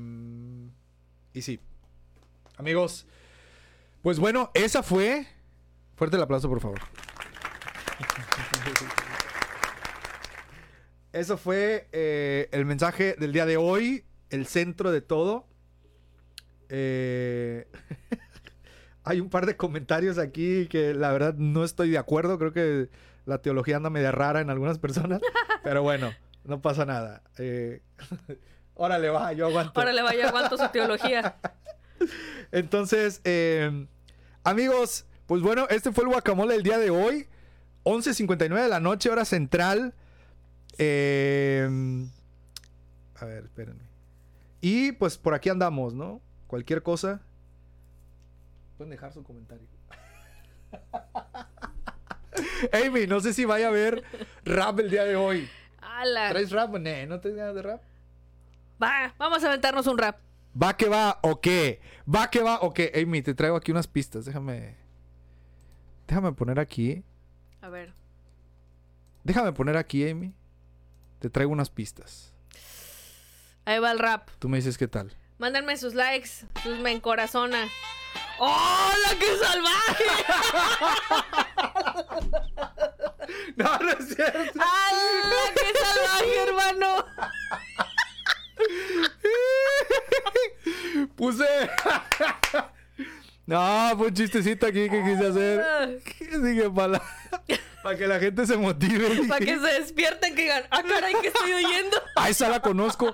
y sí. Amigos, pues bueno, esa fue... Fuerte el aplauso, por favor. Eso fue eh, el mensaje del día de hoy. El centro de todo. Eh... Hay un par de comentarios aquí que la verdad no estoy de acuerdo. Creo que la teología anda media rara en algunas personas. Pero bueno, no pasa nada. Eh, órale va, yo aguanto. Órale va, yo aguanto su teología. Entonces, eh, amigos, pues bueno, este fue el guacamole del día de hoy. once cincuenta y nueve de la noche, hora central. Eh, a ver, espérenme. Y pues por aquí andamos, ¿no? Cualquier cosa. Pueden dejar su comentario. Amy, no sé si vaya a haber rap el día de hoy. ¡Hala! ¿Traes rap? No, ¿no tienes ganas de rap? Va, vamos a aventarnos un rap. ¿Va que va o qué? ¿Va que va o qué? Amy, te traigo aquí unas pistas. Déjame... Déjame poner aquí. A ver. Déjame poner aquí, Amy. Te traigo unas pistas. Ahí va el rap. Tú me dices qué tal. Mándenme sus likes, sus me encorazona. ¡Hola, qué salvaje! No, no es cierto. ¡Hala, qué salvaje, hermano! Puse... No, fue un chistecito aquí que quise hacer. Dije, para para que la gente se motive. Para que se despierten, que digan, ¡ah, caray, qué estoy oyendo! ¡Ah, esa la conozco!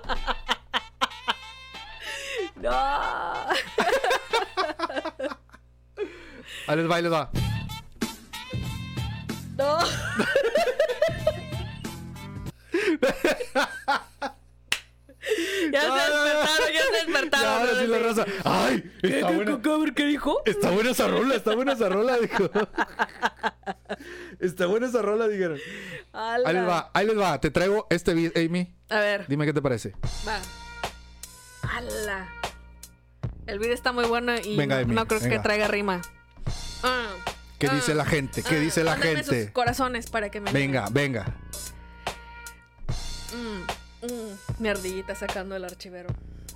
¡No! Ahí les va, ahí les va. ¡No! Ya se despertaron, ya se despertar. Ya, ahora sí la raza. ¡Ay! Está buena. ¿Qué dijo? Está buena esa rola, está buena esa rola, dijo. Está buena esa rola, dijeron. Ala. Ahí les va, ahí les va. Te traigo este beat, Amy. A ver. Dime qué te parece. Va. ¡Hala! El beat está muy bueno y venga, no, Amy, no creo venga. que traiga rima. Ah, ¿Qué ah, dice la gente? ¿Qué ah, dice la mándenme gente? sus corazones para que me Venga, animen. venga. Mm, mm, mi ardillita sacando el archivero.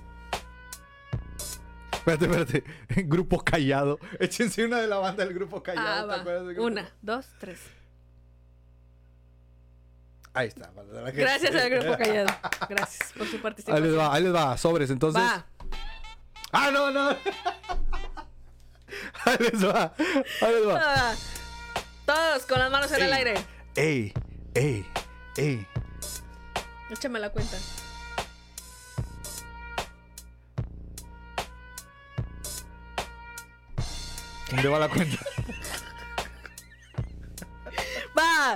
Espérate, espérate. Grupo Callado. Échense una de la banda del Grupo Callado. Ah, ¿Te va. acuerdas del grupo? Una, dos, tres. Ahí está. para la gente. Gracias al Grupo Callado. Gracias por su Ahí participación. les va, ahí les va. Sobres, entonces. Va. ¡Ah, no, no! Ahí les va. Ahí les va. Ah, todos con las manos en Ey. el aire. ¡Ey! ¡Ey! ¡Ey! Échame la cuenta. ¿Dónde va la cuenta? Va.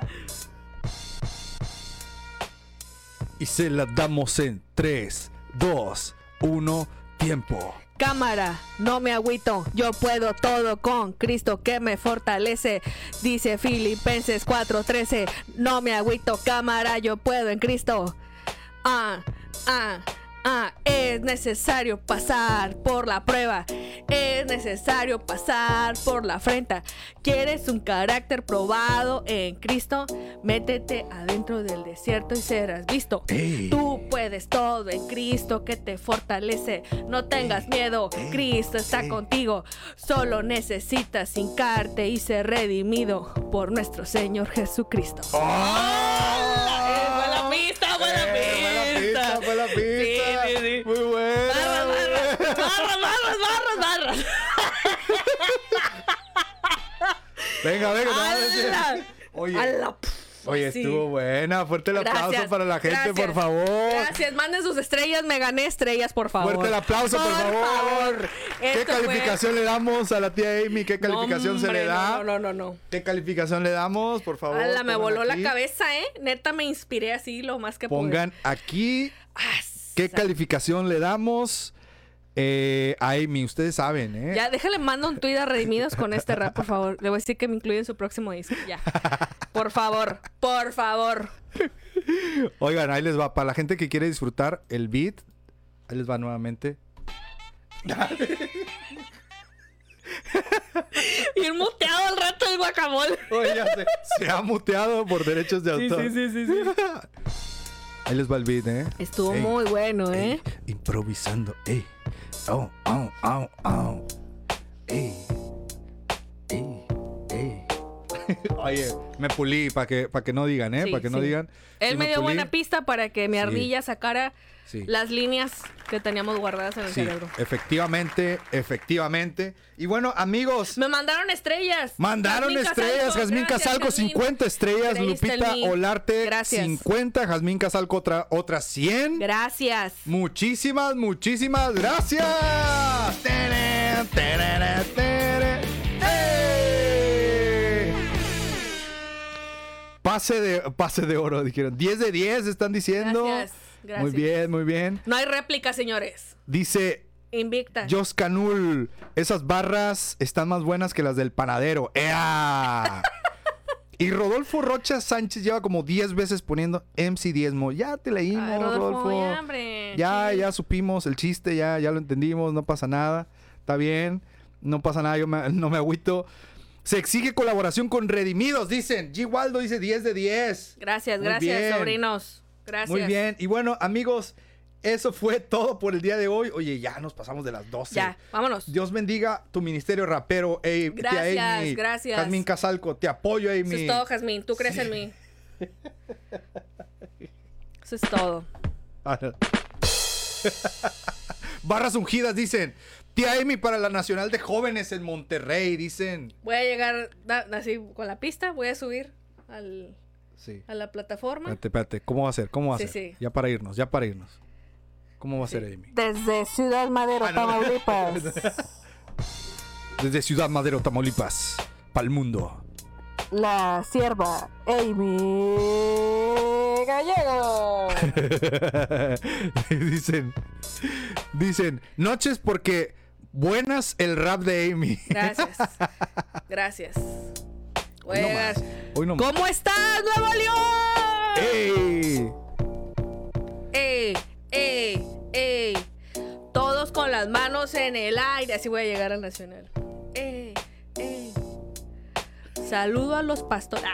Y se la damos en tres, dos, uno, tiempo. Cámara, no me agüito, yo puedo todo con Cristo que me fortalece. Dice Filipenses cuatro trece, no me agüito, cámara, yo puedo en Cristo. Ah, ah, ah, es necesario pasar por la prueba. Es necesario pasar por la afrenta. ¿Quieres un carácter probado en Cristo? Métete adentro del desierto y serás visto. Ey. Tú puedes todo en Cristo que te fortalece. No tengas miedo, Cristo está contigo. Solo necesitas hincarte y ser redimido por nuestro Señor Jesucristo. ¡Oh! Eh, fue la pista, fue la Eh, pista. Fue la pista, Sí, sí, sí. Muy buena. Barras, barras, barras, barras, barras, barras. Venga, venga. te voy a decir. ¡Ala! Oye, ¡Ala! oye, Sí. estuvo buena. Fuerte el aplauso Gracias, para la gente, gracias. por favor. Gracias, manden sus estrellas, me gané estrellas, por favor. Fuerte el aplauso, por, favor. ¿Qué Esto calificación fue... le damos a la tía Amy? ¿Qué calificación No, se le hombre, da? No, no, no, no. ¿Qué calificación le damos, por favor? Ala, me Pongan voló aquí. la cabeza, ¿eh? Neta, me inspiré así lo más que Pongan aquí pude. qué Asa. calificación le damos eh, a Amy. Ustedes saben, ¿eh? Ya, déjale, mando un tuit a Redimidos con este rap, por favor. Le voy a decir que me incluye en su próximo disco. Ya. Por favor, por favor. Oigan, ahí les va. Para la gente que quiere disfrutar el beat, ahí les va nuevamente. Y muteado al rato el guacamole. Oye, ya se, se ha muteado por derechos de Sí, autor. sí, sí, sí, sí. Ahí les va el beat, ¿eh? Estuvo Ey, muy bueno, ¿eh? ey, improvisando, ey. Oh, oh, oh, oh. Ey. Ey, ey. Oye, me pulí para que, para que no digan, ¿eh? Sí, Para que no sí. digan. Él Sí, me dio pulí. buena pista para que mi Sí. ardilla sacara Sí. las líneas que teníamos guardadas en el Sí, cerebro. efectivamente, efectivamente. Y bueno, amigos, Me mandaron estrellas. mandaron Jazmín estrellas. Casalco, Jazmín gracias, Casalco, Jazmín. cincuenta estrellas. Creíste en Lupita mí. Olarte, Gracias. cincuenta. Jazmín Casalco, otra, otras cien. Gracias. Muchísimas, muchísimas gracias. Tere, tere, tere. ¡Ey! Pase de, pase de oro, dijeron. diez de diez están diciendo. Gracias, gracias. Muy bien, muy bien. No hay réplica, señores. Dice Invicta. Jos Canul, esas barras están más buenas que las del panadero. ¡Ea! Y Rodolfo Rocha Sánchez lleva como diez veces poniendo M C Diezmo. Ya te leímos, Ay, Rodolfo, Rodolfo. ya, hombre. Ya, Sí. ya supimos el chiste, ya, ya lo entendimos, no pasa nada. Está bien, no pasa nada, yo me- no me agüito. Se exige colaboración con Redimidos, dicen. G. Waldo dice diez de diez. Gracias, Muy gracias, bien. sobrinos. Gracias. Muy bien. Y bueno, amigos, eso fue todo por el día de hoy. Oye, ya nos pasamos de las doce. Ya, vámonos. Dios bendiga tu ministerio rapero, ey, tía Gracias, Amy. gracias. Jazmín Casalco, te apoyo, Amy. Eso es todo, Jazmín. Tú crees en mí. Eso es todo. Barras ungidas, dicen. Tía Amy para la Nacional de Jóvenes en Monterrey, dicen. Voy a llegar da- así con la pista. Voy a subir al, Sí. a la plataforma. Espérate, espérate. ¿Cómo va a ser? ¿Cómo va a Sí, ser? sí. Ya para irnos, ya para irnos. ¿Cómo va a ser, Amy? Desde Ciudad Madero, Ah, no. Tamaulipas. Desde Ciudad Madero, Tamaulipas, para el mundo. La sierva Amy Gallego. Dicen, Dicen, noches porque buenas el rap de Amy. Gracias. Gracias. Hoy no más. Hoy no ¿Cómo más. estás, Nuevo León? ¡Ey! ¡Ey! ¡Ey! ¡Ey! Todos con las manos en el aire. Así voy a llegar al Nacional. ¡Ey! ¡Ey! Saludo a los pastores.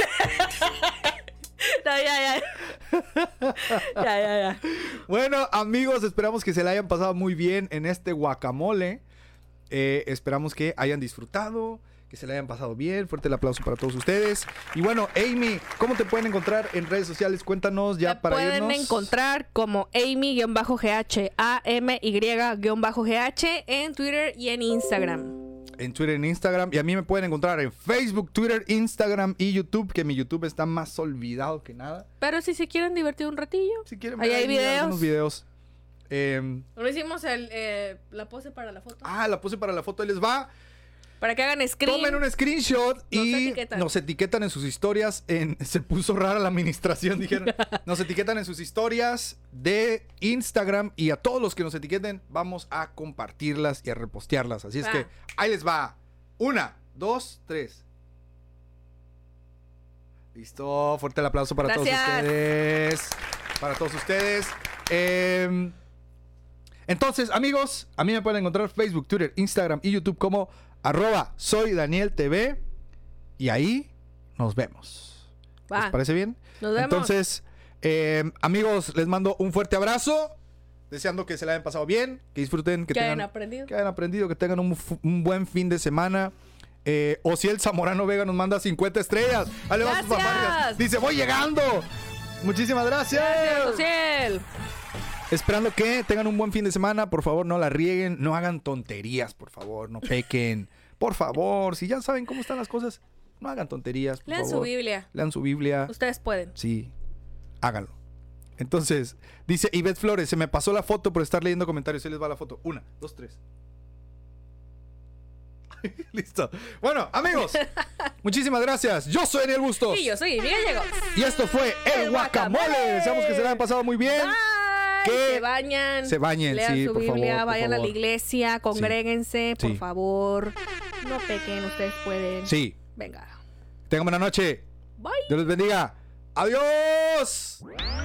No, ya, ya. Ya, ya, ya. Bueno, amigos, esperamos que se la hayan pasado muy bien en este guacamole. Eh, esperamos que hayan disfrutado, que se la hayan pasado bien. Fuerte el aplauso para todos ustedes. Y bueno, Amy, ¿cómo te pueden encontrar en redes sociales? Cuéntanos ya Me para pueden irnos. encontrar como Amy-G H, A M Y-G H en Twitter y en Instagram. En Twitter, en Instagram. Y a mí me pueden encontrar en Facebook, Twitter, Instagram y YouTube. Que mi YouTube está más olvidado que nada. Pero si se quieren divertir un ratillo, Si quieren ahí ver hay videos. algunos videos. Eh, No hicimos el, eh, la pose para la foto. ah, la puse para la foto. Ahí les va. Para que hagan screen. Tomen un screenshot y Nos etiquetan. nos etiquetan en sus historias. En, se puso rara la administración, dijeron. Nos etiquetan en sus historias de Instagram y a todos los que nos etiqueten vamos a compartirlas y a repostearlas. Así es Va. que ahí les va. Una, dos, tres. Listo. Fuerte el aplauso para Gracias. todos ustedes. Para todos ustedes. Eh, entonces, amigos, a mí me pueden encontrar Facebook, Twitter, Instagram y YouTube como arroba soy Daniel T V. Y ahí nos vemos. Va. ¿Les parece bien? Nos vemos. Entonces, eh, amigos, les mando un fuerte abrazo. Deseando que se la hayan pasado bien, que disfruten, que, Que tengan, hayan aprendido. que hayan aprendido, que tengan un, fu- un buen fin de semana. Eh, o si el Zamorano Vega nos manda cincuenta estrellas. Ahí le va sus Gracias. fanfarrias. Dice, voy llegando. Muchísimas gracias. Gracias, Josiel. Esperando que tengan un buen fin de semana. Por favor, no la rieguen. No hagan tonterías, por favor. No pequen. Por favor, si ya saben cómo están las cosas, no hagan tonterías, por Lean su favor. Biblia. Lean su Biblia. Ustedes pueden. Sí, háganlo. Entonces, dice Ivette Flores, se me pasó la foto por estar leyendo comentarios. Ahí les va la foto. Una, dos, tres. Listo. Bueno, amigos, muchísimas gracias. Yo soy Daniel Bustos. Y yo soy Miguel Llegó. Y esto fue El El Guacamole. Guacamole. Deseamos que se la hayan pasado muy bien. Bye. Que se bañan. se bañen, lean sí, su por Biblia, favor, por vayan a favor. la iglesia, congréguense, por Sí. favor. No pequen, ustedes pueden. Sí. Venga. Tengan buena noche. Bye. Dios les bendiga. Adiós.